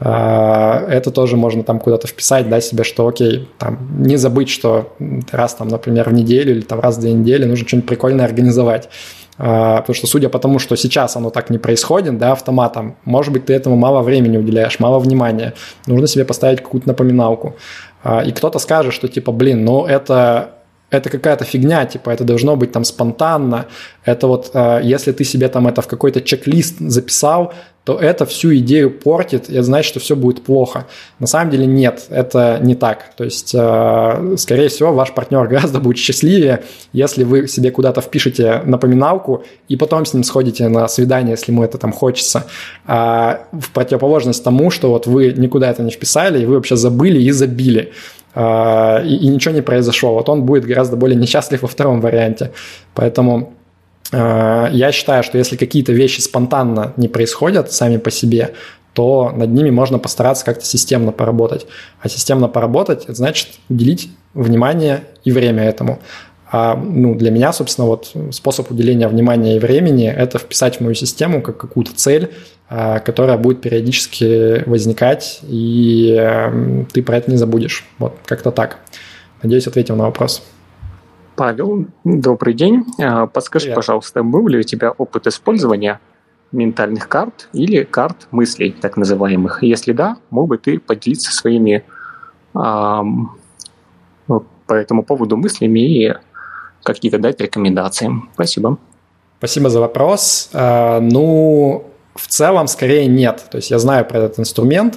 Это тоже можно там куда-то вписать, да, себе, что окей, там, не забыть, что раз, там, например, в неделю или там, раз в две недели нужно что-нибудь прикольное организовать. Потому что, судя по тому, что сейчас оно так не происходит, да, автоматом, может быть, ты этому мало времени уделяешь, мало внимания. Нужно себе поставить какую-то напоминалку. И кто-то скажет, что типа, блин, ну это... это какая-то фигня, типа, это должно быть там спонтанно, это вот, э, если ты себе там это в какой-то чек-лист записал, то это всю идею портит, и это значит, что все будет плохо. На самом деле нет, это не так. То есть, э, скорее всего, ваш партнер гораздо будет счастливее, если вы себе куда-то впишете напоминалку и потом с ним сходите на свидание, если ему это там хочется. А в противоположность тому, что вот вы никуда это не вписали, и вы вообще забыли и забили. И, и ничего не произошло. Вот он будет гораздо более несчастлив во втором варианте. Поэтому э, я считаю, что если какие-то вещи спонтанно не происходят сами по себе, то над ними можно постараться как-то системно поработать. А системно поработать – это значит уделить внимание и время этому. А, ну, для меня, собственно, вот способ уделения внимания и времени – это вписать в мою систему как какую-то цель, а, которая будет периодически возникать, и а, ты про это не забудешь. Вот как-то так. Надеюсь, ответил на вопрос. Павел, добрый день. Подскажи, Привет. Пожалуйста, был ли у тебя опыт использования ментальных карт или карт мыслей, так называемых? Если да, мог бы ты поделиться своими а, по этому поводу мыслями и какие-то дать рекомендации. Спасибо. Спасибо за вопрос. Ну, в целом, скорее нет. То есть я знаю про этот инструмент.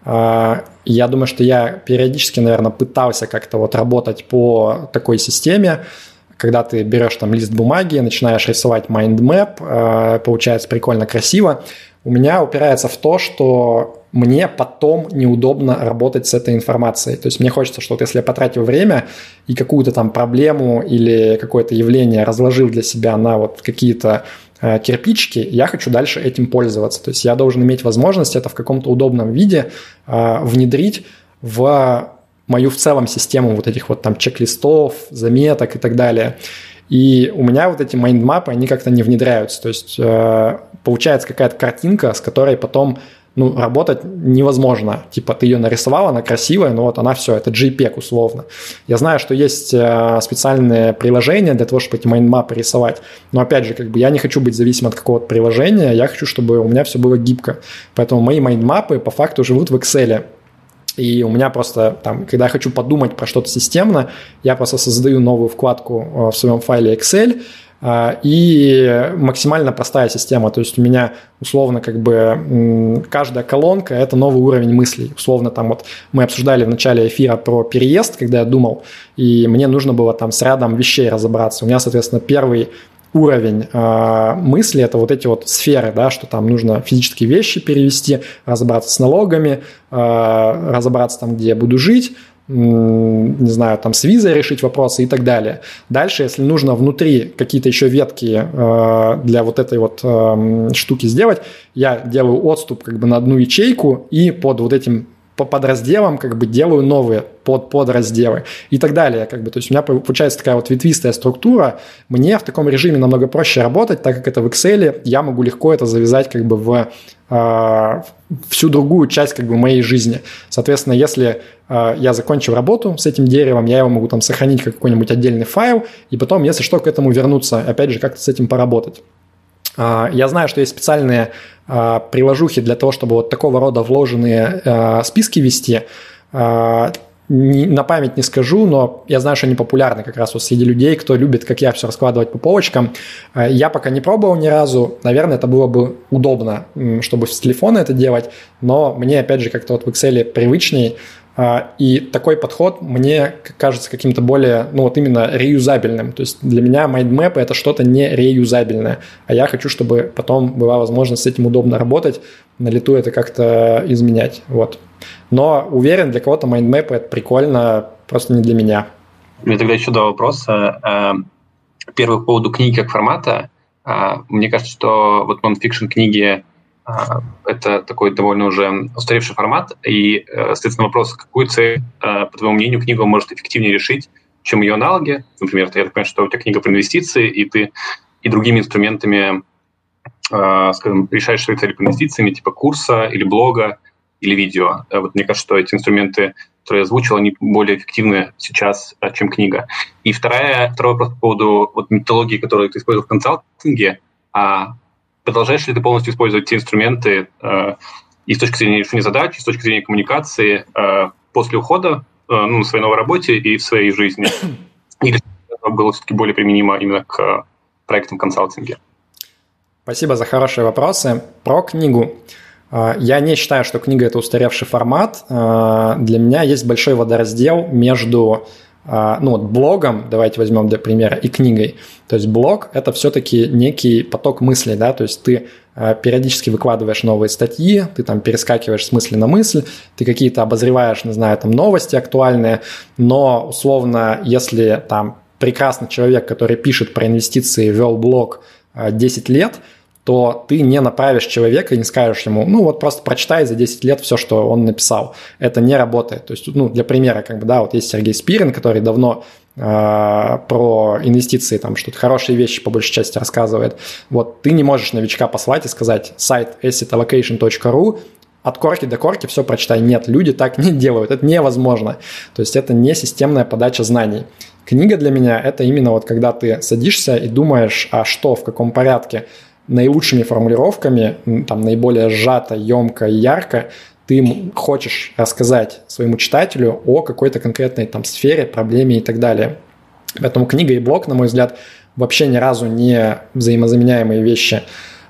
Я думаю, что я периодически, наверное, пытался как-то вот работать по такой системе, когда ты берешь там лист бумаги, начинаешь рисовать майндмэп, получается прикольно, красиво. У меня упирается в то, что мне потом неудобно работать с этой информацией. То есть мне хочется, что вот если я потратил время и какую-то там проблему или какое-то явление разложил для себя на вот какие-то э, кирпичики, я хочу дальше этим пользоваться. То есть я должен иметь возможность это в каком-то удобном виде э, внедрить в мою в целом систему вот этих вот там чек-листов, заметок и так далее. И у меня вот эти майндмапы, они как-то не внедряются. То есть э, получается какая-то картинка, с которой потом ну, работать невозможно. Типа ты ее нарисовал, она красивая, но вот она все, это джей пег условно. Я знаю, что есть э, специальные приложения для того, чтобы эти майндмапы рисовать. Но опять же, как бы я не хочу быть зависим от какого-то приложения, я хочу, чтобы у меня все было гибко. Поэтому мои майндмапы по факту живут в Excel. И у меня просто, там, когда я хочу подумать про что-то системно, я просто создаю новую вкладку в своем файле Excel, и максимально простая система. То есть у меня условно как бы каждая колонка – это новый уровень мыслей. Условно там вот мы обсуждали в начале эфира про переезд, когда я думал, и мне нужно было там с рядом вещей разобраться. У меня, соответственно, первый уровень э, мысли – это вот эти вот сферы, да, что там нужно физические вещи перевести, разобраться с налогами, э, разобраться там, где я буду жить, э, не знаю, там с визой решить вопросы и так далее. Дальше, если нужно внутри какие-то еще ветки э, для вот этой вот э, штуки сделать, я делаю отступ как бы на одну ячейку и под вот этим по подразделам как бы делаю новые под подразделы и так далее. Как бы. То есть у меня получается такая вот ветвистая структура. Мне в таком режиме намного проще работать, так как это в Excel, я могу легко это завязать как бы в э, всю другую часть как бы моей жизни. Соответственно, если э, я закончил работу с этим деревом, я его могу там сохранить как какой-нибудь отдельный файл, и потом, если что, к этому вернуться, опять же, как-то с этим поработать. Я знаю, что есть специальные приложухи для того, чтобы вот такого рода вложенные списки вести. На память не скажу, но я знаю, что они популярны как раз вот среди людей, кто любит, как я, все раскладывать по полочкам. Я пока не пробовал ни разу. Наверное, это было бы удобно, чтобы с телефона это делать, но мне, опять же, как-то вот в Excel привычней. И такой подход мне кажется каким-то более, ну вот именно реюзабельным. То есть для меня майндмэп – это что-то не реюзабельное, а я хочу, чтобы потом была возможность с этим удобно работать, на лету это как-то изменять. Вот. Но уверен, для кого-то майндмэп – это прикольно, просто не для меня. У меня тогда еще два вопроса. Первый по поводу книги как формата. Мне кажется, что вот нон-фикшн книги это такой довольно уже устаревший формат, и, соответственно, вопрос, какую цель, по твоему мнению, книга может эффективнее решить, чем ее аналоги. Например, я так понимаю, что у тебя книга про инвестиции, и ты и другими инструментами, скажем, решаешь свои цели по инвестициями, типа курса или блога или видео. Вот мне кажется, что эти инструменты, которые я озвучил, они более эффективны сейчас, чем книга. И вторая, второй вопрос по поводу вот, методологии, которую ты использовал в консалтинге. Продолжаешь ли ты полностью использовать те инструменты э, и с точки зрения решения задач, и с точки зрения коммуникации э, после ухода э, ну, на своей новой работе и в своей жизни? Или это было все-таки более применимо именно к э, проектам консалтинга? Спасибо за хорошие вопросы. Про книгу. Э, я не считаю, что книга – это устаревший формат. Э, для меня есть большой водораздел между ну вот блогом, давайте возьмем для примера, и книгой. То есть блог – это все-таки некий поток мыслей, да, то есть ты периодически выкладываешь новые статьи, ты там перескакиваешь с мысли на мысль, ты какие-то обозреваешь, не знаю, там новости актуальные, но условно, если там прекрасный человек, который пишет про инвестиции, вел блог десять лет, то ты не направишь человека и не скажешь ему, ну вот просто прочитай за десять лет все, что он написал. Это не работает. То есть, ну, для примера, как бы, да, вот есть Сергей Спирин, который давно э, про инвестиции, там, что-то хорошие вещи по большей части рассказывает. Вот ты не можешь новичка послать и сказать сайт asset allocation точка ру, от корки до корки все прочитай. Нет, люди так не делают, это невозможно. То есть это не системная подача знаний. Книга для меня – это именно вот когда ты садишься и думаешь, а что, в каком порядке, наилучшими формулировками, там, наиболее сжато, емко и ярко ты хочешь рассказать своему читателю о какой-то конкретной там сфере, проблеме и так далее. Поэтому книга и блог, на мой взгляд, вообще ни разу не взаимозаменяемые вещи.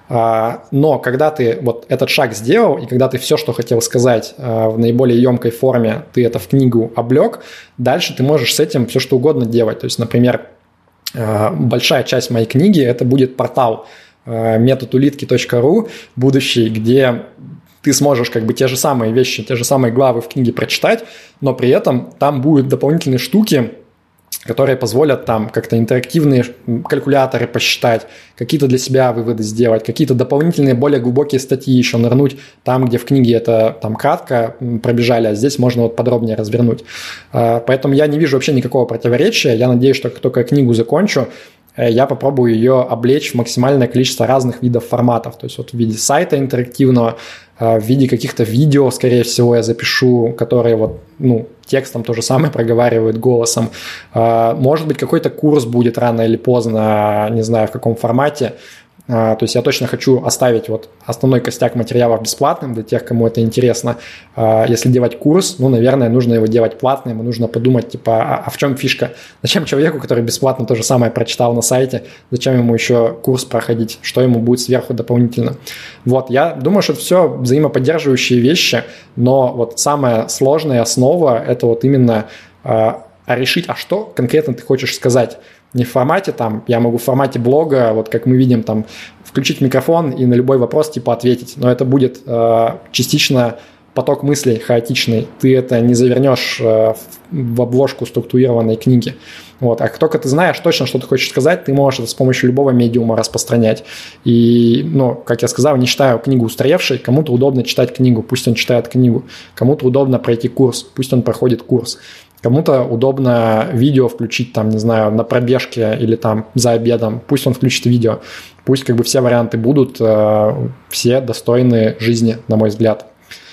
Но когда ты вот этот шаг сделал, и когда ты все, что хотел сказать в наиболее емкой форме, ты это в книгу облег, дальше ты можешь с этим все, что угодно делать. То есть, например, большая часть моей книги – это будет портал методулитки точка ру будущий, где ты сможешь как бы те же самые вещи, те же самые главы в книге прочитать, но при этом там будут дополнительные штуки, которые позволят там как-то интерактивные калькуляторы посчитать, какие-то для себя выводы сделать, какие-то дополнительные, более глубокие статьи еще нырнуть там, где в книге это там кратко пробежали, а здесь можно вот подробнее развернуть. Поэтому я не вижу вообще никакого противоречия. Я надеюсь, что как только я книгу закончу, я попробую ее облечь в максимальное количество разных видов форматов. То есть вот в виде сайта интерактивного, в виде каких-то видео, скорее всего, я запишу, которые вот, ну, текстом то же самое проговаривают голосом. Может быть, какой-то курс будет рано или поздно, не знаю, в каком формате. То есть я точно хочу оставить вот основной костяк материалов бесплатным для тех, кому это интересно. Если делать курс, ну, наверное, нужно его делать платным, и нужно подумать, типа, а в чем фишка? Зачем человеку, который бесплатно то же самое прочитал на сайте, зачем ему еще курс проходить? Что ему будет сверху дополнительно? Вот, я думаю, что это все взаимоподдерживающие вещи, но вот самая сложная основа – это вот именно а решить, а что конкретно ты хочешь сказать. Не в формате там, я могу в формате блога, вот как мы видим, там, включить микрофон и на любой вопрос типа ответить, но это будет э, частично поток мыслей хаотичный, ты это не завернешь э, в обложку структурированной книги. Вот. А как только ты знаешь точно, что ты хочешь сказать, ты можешь это с помощью любого медиума распространять. И, ну, как я сказал, не считаю книгу устаревшей, кому-то удобно читать книгу, пусть он читает книгу, кому-то удобно пройти курс, пусть он проходит курс. Кому-то удобно видео включить, там, не знаю, на пробежке или там за обедом. Пусть он включит видео. Пусть как бы все варианты будут, э, все достойны жизни, на мой взгляд.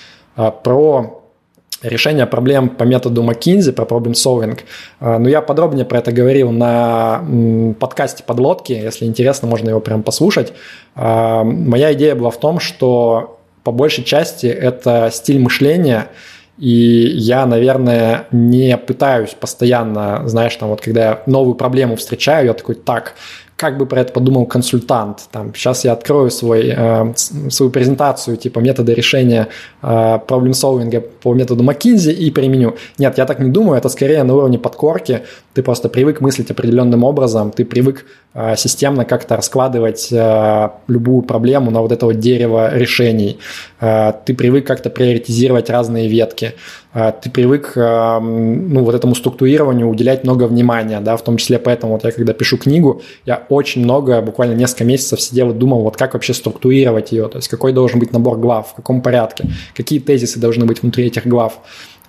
Э, про решение проблем по методу McKinsey, про problem solving. Э, ну, я подробнее про это говорил на м, подкасте «Подлодки». Если интересно, можно его прям послушать. Э, моя идея была в том, что по большей части это стиль мышления. И я, наверное, не пытаюсь постоянно, знаешь, там вот когда я новую проблему встречаю, я такой, так, как бы про это подумал консультант, там, сейчас я открою свой, э, свою презентацию типа метода решения э, проблем-солвинга по методу McKinsey и применю. Нет, я так не думаю, это скорее на уровне подкорки, ты просто привык мыслить определенным образом, ты привык э, системно как-то раскладывать э, любую проблему на вот это вот дерево решений, э, ты привык как-то приоритизировать разные ветки, э, ты привык э, ну, вот этому структурированию уделять много внимания, да, в том числе поэтому вот я когда пишу книгу, я очень много, буквально несколько месяцев сидел и думал, вот как вообще структурировать ее, то есть какой должен быть набор глав, в каком порядке, какие тезисы должны быть внутри этих глав.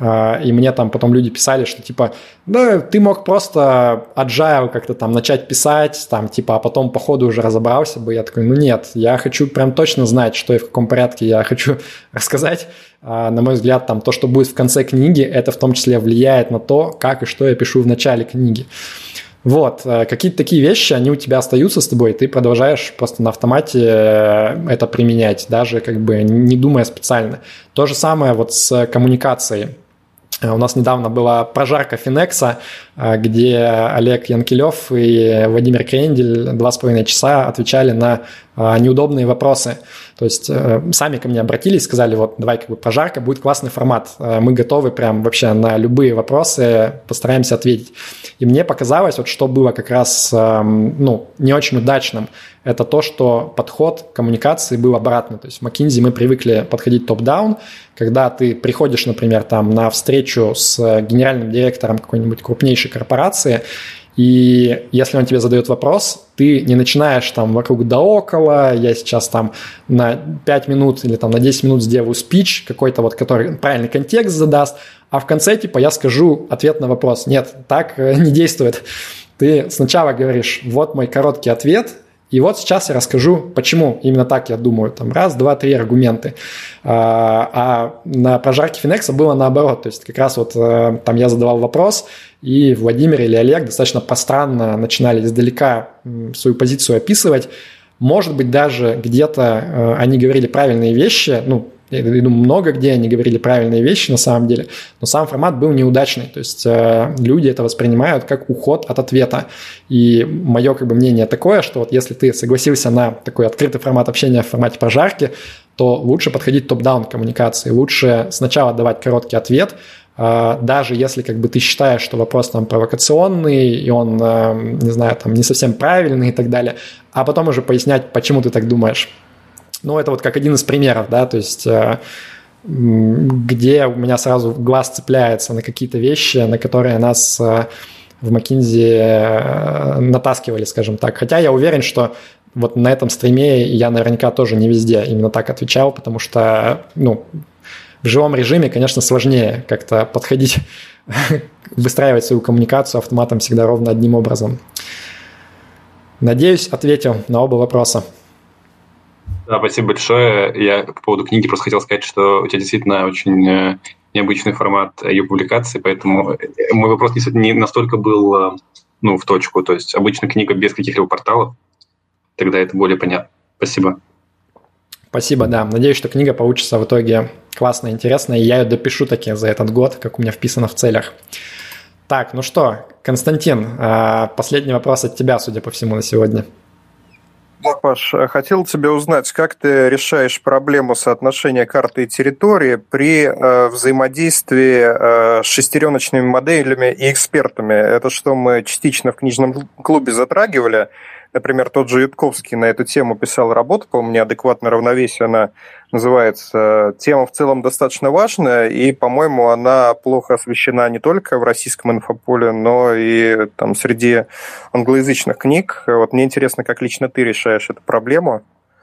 И мне там потом люди писали, что типа, да, ты мог просто agile как-то там начать писать, там типа, а потом по ходу уже разобрался бы. Я такой, ну нет, я хочу прям точно знать, что и в каком порядке я хочу рассказать. На мой взгляд, там то, что будет в конце книги, это в том числе влияет на то, как и что я пишу в начале книги. Вот, какие-то такие вещи, они у тебя остаются с тобой, и ты продолжаешь просто на автомате это применять, даже как бы не думая специально. То же самое вот с коммуникацией. У нас недавно была прожарка Финекса, где Олег Янкелев и Владимир Крендель два с половиной часа отвечали на неудобные вопросы. То есть сами ко мне обратились, сказали, вот давай как бы прожарка, будет классный формат, мы готовы прям вообще на любые вопросы, постараемся ответить. И мне показалось, вот что было как раз ну, не очень удачным, это то, что подход коммуникации был обратный. То есть в McKinsey мы привыкли подходить топ-даун, когда ты приходишь, например, там, на встречу с генеральным директором какой-нибудь крупнейшей корпорации, и если он тебе задает вопрос, ты не начинаешь там вокруг да около, я сейчас там на пять минут или там на десять минут сделаю спич какой-то вот, который правильный контекст задаст, а в конце типа я скажу ответ на вопрос. Нет, так не действует. Ты сначала говоришь, вот мой короткий ответ, и вот сейчас я расскажу, почему именно так я думаю. Там раз, два, три аргументы. А, а на прожарке Финекса было наоборот. То есть как раз вот там я задавал вопрос, и Владимир или Олег достаточно пространно начинали издалека свою позицию описывать. Может быть, даже где-то они говорили правильные вещи, ну, я думаю, много где они говорили правильные вещи на самом деле, но сам формат был неудачный, то есть э, люди это воспринимают как уход от ответа. И мое как бы мнение такое, что вот если ты согласился на такой открытый формат общения в формате прожарки, то лучше подходить топ-даун к коммуникации, лучше сначала давать короткий ответ, э, даже если как бы ты считаешь, что вопрос там провокационный, и он, э, не знаю, там не совсем правильный и так далее, а потом уже пояснять, почему ты так думаешь. Ну, это вот как один из примеров, да, то есть э, где у меня сразу глаз цепляется на какие-то вещи, на которые нас э, в McKinsey э, натаскивали, скажем так. Хотя я уверен, что вот на этом стриме я наверняка тоже не везде именно так отвечал, потому что, ну, в живом режиме, конечно, сложнее как-то подходить, выстраивать свою коммуникацию автоматом всегда ровно одним образом. Надеюсь, ответил на оба вопроса. Да, спасибо большое. Я по поводу книги просто хотел сказать, что у тебя действительно очень э, необычный формат ее публикации, поэтому мой вопрос не, не настолько был э, ну, в точку. То есть обычно книга без каких-либо порталов, тогда это более понятно. Спасибо. Спасибо, да. Надеюсь, что книга получится в итоге классная, интересная, и я ее допишу таки за этот год, как у меня вписано в целях. Так, ну что, Константин, последний вопрос от тебя, судя по всему, на сегодня. Да, Паш, хотел тебя узнать, как ты решаешь проблему соотношения карты и территории при э, взаимодействии э, с шестереночными моделями и экспертами. Это что мы частично в книжном клубе затрагивали. Например, тот же Ютковский на эту тему писал работу, по-моему, «Неадекватное равновесие» она называется. Тема в целом достаточно важная, и, по-моему, она плохо освещена не только в российском инфополе, но и там, среди англоязычных книг. Вот мне интересно, как лично ты решаешь эту проблему.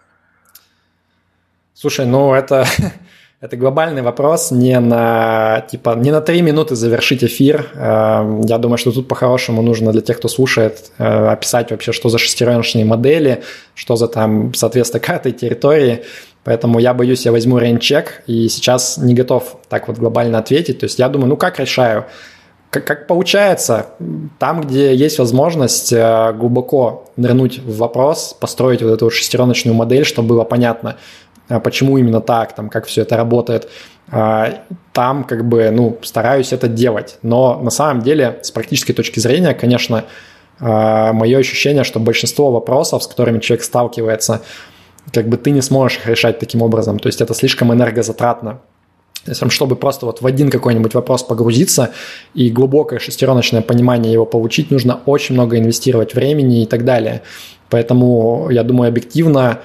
Слушай, ну это... Это глобальный вопрос, не на, типа, не на три минуты завершить эфир. Я думаю, что тут по-хорошему нужно для тех, кто слушает, описать вообще, что за шестереночные модели, что за там соответствие карты и территории. Поэтому я боюсь, я возьму рейнчек и сейчас не готов так вот глобально ответить. То есть я думаю, ну как решаю? Как, как получается, там, где есть возможность глубоко нырнуть в вопрос, построить вот эту шестереночную модель, чтобы было понятно, почему именно так, там, как все это работает, там как бы, ну, стараюсь это делать. Но на самом деле, с практической точки зрения, конечно, мое ощущение, что большинство вопросов, с которыми человек сталкивается, как бы ты не сможешь их решать таким образом. То есть это слишком энергозатратно. То есть, чтобы просто вот в один какой-нибудь вопрос погрузиться и глубокое шестереночное понимание его получить, нужно очень много инвестировать времени и так далее. Поэтому, я думаю, объективно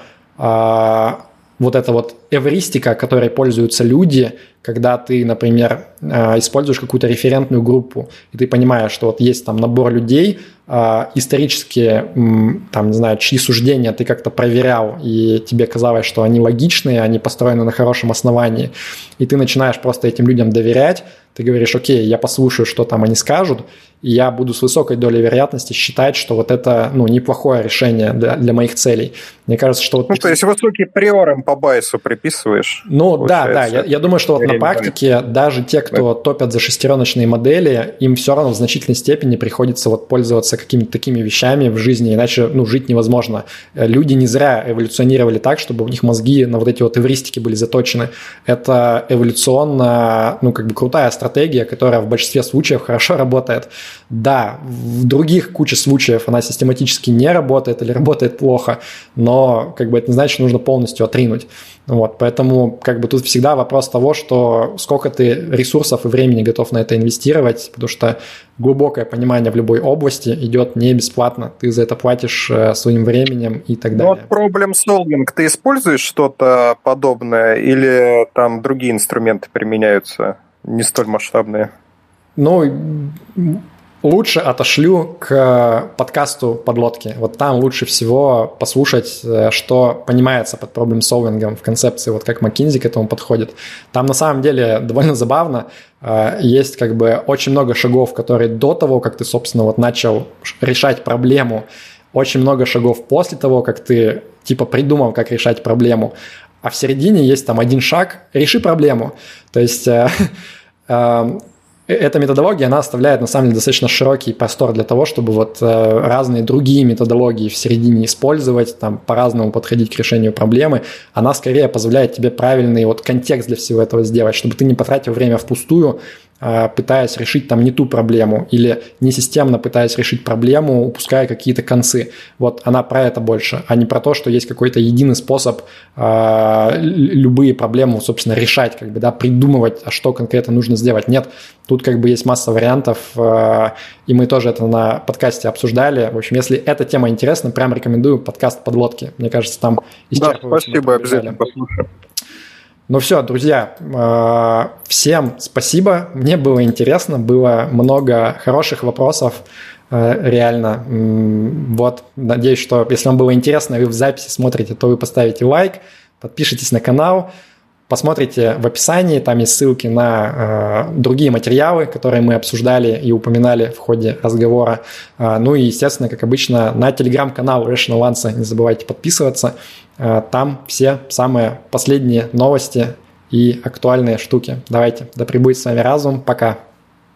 вот эта вот эвристика, которой пользуются люди, когда ты, например, используешь какую-то референтную группу, и ты понимаешь, что вот есть там набор людей, исторически, там, не знаю, чьи суждения ты как-то проверял, и тебе казалось, что они логичные, они построены на хорошем основании, и ты начинаешь просто этим людям доверять, ты говоришь, окей, я послушаю, что там они скажут, и я буду с высокой долей вероятности считать, что вот это, ну, неплохое решение для, для моих целей. Мне кажется, что вот... Ну, то есть высокий приор им по байсу приписываешь? Ну, да, да. Я, я думаю, что вот на практике даже те, кто топят за шестереночные модели, им все равно в значительной степени приходится вот пользоваться какими-то такими вещами в жизни, иначе, ну, жить невозможно. Люди не зря эволюционировали так, чтобы у них мозги на вот эти вот эвристики были заточены. Это эволюционно, ну, как бы крутая стратегия, которая в большинстве случаев хорошо работает. Да, в других куче случаев она систематически не работает или работает плохо, но как бы это не значит, что нужно полностью отринуть. Вот, поэтому как бы тут всегда вопрос того, что сколько ты ресурсов и времени готов на это инвестировать, потому что глубокое понимание в любой области идет не бесплатно, ты за это платишь своим временем и так далее. Ну, вот problem solving, ты используешь что-то подобное или там другие инструменты применяются, не столь масштабные? Ну, лучше отошлю к подкасту «Подлодки». Вот там лучше всего послушать, что понимается под проблем-солвингом в концепции, вот как McKinsey к этому подходит. Там на самом деле довольно забавно. Есть как бы очень много шагов, которые до того, как ты, собственно, вот начал решать проблему, очень много шагов после того, как ты типа придумал, как решать проблему. А в середине есть там один шаг «реши проблему». То есть... Эта методология, она оставляет, на самом деле, достаточно широкий простор для того, чтобы вот э, разные другие методологии в середине использовать, там, по-разному подходить к решению проблемы. Она скорее позволяет тебе правильный вот контекст для всего этого сделать, чтобы ты не потратил время впустую, э, пытаясь решить там не ту проблему или несистемно пытаясь решить проблему, упуская какие-то концы. Вот она про это больше, а не про то, что есть какой-то единый способ э, любые проблемы, собственно, решать, как бы, да, придумывать, а что конкретно нужно сделать. Нет, тут как бы есть масса вариантов, и мы тоже это на подкасте обсуждали. В общем, если эта тема интересна, прям рекомендую подкаст «Подлодки». Мне кажется, там исчерпывающе. Да, спасибо, обязательно послушаю. Ну все, друзья, всем спасибо. Мне было интересно, было много хороших вопросов, реально. Вот, надеюсь, что если вам было интересно, и вы в записи смотрите, то вы поставите лайк, подпишитесь на канал, посмотрите в описании, там есть ссылки на э, другие материалы, которые мы обсуждали и упоминали в ходе разговора. Э, ну и, естественно, как обычно, на телеграм-канал Rational Answer не забывайте подписываться. Э, там все самые последние новости и актуальные штуки. Давайте, да пребудет с вами разум. Пока.